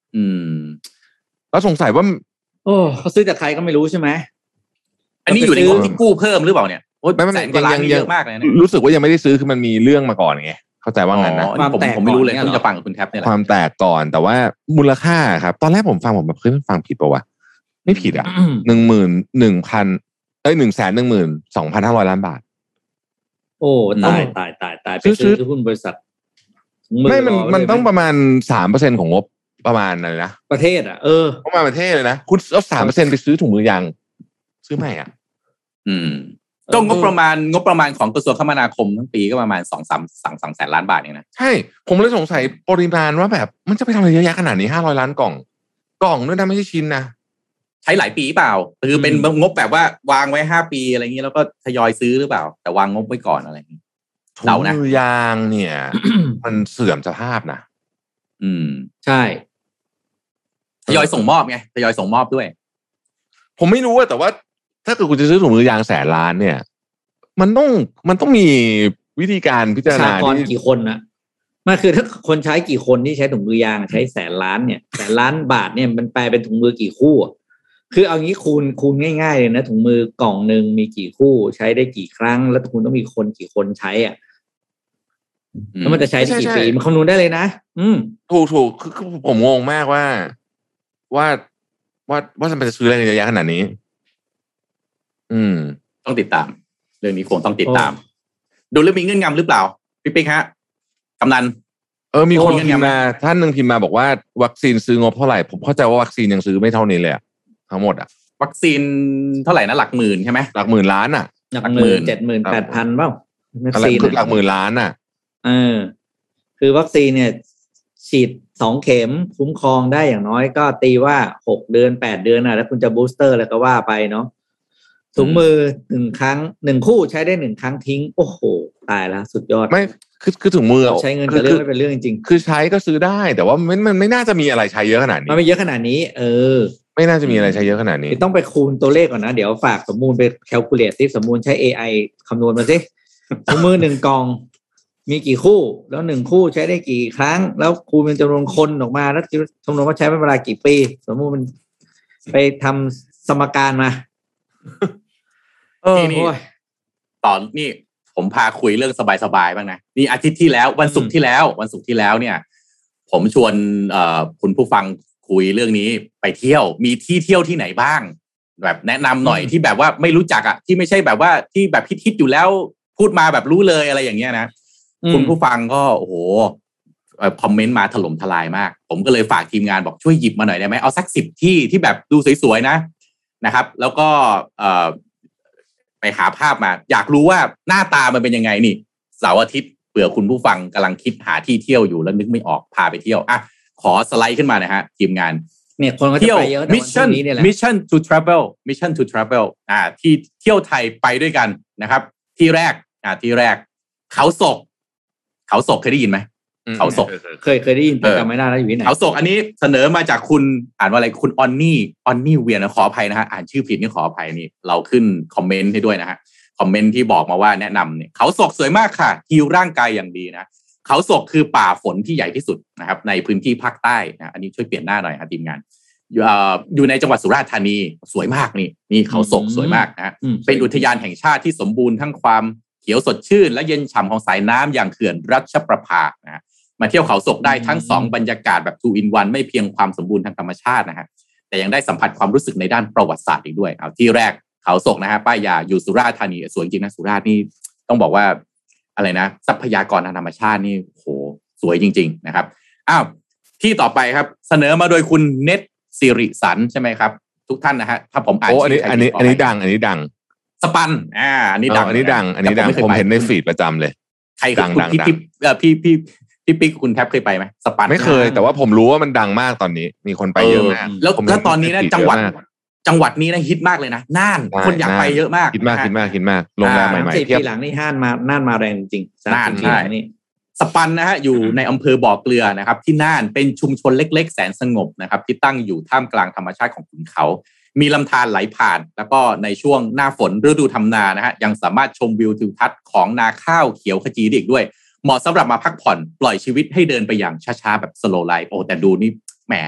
อืมแล้วสงสัยว่าโอ้เขาซื้อจากใครก็ไม่รู้ใช่ไหมอันนี้อยู่ในงบที่กู้เพิ่มหรือเปล่าเนี่ยโอ้แสนกว่าล้านเยอะมากเลยนะรู้สึกว่ายังไม่ได้ซื้อคือมันมีเรื่องมาก่อนไงเข้าใจว่างั้นนะผมผมไม่รู้เลยเพิ่งจะฟังกับคุณแท็บเนี่ยแหละความแตกก่อนแต่ว่ามูลค่าครับตอนแรกผมฟังผมแบบเฮ้ยมันฟังผิดป่าววะไม่ผิดอ่ะหนึ่งหมื่นหนึ่งพันเอ้ยหนึ่งแสนหนึ่งหมื่นสองพันห้าร้อยล้านบาทโอ้ตายตายตายตายไปซื้อหุ้นบริษัทไม่มันมันต้องประมาณสามเปอร์เซ็นต์ของงบประมาณอะไรนะประเทศอ่ะเออประมาณประเทศเลยนะคุณเอาสามเปอร์เซ็นต์ไปซื้อถุงมือยางซื้อใหม่อ่ะอืมก็งบประมาณงบประมาณของกระทรวงคมนาคมทั้งปีก็ประมาณสองสามสั่งสองแสนล้านบาทเองนะใช่ผมเลยสงสัยปริมาณว่าแบบมันจะไปทำอะไรเยอะแยะขนาดนี้ห้าร้อยล้านกล่องกล่องด้วยนะไม่ใช่ชิ้นนะใช้หลายปีเปล่าคือเป็นงบแบบว่าวางไว้ห้าปีอะไรอย่างนี้แล้วก็ทยอยซื้อหรือเปล่าแต่วางงบไว้ก่อนอะไรอย่างนี้ถุงมือยางเนี่ย มันเสื่อมสภาพนะอืมใช่ทยอยส่งมอบไงทยอยส่งมอบด้วยผมไม่รู้ว่าแต่ว่าถ้าเกิดคุณจะซื้อถุงมือยางแสนล้านเนี่ยมันต้องมันต้องมีวิธีการพิจารณาที่กี่คนนะมันคือถ้าคนใช้กี่คนที่ใช้ถุงมือยางใช้แสนล้านเนี่ยแสนล้านบาทเนี่ยมันแปลเป็นถุงมือกี่คู่คือเอางี้คูณคูณง่ายๆเลยนะถุงมือกล่องนึงมีกี่คู่ใช้ได้กี่ครั้งแล้วคุณต้องมีคนกี่คนใช้อ่ะแล้วมันจะใช้ได้กี่ปีมันคำนวณได้เลยนะอืมถูกถูกคือผมงงมากว่าว่าว่าว่ามันจะซื้ออะไรเยอะแยะขนาดนี้อืมต้องติดตามเรื่องนี้คงต้องติดตามดูเรื่องมีเงื่อนงำหรือเปล่าพี่ปิ๊กฮะกำนันเออมีคนพิมพ์มาท่านหนึ่งพิมพ์มาบอกว่าวัคซีนซื้องบเท่าไหร่ผมเข้าใจว่าวัคซีนยังซื้อไม่เท่านี้เลยทั้งหมดอ่ะวัคซีนเท่าไหร่นะหลักหมื่นใช่ไหมหลักหมื่นล้านอ่ะหลักหมื่นเจ็ดหมื่นแปดพันเปล่าวัคซีนหลักหมื่นล้านอ่ะเออคือวัคซีนเนี่ยฉีดสองเข็มคุ้มครองได้อย่างน้อยก็ตีว่าหกเดือนแปดเดือนน่ะแล้วคุณจะบูสเตอร์อะไรก็ว่าไปเนาะถุงมือหนึ่งครั้งหนึ่งคู่ใช้ได้หนึ่งครั้งทิ้งโอ้โหตายแล้วสุดยอดไม่คือคือถุงมือใช้เงินจะเรื่องไม่เป็นเรื่องจริงคือใช้ก็ซื้อได้แต่ว่ามันมันไม่น่าจะมีอะไรใช้เยอะขนาดนี้มันไม่เยอะขนาดนี้เออไม่น่าจะมีอะไรใช้เยอะขนาดนี้ต้องไปคูณตัวเลขก่อนนะเดี๋ยวฝากสมมูลไปแคลคูลเลตที่สมมูลใช้ เอ ไอ คำนวณมาสิถุงมือหนึ่งกล่องมีกี่คู่แล้วหนึ่งคู่ใช้ได้กี่ครั้งแล้วคูณเป็นจำนวนคนออกมาแล้วคำนวณว่าใช้เวลากี่ปีสมมุติมันไปทำสมการมาเออนี่ตอนนี่ผมพาคุยเรื่องสบายๆบ้างนะนี่อาทิตย์ที่แล้ววันศุกร์ที่แล้ววันศุกร์ที่แล้วเนี่ยผมชวนเอ่อคุณผู้ฟังคุยเรื่องนี้ไปเที่ยวมีที่เที่ยวที่ไหนบ้างแบบแนะนำหน่อยที่แบบว่าไม่รู้จักอ่ะที่ไม่ใช่แบบว่าที่แบบฮิตๆอยู่แล้วพูดมาแบบรู้เลยอะไรอย่างเงี้ยนะคุณผู้ฟังก็โอ้โหคอมเมนต์มาถล่มทลายมากผมก็เลยฝากทีมงานบอกช่วยหยิบมาหน่อยได้ไหมเอาสักสิบที่ที่แบบดูสวยๆนะนะครับแล้วก็เอ่อไปหาภาพมาอยากรู้ว่าหน้าตามันเป็นยังไงนี่เสาร์อาทิตย์เผื่อคุณผู้ฟังกำลังคิดหาที่เที่ยวอยู่แล้วนึกไม่ออกพาไปเที่ยวอ่ะขอสไลด์ขึ้นมานะฮะทีมงานเนี่ยคนก็จะไปเยอะแต่วันนี้เนี่ยแหละ Mission to Travel Mission to Travel อ่าที่เที่ยวไทยไปด้วยกันนะครับที่แรกอ่าที่แรกเขาศกเขาศกเคยได้ยินไหมเขาศกเคยเคยได้ยินจำไม่ได้แล้วอยู่ที่ไหนเขาศกอันนี้เสนอมาจากคุณอ่านว่าอะไรคุณออนนี่ออนนี่เวียนขออภัยนะฮะอ่านชื่อผิดนี่ขออภัยนี่เราขึ้นคอมเมนต์ให้ด้วยนะฮะคอมเมนต์ที่บอกมาว่าแนะนำเนี่ยเขาศกสวยมากค่ะฮีลร่างกายอย่างดีนะเขาศกคือป่าฝนที่ใหญ่ที่สุดนะครับในพื้นที่ภาคใต้นะอันนี้ช่วยเปลี่ยนหน้าหน่อยครับทีมงานอยู่ในจังหวัดสุราษฎร์ธานีสวยมากนี่นี่เขาศกสวยมากนะเป็นอุทยานแห่งชาติที่สมบูรณ์ทั้งความเขียวสดชื่นและเย็นฉ่ำของสายน้ำอย่างเขื่อนรัชประภานะมาเที่ยวเขาศกได้ทั้งสองบรรยากาศแบบ two in one ไม่เพียงความสมบูรณ์ทางธรรมชาตินะฮะแต่ยังได้สัมผัสความรู้สึกในด้านประวัติศาสตร์อีกด้วยเอาที่แรกเขาศกนะฮะป้ายยาอยู่สุราษฎร์ธานีสวยจริงนะสุราษฎร์นี่ต้องบอกว่าอะไรนะทรัพยากรทางธรรมชาตินี่โหสวยจริงๆนะครับอ้าวที่ต่อไปครับเสนอมาโดยคุณเน็ตสิริสันใช่ไหมครับทุกท่านนะฮะถ้าผมอ่านชื่ออันนี้อันนี้อันนี้ดังอันนี้ดังสปันอ่าอันนี้ดังอันนี้ดังอันนี้ดังผมเห็นในฟีดประจำเลยใครดังดังพี่พี่พี่พี่ปิ๊กคุณแทบเคยไปไหมสปันไม่เคยแต่ว่าผมรู้ว่ามันดังมากตอนนี้มีคนไปเยอะมากแล้วแล้วตอนนี้นะจังหวัดจังหวัดนี้นะฮิตมากเลยนะน่านคนอยากไปเยอะมากฮิตมากฮิตมากฮิตมากโรงแรมใหม่ๆเทียบปีหลังนี่น่านมาน่านมาแรงจริงน่านใช่สปันนะฮะอยู่ในอำเภอบ่อเกลือนะครับที่น่านเป็นชุมชนเล็กๆแสนสงบนะครับที่ตั้งอยู่ท่ามกลางธรรมชาติของขุนเขามีลำธารไหลผ่านแล้วก็ในช่วงหน้าฝนฤดูทำนานะฮะยังสามารถชมวิวทิวทัศน์ของนาข้าวเขียวขจีได้อีกด้วยเหมาะสำหรับมาพักผ่อนปล่อยชีวิตให้เดินไปอย่างช้าๆแบบสโลว์ไลฟ์โอ้แต่ดูนี่แหม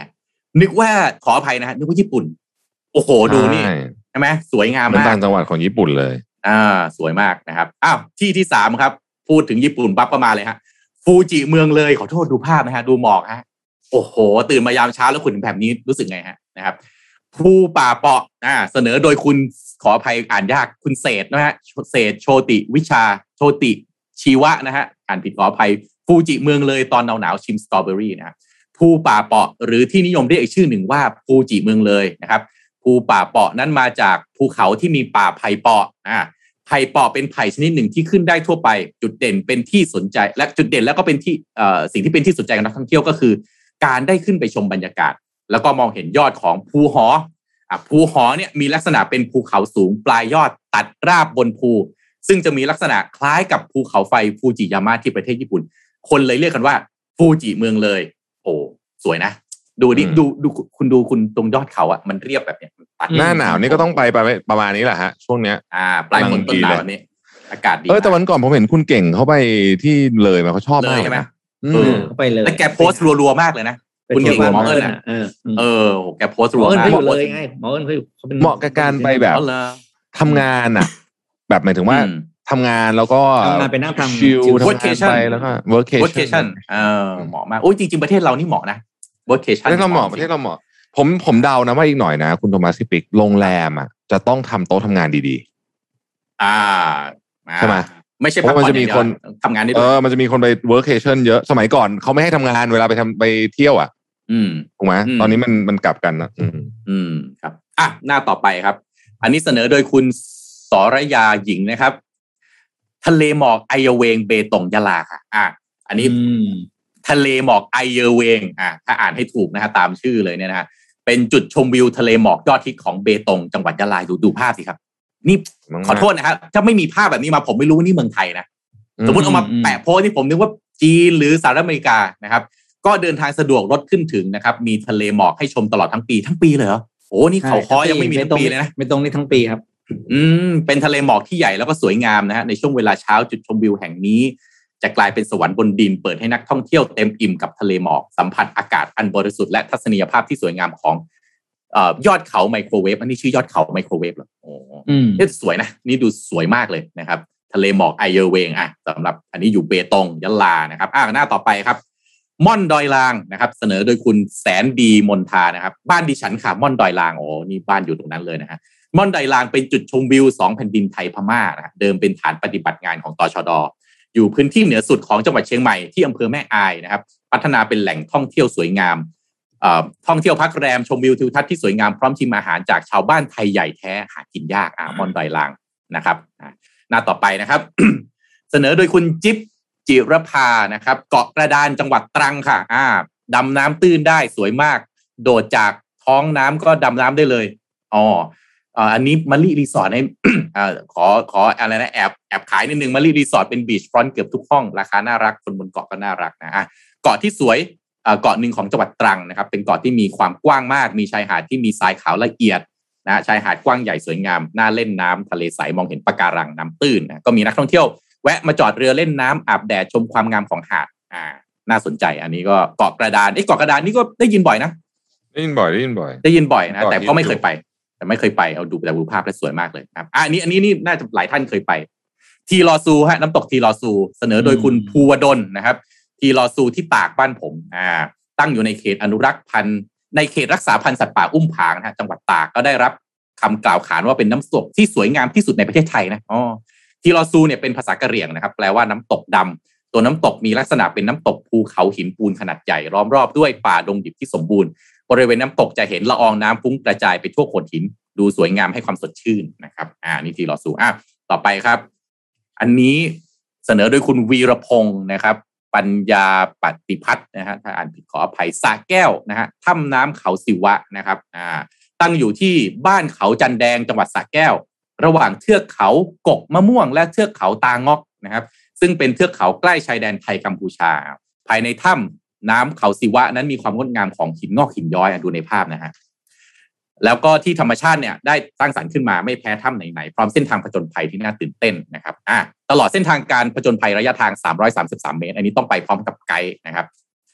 นึกว่าขออภัยนะฮะนึกว่าญี่ปุ่นโอ้โหดูนี่ใช่ไหมสวยงามมากเป็นต่างจังหวัดของญี่ปุ่นเลยอ่าสวยมากนะครับอ้าวที่ที่สามครับพูดถึงญี่ปุ่นปั๊บก็มาเลยฮะฟูจิเมืองเลยขอโทษดูภาพนะฮะดูหมอกฮะโอ้โหตื่นมายามเช้าแล้วคุณแบบนี้รู้สึกไงฮะนะครับภูป่าเปาะอ่าเสนอโดยคุณขออภัยอ่านยากคุณเศษนะฮะเศษโชติวิชาโชติชีวะนะฮะอ่านผิดขออภัยฟูจิเมืองเลยตอนหนาวๆชิมสตรอเบอรี่นะภูป่าเปาะหรือที่นิยมเรียกอีกชื่อหนึ่งว่าฟูจิเมืองเลยนะครับภูป่าเปาะนั้นมาจากภูเขาที่มีป่าไผ่เปาะอ่าไผ่เปาะเป็นไผ่ชนิดหนึ่งที่ขึ้นได้ทั่วไปจุดเด่นเป็นที่สนใจและจุดเด่นแล้วก็เป็นที่เอ่อสิ่งที่เป็นที่สนใจของนักท่องเที่ยวก็คือการได้ขึ้นไปชมบรรยากาศแล้วก็มองเห็นยอดของภูหออ่ะภูหอเนี่ยมีลักษณะเป็นภูเขาสูงปลายยอดตัดราบบนภูซึ่งจะมีลักษณะคล้ายกับภูเขาไฟฟูจิยามะที่ประเทศญี่ปุ่นคนเลยเรียกกันว่าฟูจิเมืองเลยโอ้สวยนะดูดิดูดูคุณดูคุณตรงยอดเขาอ่ะมันเรียบแบบเนี้ยหน้าหนาวนี่ก็ต้องไปประมาณนี้แหละฮะช่วงเนี้ยอ่าปลายฝนต้นหนาวนี้อากาศดีเออแต่วันก่อนผมเห็นคุณเก่งเขาไปที่เลยมาเขาชอบมากใช่ไหมเออเขาไปเลยแล้วแกโพสต์รัวๆมากเลยนะคุณเก่งหมอเอิญอ่ะเออเออแกโพสต์รัวมากเขาอยู่เลยไงหมอเอิญเขาอยู่เขาเป็นเหมาะกับการไปแบบทำงานอ่ะแบบหมายถึงว่าทำงานแล้วก็ทำงานไปนั่งทำชิลทำงานไปแล้วก็ workation เออเหมาะมากโอ้ยจริงๆประเทศเรานี่เหมาะนะ workation ประเทศเราเหมาะประเทศเราเหมาะผมผมเดานะว่าอีกหน่อยนะคุณโทมัสซิปิกโรงแรมอ่ะจะต้องทำโต๊ะทำงานดีๆอ่าใช่ไหมไม่ใช่พักผ่อนอย่างเดียวทำงานได้ด้วยเออมันจะมีคนไป workation เยอะสมัยก่อนเขาไม่ให้ทำงานเวลาไปทำไปเที่ยวอ่ะอืมถูกไหมตอนนี้มันมันกลับกันนะอืมอืมครับอ่ะหน้าต่อไปครับอันนี้เสนอโดยคุณสรยาหญิงนะครับทะเลหมอกไอเยเวงเบตงยะลาค่ะอ่ะอันนี้ทะเลหมอกไอเยเวงอ่ะถ้าอ่านให้ถูกนะฮะตามชื่อเลยเนี่ยนะฮะเป็นจุดชมวิวทะเลหมอกยอดฮิตของเบตงจังหวัดยะลาดูดูภาพสิครับนี่ขอโทษนะครับถ้าไม่มีภาพแบบนี้มาผมไม่รู้ว่านี่เมืองไทยนะสมมติเอามาแปะโพสที่ผมนึกว่าจีนหรือสหรัฐอเมริกานะครับก็เดินทางสะดวกรถขึ้นถึงนะครับมีทะเลหมอกให้ชมตลอดทั้งปีทั้งปีเลยเหรอโอ้นี่เขาค้อยังไม่มีทั้งปีเลยนะไม่ตรงนี้ทั้งปีครับอืมเป็นทะเลหมอกที่ใหญ่แล้วก็สวยงามนะฮะในช่วงเวลาเช้าจุดชมวิวแห่งนี้จะกลายเป็นสวรรค์บนดินเปิดให้นักท่องเที่ยวเต็มอิ่มกับทะเลหมอกสัมผัสอากาศอันบริสุทธิ์และทัศนียภาพที่สวยงามของเอ่อยอดเขาไมโครเวฟอันนี้ชื่อยอดเขาไมโครเวฟเหรอโอ้นี่สวยนะนี่ดูสวยมากเลยนะครับทะเลหมอกไอเยเวงอ่ะสำหรับอันนี้อยู่เบตงยะลานะครับอ่าหน้าต่อไปครับม่อนดอยลางนะครับเสนอโดยคุณแสนดีมนทานะครับบ้านดิฉันค่ะม่อนดอยลางโอ้นี่บ้านอยู่ตรงนั้นเลยนะฮะม่อนดอยลางเป็นจุดชมวิวสองแผ่นดินไทยพม่านะเดิมเป็นฐานปฏิบัติงานของตชด.อยู่พื้นที่เหนือสุดของจังหวัดเชียงใหม่ที่อำเภอแม่อายนะครับพัฒนาเป็นแหล่งท่องเที่ยวสวยงามเอ่อท่องเที่ยวพักแรมชมวิวทิวทัศน์ที่สวยงามพร้อมชิมอาหารจากชาวบ้านไทยใหญ่แท้หากินยากอ่าม่อนดอยลางนะครับหน้าต่อไปนะครับ เสนอโดยคุณจิ๊บจิรภานะครับเกาะกระดานจังหวัดตรังค่ะอ่าดำน้ำตื้นได้สวยมากโดดจากท้องน้ำก็ดำน้ำได้เลยอ๋ออันนี้มารีรีสอร์ทให้ขอขออะไรนะแอบแอบขายนิดนึงมารีรีสอร์ทเป็นบีชฟรอนต์เกือบทุกห้องราคาน่ารักคนบนเกาะก็น่ารักนะอ่ะเกาะที่สวยเกาะหนึ่งของจังหวัดตรังนะครับเป็นเกาะที่มีความกว้างมากมีชายหาดที่มีทรายขาวละเอียดนะชายหาดกว้างใหญ่สวยงามน่าเล่นน้ำทะเลใสมองเห็นปะการังน้ำตื้นนะก็มีนักท่องเที่ยวแวะมาจอดเรือเล่นน้ำอาบแดดชมความงามของหาดอ่าน่าสนใจอันนี้ก็เกาะกระดานไอ้เกาะกระดานนี่ก็ได้ยินบ่อยนะได้ยินบ่อยได้ยินบ่อยได้ยินบ่อยนะแต่ก็ไม่เคยไปแต่ไม่เคยไปเอาดูแต่ดูภาพแล้วสวยมากเลยครับอ่าอันนี้อันนี้นี่น่าจะหลายท่านเคยไปทีลอซูฮะน้ำตกทีลอซูเสนอโดยคุณภูวดลนะครับทีลอซูที่ตากบ้านผมอ่าตั้งอยู่ในเขตอนุรักษ์พันธุ์ในเขตรักษาพันธุ์สัตว์ป่าอุ้มผางนะฮะจังหวัดตากก็ได้รับคำกล่าวขานว่าเป็นน้ำตกที่สวยงามที่สุดในประเทศไทยนะอ๋อทีลอซูเนี่ยเป็นภาษากะเหรี่ยงนะครับแปลว่าน้ำตกดำตัวน้ำตกมีลักษณะเป็นน้ำตกภูเขาหินปูนขนาดใหญ่ล้อมรอบด้วยป่าดงดิบที่สมบูรณ์บริเวณน้ำตกจะเห็นละอองน้ำฟุ้งกระจายไปทั่วโขดหินดูสวยงามให้ความสดชื่นนะครับอ่านี่ทีลอซูอ่ะต่อไปครับอันนี้เสนอโดยคุณวีรพงศ์นะครับปัญญาปฏิพัฒน์นะฮะถ้าอ่านผิดขออภัยสระแก้วนะฮะถ้ำน้ำเขาศิวะนะครับอ่าตั้งอยู่ที่บ้านเขาจันแดงจังหวัดสระแก้วระหว่างเทือกเขากกมะม่วงและเทือกเขาตางอกนะครับซึ่งเป็นเทือกเขาใกล้ชายแดนไทยกัมพูชาภายในถ้ำน้ำเขาศิวะนั้นมีความงดงามของหินงอกหินย้อยดูในภาพนะฮะแล้วก็ที่ธรรมชาติเนี่ยได้สร้างสรรค์ขึ้นมาไม่แพ้ถ้ำไหนๆพร้อมเส้นทางผจญภัยที่น่าตื่นเต้นนะครับอ่ะตลอดเส้นทางการผจญภัยระยะทางสามร้อยสามสิบสามเมตรอันนี้ต้องไปพร้อมกับไกด์นะครับ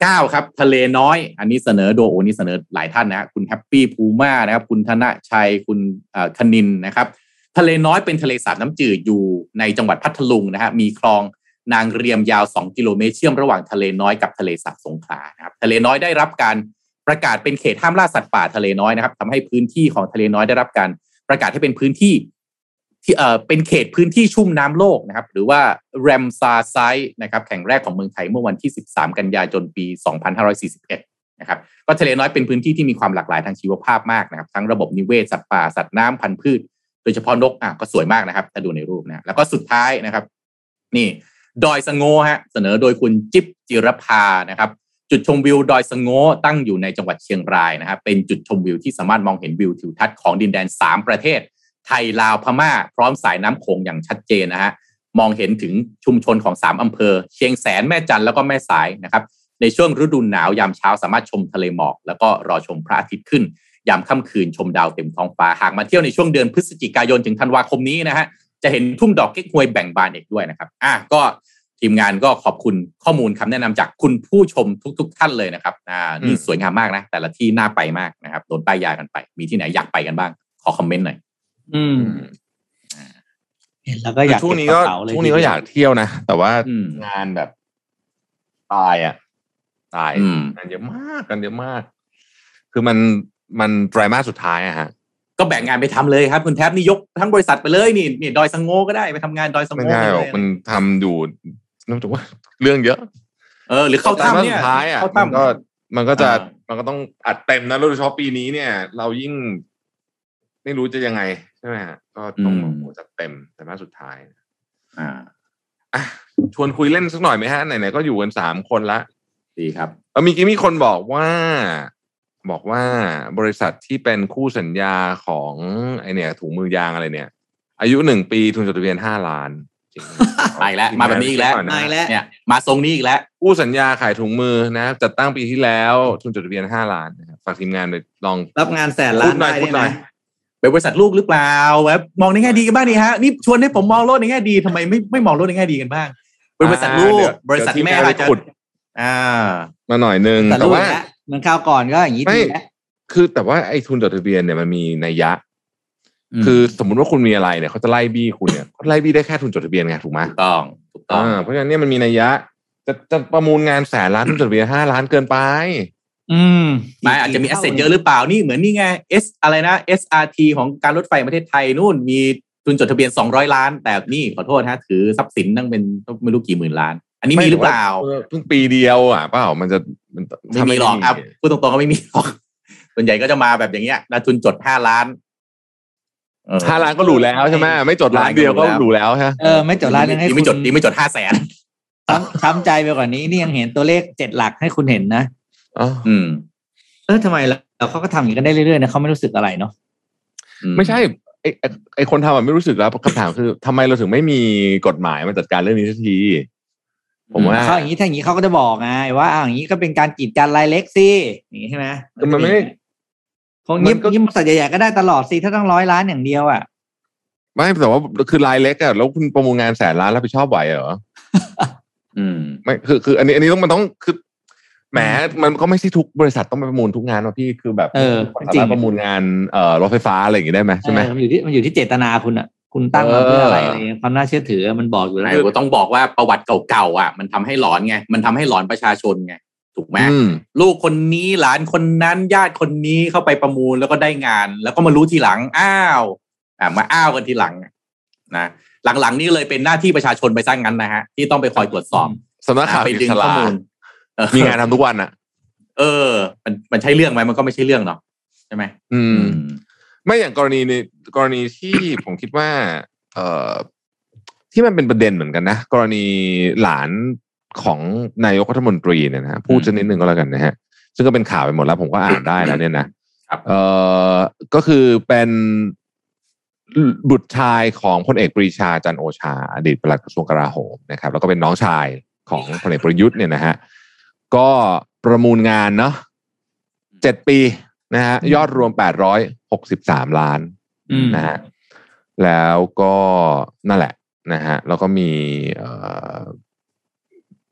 เก้าครับทะเลน้อยอันนี้เสนอโดยโอ้นี่เสนอหลายท่านนะคุณแฮปปี้ภูมานะครับคุณธนชัยคุณคณินนะครับทะเลน้อยเป็นทะเลสาบน้ำจืดอยู่ในจังหวัดพัทลุงนะฮะมีคลองนางเรียมยาวสองกิโลเมตรเชื่อมระหว่างทะเลน้อยกับทะเลสาบสงขลานะครับทะเลน้อยได้รับการประกาศเป็นเขตห้ามล่าสัตว์ป่าทะเลน้อยนะครับทำให้พื้นที่ของทะเลน้อยได้รับการประกาศให้เป็นพื้นที่ที่เอ่อเป็นเขตพื้นที่ชุ่มน้ำโลกนะครับหรือว่า Ramsar Site นะครับแห่งแรกของเมืองไทยเมื่อวันที่สิบสามกันยายนปีสองพันห้าร้อยสี่สิบเอ็ดนะครับก็ทะเลน้อยเป็นพื้นที่ที่มีความหลากหลายทางชีวภาพมากนะครับทั้งระบบนิเวศสัตว์ป่าสัตว์น้ำพันธุ์พืชโดยเฉพาะนกอ่ะก็สวยมากนะครับถ้าดูในรูปนะแล้วก็สุดท้ายนะครับนี่ดอยสะโง่ฮะเสนอโดยคุณจิ๊บจิรภานะครับจุดชมวิวดอยสะโง่ตั้งอยู่ในจังหวัดเชียงรายนะครับเป็นจุดชมวิวที่สามารถมองเห็นวิวทิวทัศน์ของดินแดนสามประเทศไทยลาวพม่าพร้อมสายน้ำโขงอย่างชัดเจนนะฮะมองเห็นถึงชุมชนของสามอำเภอเชียงแสนแม่จันแล้วก็แม่สายนะครับในช่วงฤดูหนาวยามเช้าสามารถชมทะเลหมอกแล้วก็รอชมพระอาทิตย์ขึ้นยามค่ำคืนชมดาวเต็มท้องฟ้าหากมาเที่ยวในช่วงเดือนพฤศจิกายนถึงธันวาคมนี้นะฮะจะเห็นทุ่งดอกเก๊กฮวยแบ่งบานอีกด้วยนะครับอ่ะก็ทีมงานก็ขอบคุณข้อมูลคำแนะนำจากคุณผู้ชมทุกๆท่านเลยนะครับอ่านี่สวยงามมากนะแต่ละที่น่าไปมากนะครับโดนป้ายยากันไปมีที่ไหนอยากไปกันบ้างขอคอมเมนต์หน่อยอืมเห็นแล้วก็อยากช่วงนี้ก็ช่วงนี้ก็อยากเที่ยวนะแต่ว่างานแบบตายอ่ะตายงานเยอะมากกันเยอะมากคือมันมันไตรมาสสุดท้ายอะฮะก็แบ่งงานไปทำเลยครับคุณแท็บนี่ยกทั้งบริษัทไปเลยนี่นี่ดอยสะโง่ก็ได้ไปทำงานดอยสะโง่ไม่ได้หรอกมันทำอยู่นอกจากว่าเรื่องเยอะเออหรือเข้าถ้ำเนี่ยเข้าถ้ำก็มันก็จะมันก็ต้องอัดเต็มนะโดยเฉพาะปีนี้เนี่ยเรายิ่งไม่รู้จะยังไงใช่ไหมฮะก็ต้องจัดเต็มแต่มาสุดท้ายอ่าอ่ะชวนคุยเล่นสักหน่อยไหมฮะไหนๆก็อยู่กันสามคนละดีครับเออมีกี้มีคนบอกว่าบอกว่าบริษัทที่เป็นคู่สัญญาของไอเนี่ยถุงมือยางอะไรเนี่ยอายุหนึ่งปีทุนจดทะเบียนห้าล้านไปแล้วมาแบบนี้อีกแล้วมาแล้วเนี่ยมาทรงนี้อีกแล้วคู่สัญญาขายถุงมือนะจัดตั้งปีที่แล้วทุนจดทะเบียนห้าล้านนะครับฝากทีมงานไปลองรับงานแสนล้านได้ไหมเป็นบริษัทลูกหรือเปล่าแบบมองในแง่ดีกันบ้างดีฮะนี่ชวนให้ผมมองโลกในแง่ดีทำไมไม่ไม่มองโลกในแง่ดีกันบ้างเป็นบริษัทลูกบริษัทแม่อาจจะอ่ามาหน่อยนึงแต่ว่าเหมือนคราวก่อนก็อย่างนี้ดีแล้วคือแต่ว่าไอ้ทุนจดทะเบียนเนี่ยมันมีนัยยะคือสมมุติว่าคุณมีอะไรเนี่ยเขาจะไล่บี้คุณเนี่ยเขาไล่บี้ได้แค่ทุนจดทะเบียนไงถูกไหมถูกต้องถูกต้องเพราะฉะนั้นเนี่ยมันมีนัยยะจะจะประมูลงานแสนล้านทุนจดทะเบียนห้าล้านเกินไปอืมไม่อาจจะมีแอสเซทเยอะหรือเปล่านี่เหมือนนี่ไง S อะไรนะ เอส อาร์ ที ของการรถไฟประเทศไทยนู่นมีทุนจดทะเบียนสองร้อยล้านแต่นี่ขอโทษฮะถือทรัพย์สินตั้งเป็นไม่รู้กี่หมื่นล้านอันนี้มีหรือเปล่าเพิ่งปีเดียวอ่ะเปล่ามันจะมันไม่มีหรอกครับพูดตรงๆก็ไม่มีหรอกส่วนใหญ่ก็จะมาแบบอย่างเงี้ยนะทุนจดห้าล้านห้าล้านก็หรูแล้วใช่ไหมไม่จดล้านเดียวก็หรูแล้วใช่เออไม่จดล้านยังให้ไม่จดดีไม่จดห้าแสนช้ำใจไปกว่านี้นี่ยังเห็นตัวเลขเจ็ดหลักให้คุณเห็นนะอ๋ออืมเออทำไมแล้วเขาก็ทำอย่างนี้กันได้เรื่อยๆนะเขาไม่รู้สึกอะไรเนาะไม่ใช่ไอ้ไอ้คนทำแบบไม่รู้สึกแล้วคำถามคือทำไมเราถึงไม่มีกฎหมายมาจัดการเรื่องนี้สักทีผมว่าเขาอย่างนี้ถ้าอย่างนี้เขาก็จะบอกไงว่าอ่าอย่างนี้ก็เป็นการกีดกันรายเล็กสิอย่างนี้ใช่ไหมมันไม่คงยิ้มยิ้มสัตว์ใหญ่ๆก็ได้ตลอดสิถ้าต้องร้อยล้านอย่างเดียวอ่ะไม่แต่ว่าคือรายเล็กอ่ะแล้วคุณประมูลงานแสนล้านรับผิดชอบไหวเหรออืมไม่คือคืออันนี้อันนี้ต้องมันต้องคือแหมมันก็ไม่ใช่ทุกบริษัทต้องไปประมูลทุกงานนะพี่คือแบบเออจริงประมูลงานเอ่อรถไฟฟ้าอะไรอย่างงี้ได้ไหมใช่ไหมมันอยู่ที่มันอยู่ที่เจตนาคุณอ่ะคุณตั้งมาเพื่ออะไรอะไรความน่าเชื่อถือมันบอกอยู่แล้วก็ต้องบอกว่าประวัติเก่าๆอ่ะมันทำให้หลอนไงมันทำให้หลอนประชาชนไงถูกไหมลูกคนนี้หลานคนนั้นญาติคนนี้เข้าไปประมูลแล้วก็ได้งานแล้วก็มารู้ทีหลังอ้าวอ่ามาอ้าวกันทีหลังนะหลังๆนี่เลยเป็นหน้าที่ประชาชนไปสร้างงั้นนะฮะที่ต้องไปคอยตรวจสอบสำนักข่าวอิสระมีงานทำทุกวันอ่ะเออมันมันใช่เรื่องไหมมันก็ไม่ใช่เรื่องเนาะใช่ไหมอืมไม่อย่างกรณีในกรณีที่ ผมคิดว่าเอ่อที่มันเป็นประเด็นเหมือนกันนะกรณีหลานของนายกรัฐมนตรีเนี่ยนะพูดสักนิดนึงก็แล้วกันนะฮะซึ่งก็เป็นข่าวไปหมดแล้วผมก็อ่านได้แล้วเนี่ยนะเอ่อก็คือเป็นบุตรชายของพลเอกปรีชาจันทร์โอชาอดีตปลัดกระทรวงกลาโหมนะครับแล้วก็เป็นน้องชายของพลเอกประยุทธ์เนี่ยนะฮะก็ประมูลงานเนาะเจ็ดปีนะฮะยอดรวมแปดร้อยหกสิบสามล้านนะฮะแล้วก็นั่นแหละนะฮะแล้วก็มีเอ่อ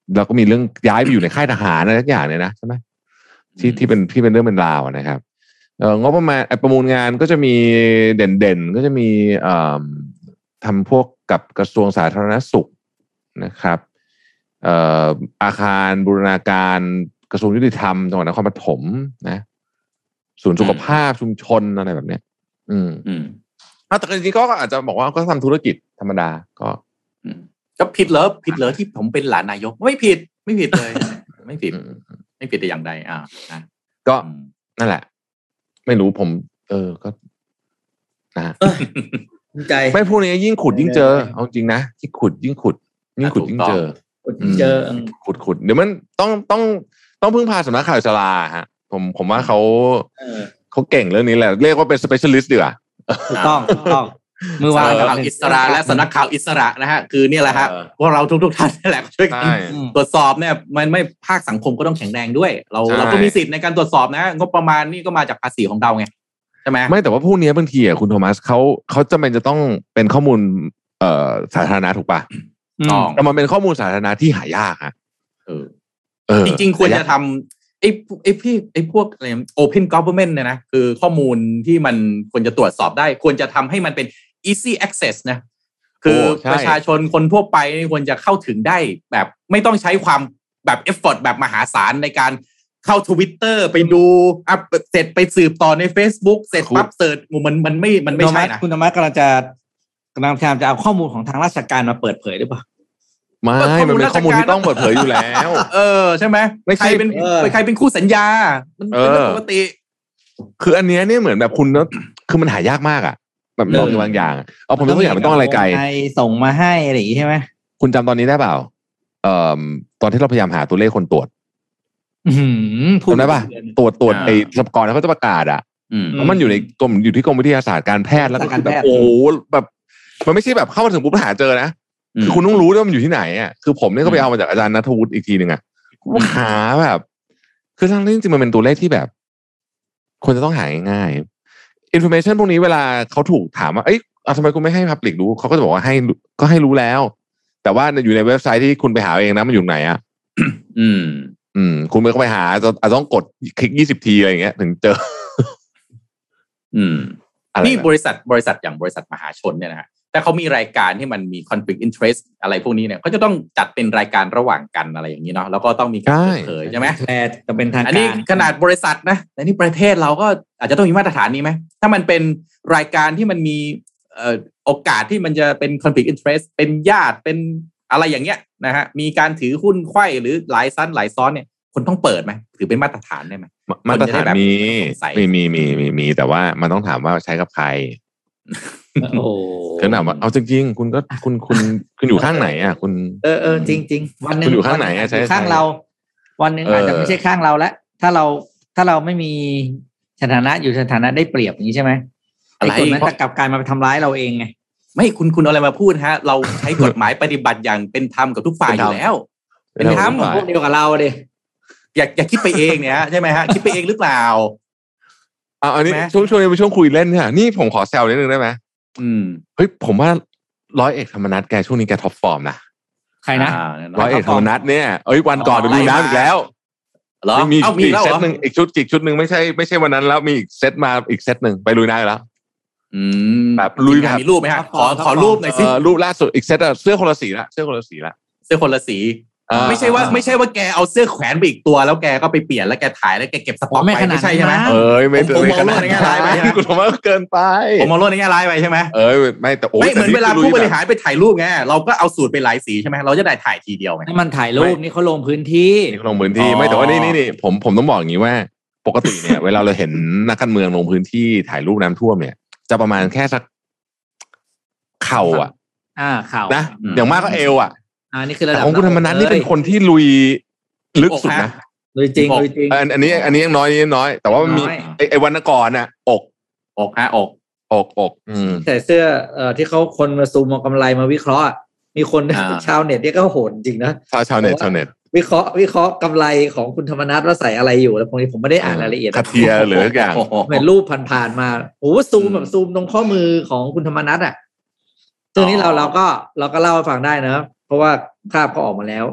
แล้วก็มีเรื่องย้ายไปอยู่ในค่ายทหารอะไรทุกอย่างเนี่ยนะใช่ไหมที่ที่เป็นที่เป็นเรื่องเป็นราวนะครับเอ่องบประมาณประมูลงานก็จะมีเด่นๆก็จะมีเอ่อทำพวกกับกระทรวงสาธารณสุขนะครับเอ่ออาคารบูรณาการกระทรวงยุติธรรมจังหวัดนครปฐมนะศูนย์สุขภาพชุมชนอะไรแบบเนี้ยอืมอืมแต่จริงๆก็อาจจะบอกว่าก็ทำธุรกิจธรรมดาก็ก็ผิดเหรอผิดเหรอที่ผมเป็นหลานนายกไม่ผิดไม่ผิดเลยไม่ผิดไม่ผิดแต่อย่างใดอ่านะก็นั่นแหละไม่รู้ผมเออก็นะใจไม่พวกนี้ยิ่งขุดยิ่งเจอเอาจริงนะที่ขุดยิ่งขุดยิ่งขุดยิ่งเจอขุดยิ่งเจอขุดขุดเดี๋ยวมันต้องต้องต้องพึ่งพาสำนักข่าวอิสราฮะผมผมว่าเขาเขาเก่งเรื่องนี้แหละเรียกว่าเป็น specialist ดีกว่าถูกต้องถูกต้องมือวางข่าวอิสระและสำนักข่าวอิสระนะฮะคือเนี่ยแหละฮะพวกเราทุกๆท่านนี่แหละช่วยกันตรวจสอบเนี่ยมันไม่ภาคสังคมก็ต้องแข็งแรงด้วยเราเราก็มีสิทธิ์ในการตรวจสอบนะงบประมาณนี่ก็มาจากภาษีของเราไงใช่ไหมไม่แต่ว่าพวกนี้บางทีอ่ะคุณโทมัสเขาเขาจำเป็นจะต้องเป็นข้อมูลเอ่อสาธารณะถูกป่ะแต่มันเป็นข้อมูลสาธารณะที่หายากฮะเออเออจริงๆควรจะทำไอ้ไอ้พี่ไอ้พวกอะไร Open Government เนี่ยนะคือข้อมูลที่มันควรจะตรวจสอบได้ควรจะทำให้มันเป็น easy access นะคือประชาชนคนทั่วไปควรจะเข้าถึงได้แบบไม่ต้องใช้ความแบบ effort แบบมหาศาลในการเข้า Twitter ไปดูอัพเสร็จไปสืบต่อใน Facebook เสร็จปั๊บเสิร์ชมันมันไม่มันไม่ใช่นะคุณธรรมะกำลังจะกำลังพยายามจะเอาข้อมูลของทางราชการมาเปิดเผยหรือเปล่าไม่มันเป็นข้อมูลที่ต้องเปิดเผยอยู่แล้วเออใช่ไหมใครเป็นใครเป็นคู่สัญญามันเป็นเรื่องปกติคืออันนี้เนี่ยเหมือนแบบคุณเนาะคือมันหายากมากอ่ะแบบมองบางอย่างเอาผมยกตัวอย่างมันต้องอะไรไกลส่งมาให้อะไรอย่างนี้ใช่ไหมคุณจำตอนนี้ได้เปล่าเอ่อตอนที่เราพยายามหาตัวเลขคนตรวจจำได้ป่ะตรวจตรวจไอ้สปกรเขาจะประกาศอ่ะเพราะมันอยู่ในกรมอยู่ที่กรมวิทยาศาสตร์การแพทย์แล้วก็แบบโอ้แบบมันไม่ใช่แบบเข้ามาถึงปุ๊บหาเจอนะคือคุณต้องรู้ด้วยมันอยู่ที่ไหนอ่ะคือผมเนี่ยก็ไปเอามาจากอาจารย์ณัฐวุฒิอีกทีหนึ่งอ่ะหาแบบคือทั้งนี้จริงๆมันเป็นตัวเลขที่แบบควรจะต้องหาง่ายๆ information พวกนี้เวลาเขาถูกถามว่าเอ้ยทำไมคุณไม่ให้ public รู้เขาก็จะบอกว่าให้ก็ให้รู้แล้วแต่ว่าอยู่ในเว็บไซต์ที่คุณไปหาเองนะมันอยู่ไหนอ่ะอืมอืมคุณไปก็ไปหาอาจจะต้องกดคลิกยี่สิบทีอะไรอย่างเงี้ยถึงเจออืมนี่บริษัทบริษัทอย่างบริษัทมหาชนเนี่ยนะฮะแต่เขามีรายการที่มันมี conflict interest อะไรพวกนี้เนี่ยเขาจะต้องจัดเป็นรายการระหว่างกันอะไรอย่างนี้เนาะแล้วก็ต้องมีการเปิดเผยใช่ไหมแคลร์จะเป็นทางการอันนี้ขนาดบริษัทนะแต่นี่ประเทศเราก็อาจจะต้องมีมาตรฐานนี้ไหมถ้ามันเป็นรายการที่มันมีเอ่อโอกาสที่มันจะเป็น conflict interest เป็นญาติเป็นอะไรอย่างเงี้ยนะฮะมีการถือหุ้นไขว้หรือหลายซ้ำหลายซ้อนเนี่ยคนต้องเปิดไหมถือเป็นมาตรฐานได้ไหมมาตรฐานมีมีมีมีมีมีแต่ว่ามันต้องถามว่าใช้กับใครโอ้คือถามว่าเอาจริงๆคุณก็คุณคุณคุณอยู่ข้างไหนอ่ะคุณเออเออจริงจริงวันนึงคุณอยู่ข้างไหนอ่ะใช่ข้างเราวันนึงอาจจะไม่ใช่ข้างเราแล้วถ้าเราถ้าเราไม่มีสถานะอยู่สถานะได้เปรียบอย่างนี้ใช่ไหมไอ้คนนั้นจะกลับกลายมาทำร้ายเราเองไงไม่คุณคุณเอาอะไรมาพูดฮะเราใช้กฎหมายปฏิบัติอย่างเป็นธรรมกับทุกฝ่ายอยู่แล้วเป็นธรรมกับพวกเดียวกับเราดิอยากอยากคิดไปเองเนี่ยใช่ไหมฮะคิดไปเองหรือเปล่าอ่าอันนี้ช่วงช่วงนี้เป็นช่วงคุยเล่นเนี่ยนี่ผมขอแซวนิดนึงได้ไหมอืมเฮ้ยผมว่าร้อยเอกธรรมนัสแกช่วงนี้แกท็อปฟอร์มนะใครนะร้อยเอกธรรมนัสเนี่ยเอ้ยวันก่อนไปดูน้ำอีกแล้วเหรอมีอีกเซตหนึ่งอีกชุดอีกชุดหนึ่งไม่ใช่ไม่ใช่วันนั้นแล้วมีอีกเซตมาอีกเซตหนึ่งไปลุยน้ำแล้วอืมแบบลุยแบบมีรูปไหมฮะขอขอรูปหน่อยสิรูปล่าสุดอีกเซตเสื้อคนละสีละเสื้อคนละสีละเสื้อคนละสีไม่ใช่ว่าไม่ใช่ว่าแกเอาเสื้อแขวนไปอีกตัวแล้วแกก็ไปเปลี่ยนแล้วแกถ่ายแล้วแกเก็บสต็อกไปไม่ใช่ใช่ไหมเอ้ยไม่ถึงขนาดนั้นกูผมว่าเกินไปผมมองโลกในแง่ร้ายไปใช่ไหมเอ้ยไม่แต่โอ้ไม่เหมือนเวลาผู้บริหารไปถ่ายรูปไงเราก็เอาสูตรไปหลายสีใช่ไหมเราจะได้ถ่ายทีเดียวไงถ้ามันถ่ายรูปนี่เขาลงพื้นที่นี่เขาลงพื้นที่ไม่แต่ว่านี่นี่นี่ผมผมต้องบอกอย่างนี้ว่าปกติเนี่ยเวลาเราเห็นนักการเมืองลงพื้นที่ถ่ายรูปน้ำท่วมเนี่ยจะประมาณแค่สักเข่าอ่ะอ่าเข่านะอย่างมากก็เอวอ่ะอ่านี่คือระดับของคุณธรรมนัสนี่เป็นคนที่ลุยลึกสุดนะลุยจริงลุยจริงอันนี้อันนี้ยังน้อยนี่น้อยแต่ว่ามันมีไอ้วันก่อนน่ะอกอกฮะอกอกอกอืมแต่เสื้อเอ่อที่เขาคนมาซูมมากำไรมาวิเคราะห์มีคนชาวเน็ตเนี่ยก็โหดจริงนะชาวชาวเน็ตชาวเน็ตวิเคราะห์วิเคราะห์กำไรของคุณธรรมนัสว่าใส่อะไรอยู่แล้วพวกนี้ผมไม่ได้อ่านรายละเอียดคาเทียหรืออย่างเห็นรูปผ่านๆมาโอ้ซูมแบบซูมตรงข้อมือของคุณธรรมนัสอ่ะซึ่งนี้เราเราก็เราก็เล่าให้ฟังได้นะเพราะว่าภาพก็ออกมาแล้ว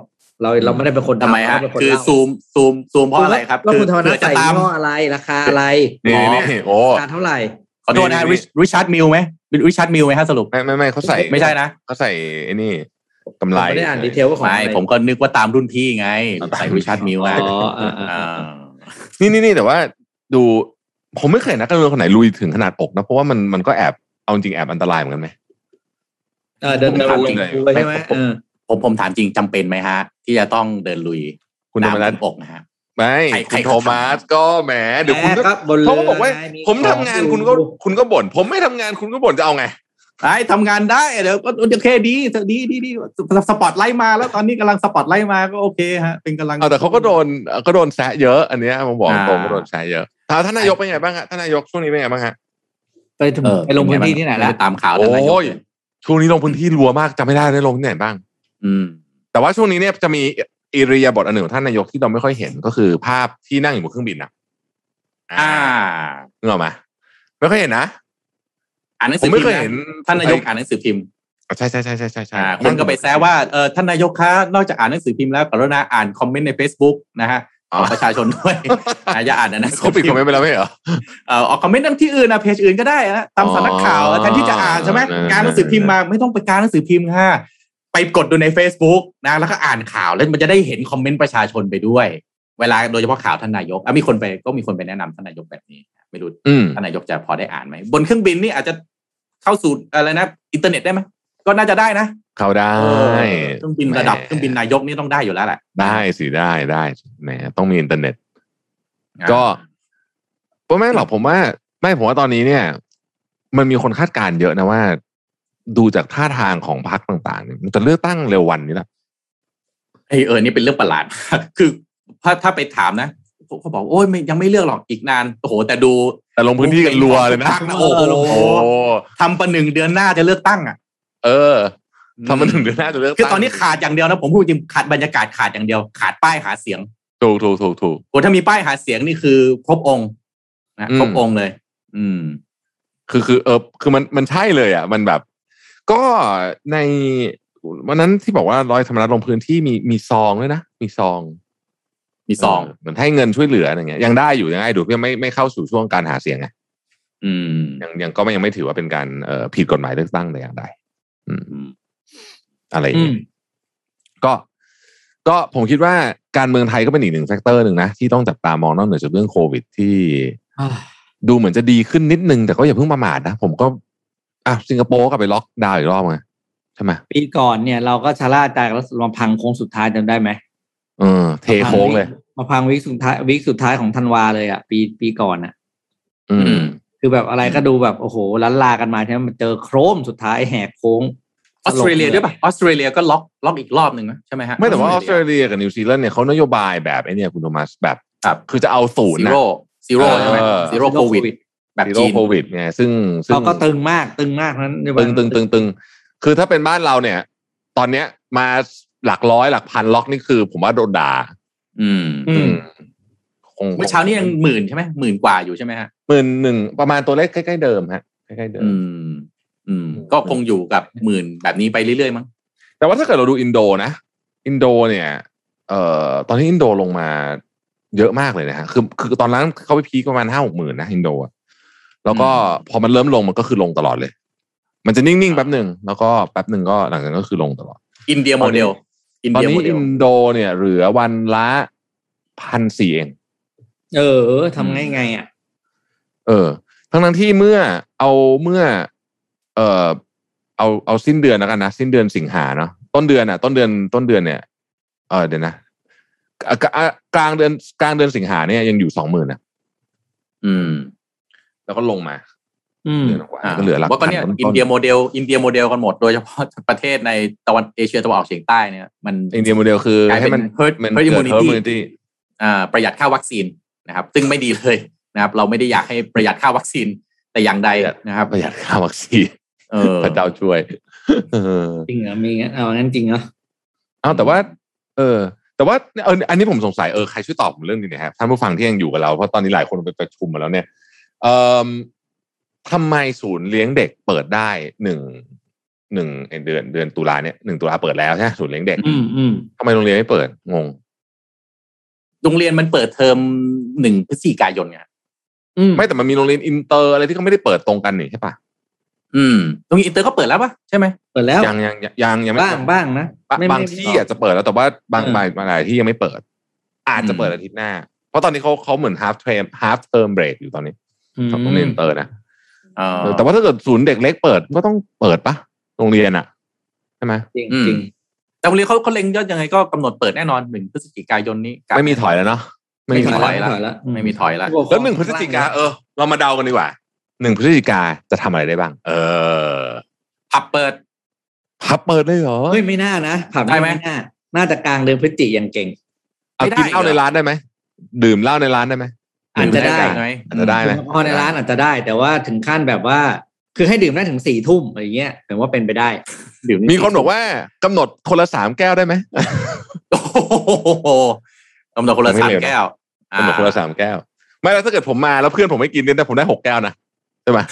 เราเราไม่ได้เป็นคนทำไมฮะคือซูมซูมซูมเพราะอะไรครับคือคุณธรรมนัสใส่ยี่ห้ออะไรราคาอะไรนี่นี่โอ้ราคาเท่าไหร่ขอโทษนะริชาร์ดมิลไหมเป็นริชาร์ดมิลไหมฮะสรุปไม่ไม่ไม่เขาใส่ไม่ใช่นะเขาใส่ไอ้นี่กำไรไม่ได้อ่านดีเทลว่าของไม่ผมก็นึกว่าตามรุ่นพี่ไงใส่ริชาร์ดมิลอ๋อนี่นี่นี่แต่ว่าดูผมไม่เคยนักการเมืองคนไหนลุยถึงขนาดอกนะเพราะว่ามันมันก็แอบเอาจริงแอบอันตรายเหมือนกันไหมเออเดินเดินลงใช่ไหมเออผมผมถามจริงจำเป็นไหมฮะที่จะต้องเดินลุยคุณธรรมนัสอกนะฮะไม่คุณโทมัสก็แหมเดี๋ยวคุณก็เขาก็บอกว่าผมทำงานคุณก็คุณก็บ่นผมไม่ทำงานคุณก็บ่นจะเอาไงไอ้ทำงานได้เดี๋ยวก็โอเคดีดีดีดีสปอตไลท์มาแล้วตอนนี้กำลังสปอตไลท์มาก็โอเคฮะเป็นกำลังเอาแต่เขาก็โดนก็โดนแซะเยอะอันนี้ผมบอกตรงก็โดนแซะเยอะท่านนายกเป็นไงบ้างฮะท่านนายกช่วงนี้เป็นไงบ้างฮะไปไปลงพื้นที่ที่ไหนแล้วตามข่าวโอ้ยช่วงนี้ลงพื้นที่รัวมากจำไม่ได้ได้ลงที่ไหนบ้างอืมแต่ว่าช่วงนี้เนี่ยจะมีอิริยาบถอันหนึ่งของท่านนายกที่เราไม่ค่อยเห็นก็คือภาพที่นั่งอยู่บนเครื่องบินนะอ่านึกออกไหมไม่ค่อยเห็นนะอ่านหนังสือพิมพ์ท่านนายกอ่านหนังสือพิมพ์ใช่ใช่ใช่ใช่ใช่ใช่คนก็ไปแซวว่าเออท่านนายกคะนอกจากอ่านหนังสือพิมพ์แล้วกรุณาอ่านคอมเมนต์ใน Facebook นะฮะของประชาชนด้วยอย่าอ่านนะเขาปิดคอมเมนต์ไปแล้วไม่เหรอเออออกคอมเมนต์ที่อื่นนะเพจอื่นก็ได้นะตามสำนักข่าวแทนที่จะอ่านใช่ไหมการหนังสือพิมพ์มาไม่ต้องไปการหนังสือพิมพ์ค่ะไปกดดูใน Facebook นะแล้วก็อ่านข่าวแล้วมันจะได้เห็นคอมเมนต์ประชาชนไปด้วยเวลาโดยเฉพาะข่าวท่านนายกอ่ะมีคนไปก็มีคนไปแนะนำท่านนายกแบบนี้ไม่รู้ท่านนายกจะพอได้อ่านไหมบนเครื่องบินนี่อาจจะเข้าสู่อะไรนะอินเทอร์เน็ตได้ไหมก็น่าจะได้นะเข้าได้เครื่องบินระดับเครื่องบินนายกนี่ต้องได้อยู่แล้วแหละได้สิได้ได้แหมต้องมีอินเทอร์เน็ตก็เพราะไม่หรอกผมว่าไม่ผมว่าตอนนี้เนี่ยมันมีคนคาดการณ์เยอะนะว่าดูจากท่าทางของพรรคต่างๆเนี่ยมันจะเลือกตั้งเร็ววันนี้แหละไอเออนี่เป็นเรื่องประหลาดคือถ้าถ้าไปถามนะเขาบอกโอ้ยยังไม่เลือกหรอกอีกนานโอ้โหแต่ดูแต่ลงพื้นที่กันรัวเลยนะโอ้โหทำประหนึ่งเดือนหน้าจะเลือกตั้งอ่ะเออทำประหนึ่งเดือนหน้าจะเลือกตั้งคือตอนนี้ขาดอย่างเดียวนะผมพูดจริงขาดบรรยากาศขาดอย่างเดียวขาดป้ายหาเสียงถูกถูกถูกถูกโอ้ถ้ามีป้ายหาเสียงนี่คือครบองค์นะครบองค์เลยอืมคือคือเออคือมันมันใช่เลยอ่ะมันแบบก็ในวันนั้นที่บอกว่าร้อยธรรมนัสลงพื้นที่มีมีซองด้วยนะมีซองมีซองเหมือนให้เงินช่วยเหลืออะไรเงี้ยยังได้อยู่ยังได้ดูเพื่อไม่ไม่เข้าสู่ช่วงการหาเสียงไงอืมยังยังก็ยังไม่ถือว่าเป็นการเอ่อผิดกฎหมายเลือกตั้งแต่อย่างใดอืมอะไรอย่างเงี้ยก็ก็ผมคิดว่าการเมืองไทยก็เป็นอีกหนึ่งแฟกเตอร์หนึ่งนะที่ต้องจับตามองนอกเหนือจากเรื่องโควิดที่ดูเหมือนจะดีขึ้นนิดนึงแต่ก็อย่าเพิ่งประมาทนะผมก็อ่ะสิงคโปร์ก็ไปล็อกดาวน์อีกรอบไงใช่ไหมปีก่อนเนี่ยเราก็ชะล่าใจแล้วมาพังโค้งสุดท้ายจำได้ไหมเออเทโค้งเลยมาพังวิกสุดท้ายวิกสุดท้ายของธันวาเลยอ่ะปีปีก่อนอ่ะอืมคือแบบอะไรก็ดูแบบโอ้โหล้านลากันมาใช่ไหมมันเจอโครมสุดท้ายแหกโค้งออสเตรเลียด้วยป่ะออสเตรเลียก็ล็อกล็อกอีกรอบหนึ่งนะใช่ไหมฮะไม่แต่ว่าออสเตรเลียกับนิวซีแลนด์เนี่ยเขานโยบายแบบไอ้นี่คุณโทมัสแบบคือจะเอาศูนย์นะซีโร่ซีโร่ใช่ไหมซีโร่โควิดแบบจีนโควิดไงซึ่งเขาก็ตึงมากตึงมากนั้นตึงตึงตึงตึงคือถ้าเป็นบ้านเราเนี่ยตอนเนี้ยมาหลักร้อยหลักพันล็อกนี่คือผมว่าโดนด่าอืมอืมเมื่อเช้านี้ยังหมื่นใช่ไหมหมื่นกว่าอยู่ใช่ไหมฮะหมื่นหนึ่งประมาณตัวเลขใกล้ๆเดิมฮะใกล้ๆเดิมอืมอืมก็คงอยู่กับหมื่นแบบนี้ไปเรื่อยๆมั้งแต่ว่าถ้าเกิดเราดูอินโดนะอินโดเนี่ยเอ่อตอนนี้อินโดลงมาเยอะมากเลยนะฮะคือคือตอนนั้นเขาไปพีคประมาณห้าหกหมื่นนะอินโดแล้วก็พอมันเริ่มลงมันก็คือลงตลอดเลยมันจะนิ่งๆแป๊บหนึ่งแล้วก็แป๊บหนึ่งก็หลังจากนั้นก็คือลงตลอดอินเดียโมเดลตอนนี้อินโดเนี่ยเหลือวันละพันสี่เองเออทำไงไงอ่ะเออทั้งนั้นที่เมื่อเอาเมื่อเอ่อเอาเอาสิ้นเดือนแล้วกันนะสิ้นเดือนสิงหาเนาะต้นเดือนอ่ะต้นเดือนต้นเดือนเนี่ยเออเดี๋ยวนะกลางเดือนกลางเดือนสิงหาเนี่ยยังอยู่สองหมื่นนะอืมแล้วก็ลงมาอืมก็เหลือหลักพันก็เนี่ยอินเดียโมเดลอินเดียโมเดลกันหมดโดยเฉพาะประเทศในตะวันเอเชียตะวันออกเฉียงใต้เนี่ยมันอินเดียโมเดลคือให้มันเฮิร์ตเฮิร์ตอิมมูนิตี้อ่าประหยัดค่าวัคซีนนะครับซึ่งไม่ดีเลยนะครับเราไม่ได้อยากให้ประหยัดค่าวัคซีนแต่อย่างใดนะครับประหยัดค่าวัคซีนเออพระเจ้าช่วยจริงเหรอมีงั้นเอางั้นจริงเหรอเอาแต่ว่าเออแต่ว่าเอออันนี้ผมสงสัยเออใครช่วยตอบผมเรื่องนี้หน่อยครับท่านผู้ฟังที่ยังอยู่กับเราเพราะตอนนี้หลายคนไปประชุมมาแล้วเนี่ยเอ่อทำไมศูนย์เลี้ยงเด็กเปิดได้หนึ่งหนึ่งเดือนเดือนตุลาเนี่ยหนึ่งตุลาเปิดแล้วใช่ไหมศูนย์เลี้ยงเด็กอืมอืมทำไมโรงเรียนไม่เปิดงงโรงเรียนมันเปิดเทอมหนึ่งพฤศจิกายนไงไม่แต่มันมีโรงเรียนอินเตอร์อะไรที่เขาไม่ได้เปิดตรงกันนี่ใช่ปะอืมโรงเรียนอินเตอร์ก็เปิดแล้วปะใช่ไหมเปิดแล้วยังยังยังยังไม่บ้างบ้างนะบางที่อาจจะเปิดแล้วแต่ว่าบางบางหลายที่ยังไม่เปิดอาจจะเปิดอาทิตย์หน้าเพราะตอนนี้เขาเขาเหมือน half term half term break อยู่ตอนนี้ของโรงเรียนอินเตอร์นะแต่ว่าถ้าเกิดศูนย์เด็กเล็กเปิดก็ต้องเปิดปะโรงเรียนอ่ะใช่ไหมจริงจริงแต่โรงเรียนเขาเขาเล็งยอดยังไงก็กำหนดเปิดแน่นอนหนึ่งพฤศจิกายนนี้ไม่มีถอยแล้วเนาะไม่มีถอยแล้วไม่มีถอยแล้วแล้วหนึ่งพฤศจิกาเออเรามาเดากันดีกว่าหนึ่งพฤศจิกาจะทำอะไรได้บ้างเออผับเปิดผับเปิดได้เหรอเฮ้ยไม่น่านะผับได้ไหมน่าน่าจะกลางเดือนพฤศจิกอย่างเก่งเอากินเหล้าในร้านได้ไหมดื่มเหล้าในร้านได้ไหมอาจจะได้อาจจะได้ไหมพอในร้านอาจจะได้แต่ว่าถึงขั้นแบบว่าคือให้ดื่มได้ถึงสี่ทุ่มอะไรเงี้ยแต่ว่าเป็นไปได้มีคนบอกว่ากำหนดคนละสามแก้วได้ไหมโอ้โหกำหนดคนละสามแก้วกำหนดคนละสามแก้วไม่แล้วถ้าเกิดผมมาแล้วเพื่อนผมไม่กินเนี่ยแต่ผมได้หกแก้วนะใช่ไหม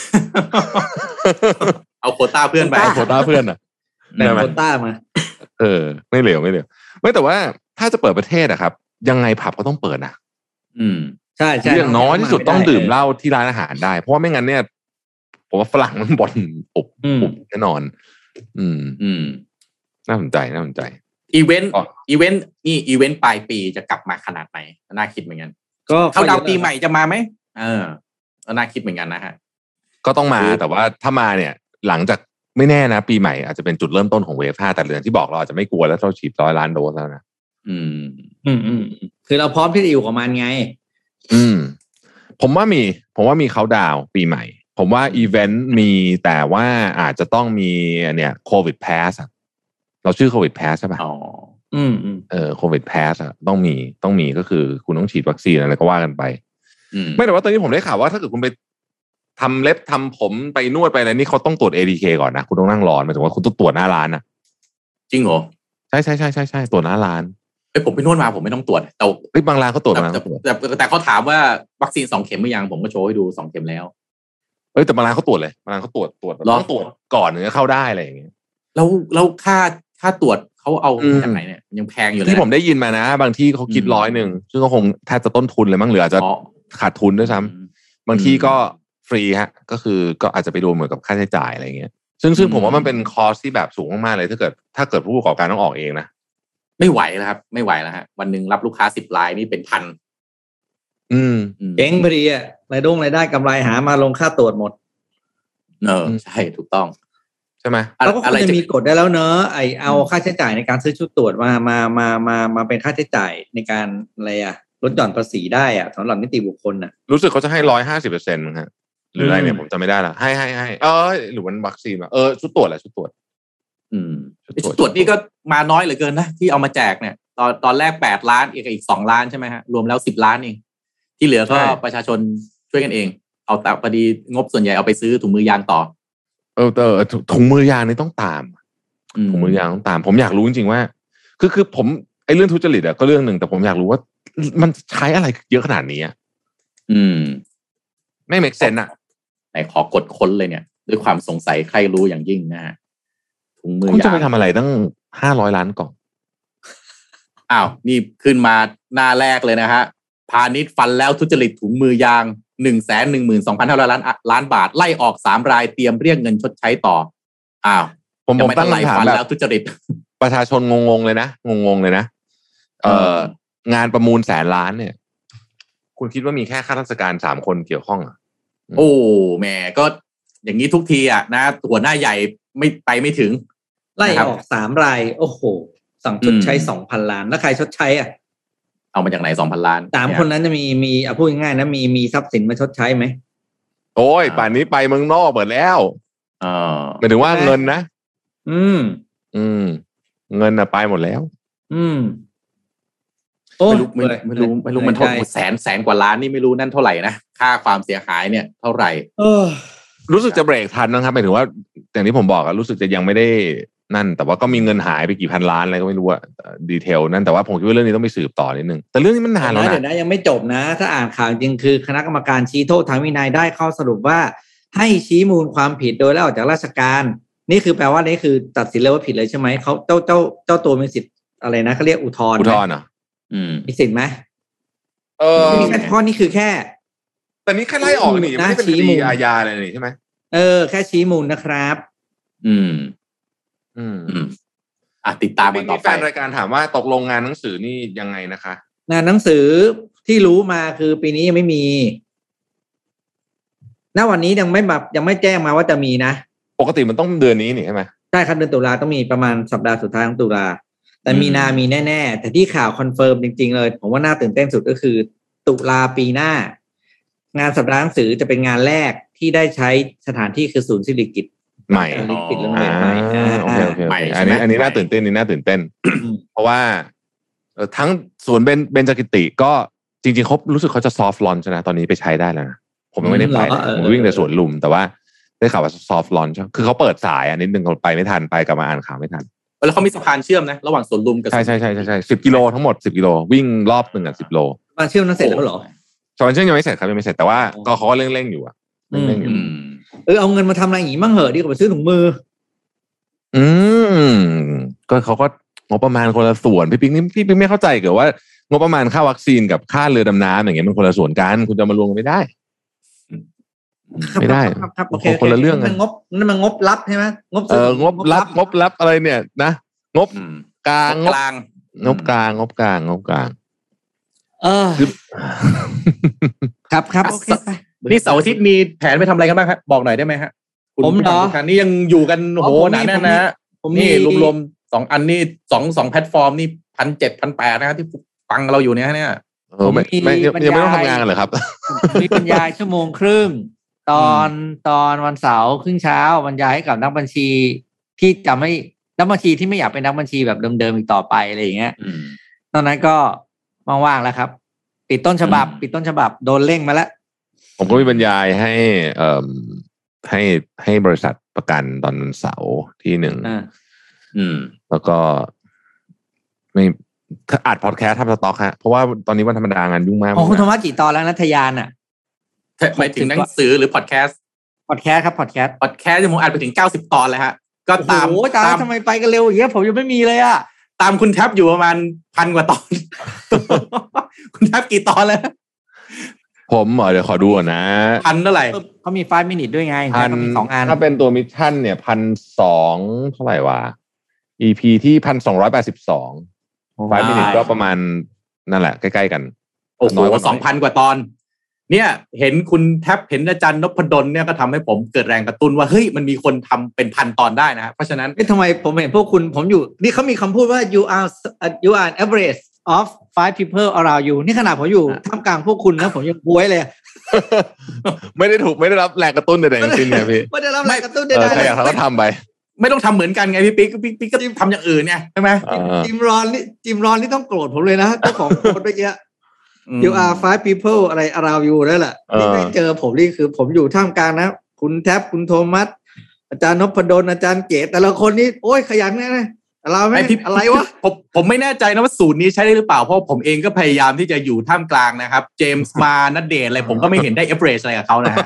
เอาโควต้าเพื่อนไปเอาโควต้าเพื่อนอ่ะแบ่งโควต้ามาเออไม่เหลวไม่เหลวไม่แต่ว่าถ้าจะเปิดประเทศอะครับยังไงผับก็ต้องเปิดนะอืมใช่ใช่อย่างน้อยที่สุดต้องดื่มเหล้าที่ร้านอาหารได้เพราะว่าไม่งั้นเนี่ยผมว่าฝรั่งมันบ่นปุบปุบแน่นอนอืมอืมน่าสนใจน่าสนใจอีเวนต์อีเวนต์นี่อีเวนต์ปลายปีจะกลับมาขนาดไหนน่าคิดเหมือนกันก็เขาดาวปีใหม่จะมาไหมเออน่าคิดเหมือนกันนะฮะก็ต้องมาแต่ว่าถ้ามาเนี่ยหลังจากไม่แน่นะปีใหม่อาจจะเป็นจุดเริ่มต้นของเวฟห้าแต่เรื่องที่บอกเราอาจจะไม่กลัวแล้วเราฉีดร้อยล้านโดสแล้วนะอืมอืมอืมคือเราพร้อมที่จะอยู่กับมันไงอืมผมว่ามีผมว่ามีเขาดาวปีใหม่ผมว่าอีเวนต์มีแต่ว่าอาจจะต้องมีเนี่ยโควิดแพสเราชื่อโควิดแพสใช่ป่ะอ๋ออืมอืมเออโควิดแพสอะต้องมีต้องมีก็คือคุณต้องฉีดวัคซีนอะไรก็ว่ากันไปไม่แต่ว่าตอนนี้ผมได้ข่าวว่าถ้าเกิดคุณไปทำเล็บทำผมไปนวดไปอะไรนี่เขาต้องตรวจ เอ ที เค ก่อนนะคุณต้องนั่งรอหมายถึงว่าคุณต้องตรวจหน้าร้านนะจริงเหรอใช่ใช่ใช่ใช่ใช่ตรวจหน้าร้านเอ้ยผมไปนวดมาผมไม่ต้องตรวจแต่เฮ้ยบางร้านเขาตรวจมาแต่แต่แต่เขาถามว่าวัคซีนสองเข็มหรือยังผมก็โชว์ให้ดูสองเข็มแล้วเอ้ยแต่บางร้านเขาตรวจเลยบางร้านเขาตรวจตรวจต้องตรวจก่อนถึงจะเข้าได้อะไรอย่างเงี้ยแล้วแล้วค่าค่าตรวจเขาเอาจากไหนเนี่ยยังแพงอยู่เลยที่ผมได้ยินมานะบางที่เขาคิดร้อยหนึ่งซึ่งก็คงแทบจะต้นทุนเลยมั้งเหลือจะขาดทุนด้วยซ้ำบางที่ก็ฟรีฮะก็คือก็อาจจะไปรวมเหมือนกับค่าใช้จ่ายอะไรเงี้ยซึ่งซึ่งผมว่ามันเป็นคอสที่แบบสูงมากๆเลยถ้าเกิดถ้าเกิดผู้ประกอบการต้องออกเองนะไม่ไหวแล้วครับไม่ไหวแล้วฮะวันหนึ่งรับลูกค้าสิบรายนี่เป็นพันอืมเจ๊งพอดีอะรายได้รายได้กำไรหามาลงค่าตรวจหมดเออใช่ถูกต้องใช่ไหมแล้วก็ควรจะมีกฎได้แล้วเนอะไอเอาค่าใช้จ่ายในการซื้อชุดตรวจมามามามามาเป็นค่าใช้จ่ายในการอะไรอะลดหย่อนภาษีได้อะสำหรับนิติบุคคลน่ะรู้สึกเขาจะให้ร้อยห้าสิบเปอร์เซ็นต์มั้งฮะหรืออะไรเนี่ยผมจำไม่ได้ละให้ให้ให้เออหรือมันวัคซีนอ่ะเออชุดตรวจแหละชุดตรวจอืมชุดตรวจนี่ก็มาน้อยเหลือเกินนะที่เอามาแจกเนี่ยตอนตอนแรกแปดล้านอีกอีกสองล้านใช่ไหมฮะรวมแล้วสิบล้านเองที่เหลือก็ประชาชนช่วยกันเองเอาแต่พอดีงบส่วนใหญ่เอาไปซื้อถุงมือยางต่อเออเออถุงมือยางนี่ต้องตามถุงมือยางต้องตามผมอยากรู้จริงๆว่าคือคือผมไอ้เรื่องทุจริตอะก็เรื่องหนึ่งแต่ผมอยากรู้ว่ามันใช้อะไรเยอะขนาดนี้อ่ะอืมไม่เมคเซนส์อ่ะไหนขอกดค้นเลยเนี่ยด้วยความสงสัยใครรู้อย่างยิ่งนะฮะถุงมือยางคุณจะไปทำอะไรตั้งห้าร้อยล้านกล่องอ้าวนี่ขึ้นมาหน้าแรกเลยนะฮะพาณิชย์ฟันแล้วทุจริตถุงมือยางหนึ่งแสนหนึ่งหมื่นสองพันห้าร้อยล้านล้านบาทไล่ออกสามรายเตรียมเรียกเงินชดใช้ต่ออ้าวผมผมตั้งคำถามแบบแล้วทุจริตประชาชนงงๆเลยนะงงๆเลยนะเอ่องานประมูลแสนล้านเนี่ยคุณคิดว่ามีแค่ข้าราชการสามคนเกี่ยวข้องอ่ะโอ้แหมก็อย่างนี้ทุกทีอ่ะนะหัวหน้าใหญ่ไม่ไปไม่ถึงไล่ออกสามรายโอ้โหสั่งชดใช้สองพันล้านแล้วใครชดใช้อ่ะเอามาจากไหนสองพันล้านสามคนนั้นจะมีมีเอาพูดง่ายๆนะมีมีทรัพย์สินมาชดใช้ไหมโอ้ยป่านนี้ไปเมืองนอกหมดแล้วอ่าหมายถึงว่าเงินนะอืมอืมเงินน่ะไปหมดแล้วอืมไม่รู้ไม่ไม่รู้ไม่รู้มันเท่าแสนแสนกว่าล้านนี่ไม่รู้นั่นเท่าไหร่นะค่าความเสียหายเนี่ยเท่าไหร่รู้สึกจะเบรกทันนะครับหมายถึงว่าอย่างที่ผมบอกอะรู้สึกจะยังไม่ได้นั่นแต่ว่าก็มีเงินหายไปกี่พันล้านอะไรก็ไม่รู้อะดีเทลนั่นแต่ว่าผมคิดว่าเรื่องนี้ต้องไปสืบต่อนิดนึงแต่เรื่องนี้มันนานแล้วนะเดี๋ยวนะยังไม่จบนะถ้าอ่านข่าวจริงคือคณะกรรมการชี้โทษทางวินัยได้ข้อสรุปว่าให้ชี้มูลความผิดโดยแล้วออกจากราชการนี่คือแปลว่านี่คือตัดสินเลยว่าผิดเลยใช่ไหมเขาเจ้าเจ้าเจ้าตัวมีสิทธิ์อะไรนะเขาเรียกอุทธรณ์อุทธรณ์เหรออืมมีสิทธิ์ไหมเออมีแค่ข้อนี้คือแค่แต่นี่แค่ไล่ออกนี่ไม่ได้เป็นคดีอาญาอะไรนี่ใช่ไหมเออแค่ชี้มูลนะครับอืมอืมอืมอ่ะติดตามกันต่อไปแฟนรายการถามว่าตกลงงานหนังสือนี่ยังไงนะคะงานหนังสือที่รู้มาคือปีนี้ยังไม่มีณวันนี้ยังไม่แบบยังไม่แจ้งมาว่าจะมีนะปกติมันต้องเดือนนี้นี่ใช่ไหมใช่ครับเดือนตุลาต้องมีประมาณสัปดาห์สุดท้ายของตุลาแต่มีนามีแน่ๆแต่ที่ข่าวคอนเฟิร์มจริงๆเลยผมว่าน่าตื่นเต้นสุดก็คือตุลาปีหน้างานสัปดาห์หนังสือจะเป็นงานแรกที่ได้ใช้สถานที่คือศูนย์ศิริกิติ์ใหม่ปิดเรื่องใหม่ใหม่โอเคโอเคอันนี้อันนี้น่าตื่นเต้นนี่น่าตื่นเต้นเพราะว่าทั้งศูนย์เบญเบญจกิติก็จริงๆเขารู้สึกเขาจะซอฟต์ลอนช์นะตอนนี้ไปใช้ได้แล้วนะผมยังไม่ได้ไปผมวิ่งแต่สวนลุมแต่ว่าได้ข่าวว่าซอฟต์ลอนช์คือเขาเปิดสายอันนิดนึงเขาไปไม่ทันไปกลับมาอ่านข่าวไม่ทันแล้วเขามีสะพานเชื่อมนะระหว่างสวนลุมกับใช่ใช่ใช่ใช่ใช่สิบกิโลทั้งหมดสิบกิโลวิ่งรอบหนึ่งอ่ะสิบโลสะพานเชื่อมนั้นเสร็จแล้วเหรอสะพานเชื่อมยังไม่เสร็จครับยังไม่เสร็จแต่ว่าก็เขาก็เร่งๆอยู่อ่ะเร่งๆอยู่เออเอาเงินมาทำอะไรอย่างงี้มั่งเหอะดีกว่าไปซื้อถุงมืออืมก็เขาก็งบประมาณคนละส่วนพี่ปิ๊กนี่พี่ปิ๊กไม่เข้าใจเกี่ยวว่างบประมาณค่าวัคซีนกับค่าเรือดำน้ำอย่างเงี้ยมันคนละส่วนกันคุณจะมารวมกันไม่ได้ไม่ได้ครับโอเคคนละเรื่องกันงบนั่นมันงบลับใช่ไหมงบเอองบลับงบลับอะไรเนี่ยนะงบกลางกลางงบกลางงบกลางงบกลางเออครับครับโอเคนี่เสาร์อาทิตย์มีแผนไปทำอะไรกันบ้างครับบอกหน่อยได้ไหมฮะผมเหรอนี่ยังอยู่กันโอ้โหหนาแน่นนะนี่รวมๆสองอันนี่สองสองแพลตฟอร์มนี่พันเจ็ดพันแปดนะครับที่ฟังเราอยู่เนี่ยเนี่ยเออไม่ไม่ยังไม่ต้องทำงานกันเหรอครับมีบรรยายชั่วโมงครึ่งตอนตอนวันเสาร์ครึ่งเช้าบรรยายให้กับนักบัญชีที่จะไม่นักบัญชีที่ไม่อยากเป็นนักบัญชีแบบเดิมๆอีกต่อไปอะไรอย่างเงี้ยตอนนั้นก็ว่างๆแล้วครับปิดต้นฉบับปิดต้นฉบับโดนเร่งมาแล้วผมก็มีบรรยายให้เอ่อให้ให้บริษัทประกันตอนวันเสาร์ที่หนึ่งอืมแล้วก็ไม่อัดพอดแคสต์ทำสต็อกฮะเพราะว่าตอนนี้วันธรรมดางานยุ่งมากของคุณธรรมะกี่ตอนแล้วนัทยานอ่ะหมายถึงหนังสือหรือพอดแคสต์พอดแคสต์ครับพอดแคสต์พอดแคสต์ที่ผมอัดไปถึงเก้าสิบตอนเลยฮะก็ตามโอ้ตามทำไมไปกันเร็วอย่างเงี้ยผมยังไม่มีเลยอ่ะตามคุณแท็บอยู่ประมาณพันกว่าตอนคุณแท็บกี่ตอนแล้วผมเดี๋ยวขอดูก่อนนะพันเท่าไหร่เขามีไฟล์มินิทด้วยไงพันสองอันถ้าเป็นตัวมิชชั่นเนี่ยพันสองเท่าไหร่วะ อี พี ที่พันสองร้อยแปดสิบสองไฟล์มินิทก็ประมาณนั่นแหละใกล้ๆกันโอ้โหสองพันกว่าตอนเนี่ยเห็นคุณแท็บเห็นอาจารย์นพดลเนี่ยก็ทำให้ผมเกิดแรงกระตุ้นว่าเฮ้ยมันมีคนทำเป็นพันตอนได้นะเพราะฉะนั้นทำไมผมเห็นพวกคุณผมอยู่นี่เขามีคำพูดว่า you are you are an average of five people around you นี่ขนาดผมอยู่ท่ามกลางพวกคุณนะผมยังบวยเลยไม่ได้ถูกไม่ได้รับแรงกระตุ้นใดๆจริงๆนะพี่ไม่ได้รับแรงกระตุ้นใดๆใครอยากทำก็ทำไปไม่ต้องทำเหมือนกันไงพี่ปิ๊กพี่ปิ๊กก็ทำอย่างอื่นไงใช่ไหมจิมรอนนี่จิมรอนนี่ต้องโกรธผมเลยนะเจ้าของโพสต์เมื่อกี้you are five people อะไร around you นั่นแหละที่ไม่เจอผมนี่คือผมอยู่ท่ามกลางนะคุณแท็บคุณโทมัสอาจารย์นพดลอาจารย์เก๋แต่ละคนนี่โอ้ยขยันแน่เลยเราไม่อะไรวะผมผมไม่แน่ใจนะว่าสูตรนี้ใช้ได้หรือเปล่าเพราะผมเองก็พยายามที่จะอยู่ท่ามกลางนะครับเจมส์มาณเดชน์อะไรผมก็ไม่เห็นได้ average อะไรกับเขานะ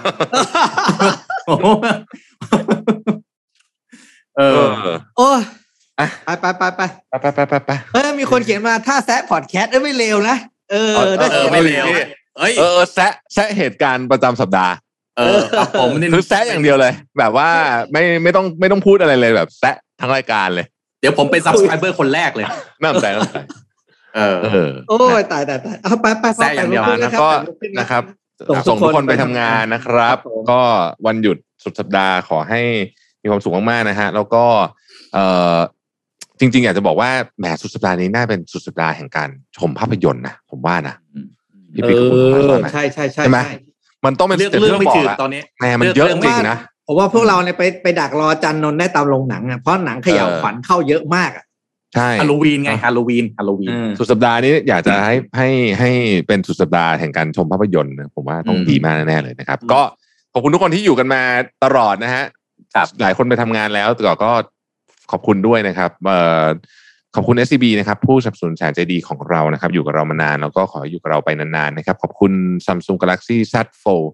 เออโอ้ไปไปไปไปไปไปไปไปเออมีคนเขียนมาถ้าแซะพอดแคสต์ไม่เลวนะเออได้ไม่เลวเอ้ยเออแซะแซะเหตุการณ์ประจำสัปดาห์เออผมคือแซะอย่างเดียวเลยแบบว่าไม่ไม่ต้องไม่ต้องพูดอะไรเลยแบบแซะทั้งรายการเลยเดี๋ยวผมเป็น subscriber คนแรกเลยน่าสนใจน่าสนใจเออโอ้ยตายตายตายเอาไปไปแซะอย่างเดียวนะก็นะครับส่งทุกคนไปทำงานนะครับก็วันหยุดสุดสัปดาห์ขอให้มีความสุขมากๆนะฮะแล้วก็เออจริงๆอยากจะบอกว่าแหมสุดสัปดาห์นี้น่าเป็นสุดสัปดาห์แห่งการชมภาพยนตร์นะผมว่านะพี่ปิ๊กคุณว่าไหมใช่ใช่ใช่ไหมมันต้องเป็นเรื่องเรื่องไม่จืดตอนนี้แหมมันเยอะจริงนะผมว่าพวกเราเนี่ยไปไปดักรอจันนนท์ได้ตามโรงหนังอ่ะเพราะหนังเขย่าขวัญเข้าเยอะมากอ่ะใช่ฮาโลวีนไงฮาโลวีนฮาโลวีนสุดสัปดาห์นี้อยากจะให้ให้ให้เป็นสุดสัปดาห์แห่งการชมภาพยนตร์นะผมว่าต้องดีมากแน่ๆเลยนะครับก็ขอบคุณทุกคนที่อยู่กันมาตลอดนะฮะหลายคนไปทำงานแล้วแต่ก็ขอบคุณด้วยนะครับเอ่อขอบคุณ เอส ซี บี นะครับผู้สนับสนุนแสนใจดีของเรานะครับอยู่กับเรามานานแล้วก็ขออยู่กับเราไปนานๆนะครับขอบคุณ Samsung Galaxy แซด โฟลด์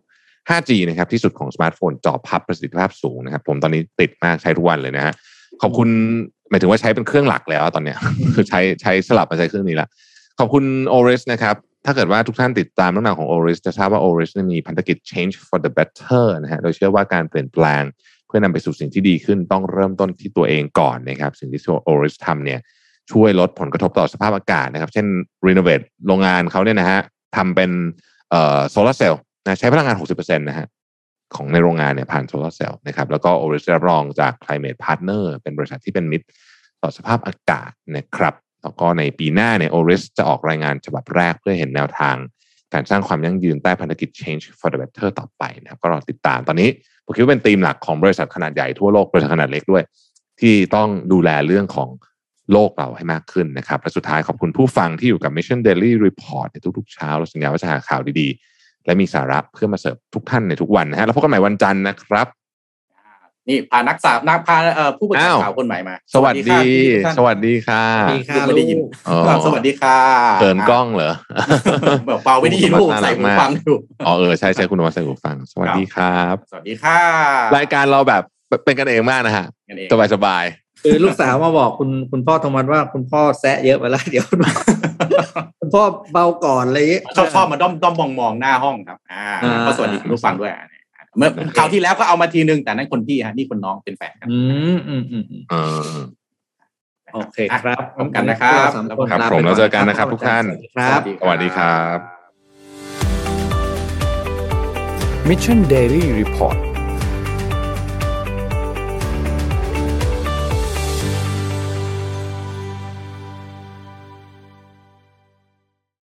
ห้าจี นะครับที่สุดของสมาร์ทโฟนจอพับประสิทธิภาพสูงนะครับผมตอนนี้ติดมากใช้ทุกวันเลยนะฮะขอบคุณหมายถึงว่าใช้เป็นเครื่องหลักแล้วตอนเนี้ย คือใช้ใช้สลับมาใช้เครื่องนี้ละขอบคุณ Oris นะครับถ้าเกิดว่าทุกท่านติดตามเรื่องราวของ Oris จะทราบว่า Oris มีพันธกิจ Change for the Better นะฮะโดยเชื่อว่าการเปลี่ยนแปลงเพื่อนำไปสู่สิ่งที่ดีขึ้นต้องเริ่มต้นที่ตัวเองก่อนนะครับสิ่งที่ Oris ทำเนี่ยช่วยลดผลกระทบต่อสภาพอากาศนะครับเช่น renovate โรงงานเขาเนี่ยนะฮะทำเป็นเอ่อโซลาร์เซลล์นะใช้พลังงาน หกสิบเปอร์เซ็นต์ นะฮะของในโรงงานเนี่ยผ่านโซลาร์เซลล์นะครับแล้วก็ Oris ได้รับรองจาก Climate Partner เป็นบริษัทที่เป็นมิตรต่อสภาพอากาศนะครับแล้วก็ในปีหน้าเนี่ย Oris จะออกรายงานฉบับแรกเพื่อเห็นแนวทางการสร้างความยั่งยืนใต้พันธกิจ Change for the Better ต่อไปนะครับก็รอติดตามตอนนี้ผมคิดว่าเป็นธีมหลักของบริษัทขนาดใหญ่ทั่วโลกบริษัทขนาดเล็กด้วยที่ต้องดูแลเรื่องของโลกเราให้มากขึ้นนะครับและสุดท้ายขอบคุณผู้ฟังที่อยู่กับ Mission Daily Report ในทุกๆเช้าเราสัญญาว่าจะหาข่าวดีๆและมีสาระเพื่อมาเสิร์ฟทุกท่านในทุกวันนะฮะแล้วพบกันใหม่วันจันทร์นะครับนี่พานักสาวนักพาเอ่อผู้ประกาศข่าวคนใหม่มาสวัสดีสวัสดีค่ะสวัสดีค่ะไม่ได้ยินสวัสดีค่ะเกินกล้องเหรอแบบเปล่าไม่ได้ยินลูกใส่หูฟังอยู่อ๋อเออใช่ใช่คุณนวัดใส่หูฟังสวัสดีครับสวัสดีค่ะรายการเราแบบเป็นกันเองมากนะฮะสบายสบายคือลูกสาวมาบอกคุณคุณพ่อโทมัสว่าคุณพ่อแซะเยอะไปแล้วเดี๋ยวคุณพ่อเบาก่อนอะไรอย่างเงี้ยชอบชอบมาด้อมด้อมมองมองหน้าห้องครับอ่าก็สวัสดีคุณผู้ฟังด้วยเมื่อคราวที่แล้วก็เอามาทีนึงแต่นั่นคนพี่ฮะนี่คนน้องเป็นแฟนกันอืมอืมอืมเออโอเคครับพบกันนะครับครับผมเราเจอกันนะครับทุกท่านครับสวัสดีครับ Mission Daily Report